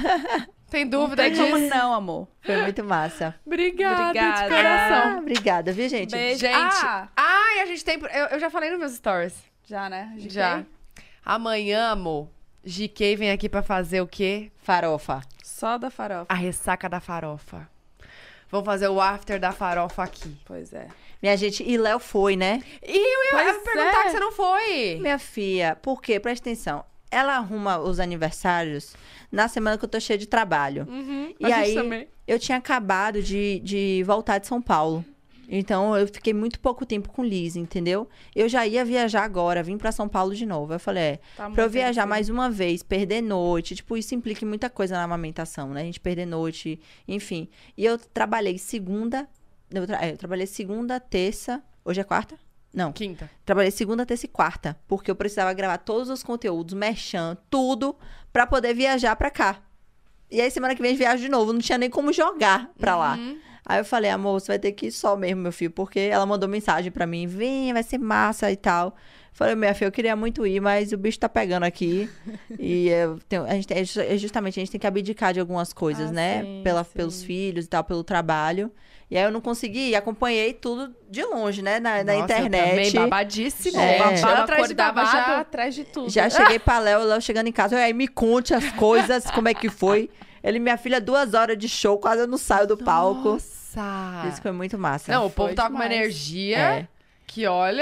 Tem dúvida Não tem como disso? não, amor. Foi muito massa. Obrigada, Obrigada. de coração. Ah, obrigada, viu, gente? Beijo. Gente, Ah! ai, a gente tem... Eu, eu já falei nos meus stories. Já, né? G K? Já. Amanhã, amor, G K vem aqui pra fazer o quê? Farofa. Só da farofa. A ressaca da farofa. Vamos fazer o after da farofa aqui. Pois é. Minha gente, e Léo foi, né? E eu ia Pois perguntar é. que você não foi. Minha filha, por quê? Presta atenção. Ela arruma os aniversários na semana que eu tô cheia de trabalho. Uhum, E a gente aí, também. eu tinha acabado de, de voltar de São Paulo. Então, eu fiquei muito pouco tempo com Liz, entendeu? Eu já ia viajar agora, vim pra São Paulo de novo. Eu falei, é, Tá pra eu muito viajar tempo. mais uma vez, perder noite, tipo, isso implica em muita coisa na amamentação, né? A gente perder noite, enfim. E eu trabalhei segunda, eu, tra- é, eu trabalhei segunda, terça, hoje é quarta? Não, Quinta. trabalhei segunda, terça e quarta, porque eu precisava gravar todos os conteúdos, merchan, tudo, pra poder viajar pra cá. E aí, semana que vem, a gente viaja de novo, não tinha nem como jogar pra lá. Uhum. Aí eu falei, amor, você vai ter que ir só mesmo, meu filho, porque ela mandou mensagem pra mim, vem, vai ser massa e tal. Falei, minha filha, eu queria muito ir, mas o bicho tá pegando aqui. E eu tenho- a gente, tem- é ju- é justamente, a gente tem que abdicar de algumas coisas, Ah, né? sim, Pela, sim. Pelos filhos e tal, pelo trabalho. E aí eu não consegui, e acompanhei tudo de longe, né? Na, na Nossa, internet. Eu também, babadíssimo. É. Babado Eu atrás de acordava já babado. atrás de tudo. Já cheguei pra Léo, Léo chegando em casa, aí me conte as coisas, como é que foi. Ele, minha filha, duas horas de show, quase eu não saio do palco. Nossa. Isso foi muito massa. Não, o povo Foi tá com uma demais. energia É. que, olha...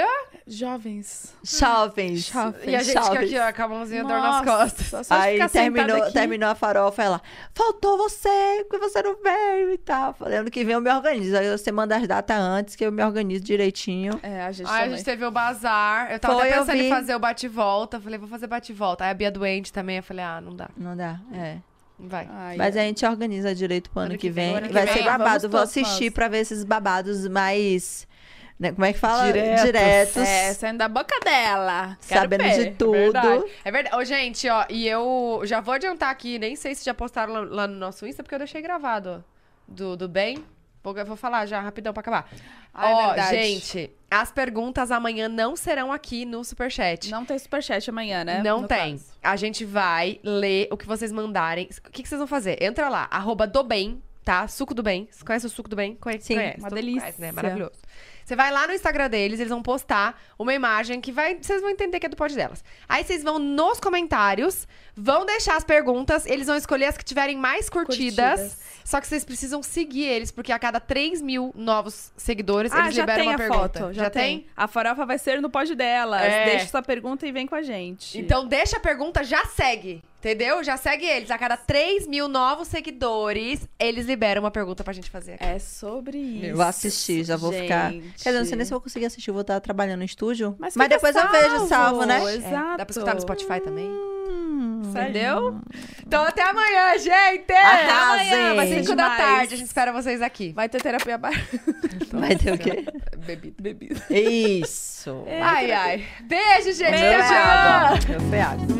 Jovens. Jovens. Jovens. E a gente fica aqui, ó, com a mãozinha dor nas costas. Só de Aí ficar sentada terminou, aqui. terminou a farofa, ela, faltou você, porque você não veio e tal. Falei, ano que vem eu me organizo. Aí você manda as datas antes, que eu me organizo direitinho. É, a gente Aí a também. gente teve o bazar. Eu tava Foi, até eu pensando em vi. fazer o bate-volta. Falei, vou fazer bate-volta. Aí a Bia doente também. Eu falei, ah, não dá. Não dá, é. Não vai. Ai, Mas é. a gente organiza direito pro ano, Ano que que vem, vem. ano que Vai vem. ser Vamos babado. Vou todos assistir nós. pra ver esses babados mais... né, como é que fala? Diretos. Diretos. É, saindo da boca dela. Quero Sabendo ver. de tudo. É verdade. É verdade. Ô, gente, ó, e eu já vou adiantar aqui, nem sei se já postaram lá, lá no nosso Insta, porque eu deixei gravado, ó, do, do bem. Vou, vou falar já rapidão pra acabar. Ah, é ó, verdade. gente, as perguntas amanhã não serão aqui no Superchat. Não tem superchat amanhã, né? Não No tem. caso. A gente vai ler o que vocês mandarem. O que, que vocês vão fazer? Entra lá, arroba do bem, tá? Suco do bem. Você conhece o suco do bem? Conhece, Sim, conhece. uma Todo mundo delícia. conhece, né? Maravilhoso. Você vai lá no Instagram deles, eles vão postar uma imagem que vai. Vocês vão entender que é do pod delas. Aí vocês vão nos comentários, vão deixar as perguntas, eles vão escolher as que tiverem mais curtidas. Curtidas. Só que vocês precisam seguir eles, porque a cada três mil novos seguidores, Ah, eles já liberam tem uma a pergunta. foto. Já, tem? A farofa vai ser no pod delas. É. Deixa sua pergunta e vem com a gente. Então deixa a pergunta, já segue. Entendeu? Já segue eles. A cada três mil novos seguidores, eles liberam uma pergunta pra gente fazer aqui. É sobre isso. Vou assistir, já vou ficar... gente. Quer dizer, não sei nem se eu vou conseguir assistir, eu vou estar trabalhando no estúdio. Mas, Mas fica depois eu vejo salvo, né? Exato. Dá pra escutar no Spotify também? Hum, Entendeu? Então até amanhã, gente! Até amanhã, vai ser cinco da demais. tarde, a gente espera vocês aqui. Vai ter terapia bar. vai ter o quê? Bebida. Bebida. Isso. É. Ai, ai. Beijo, gente! Meu Beijo! foi água. Meu foi água.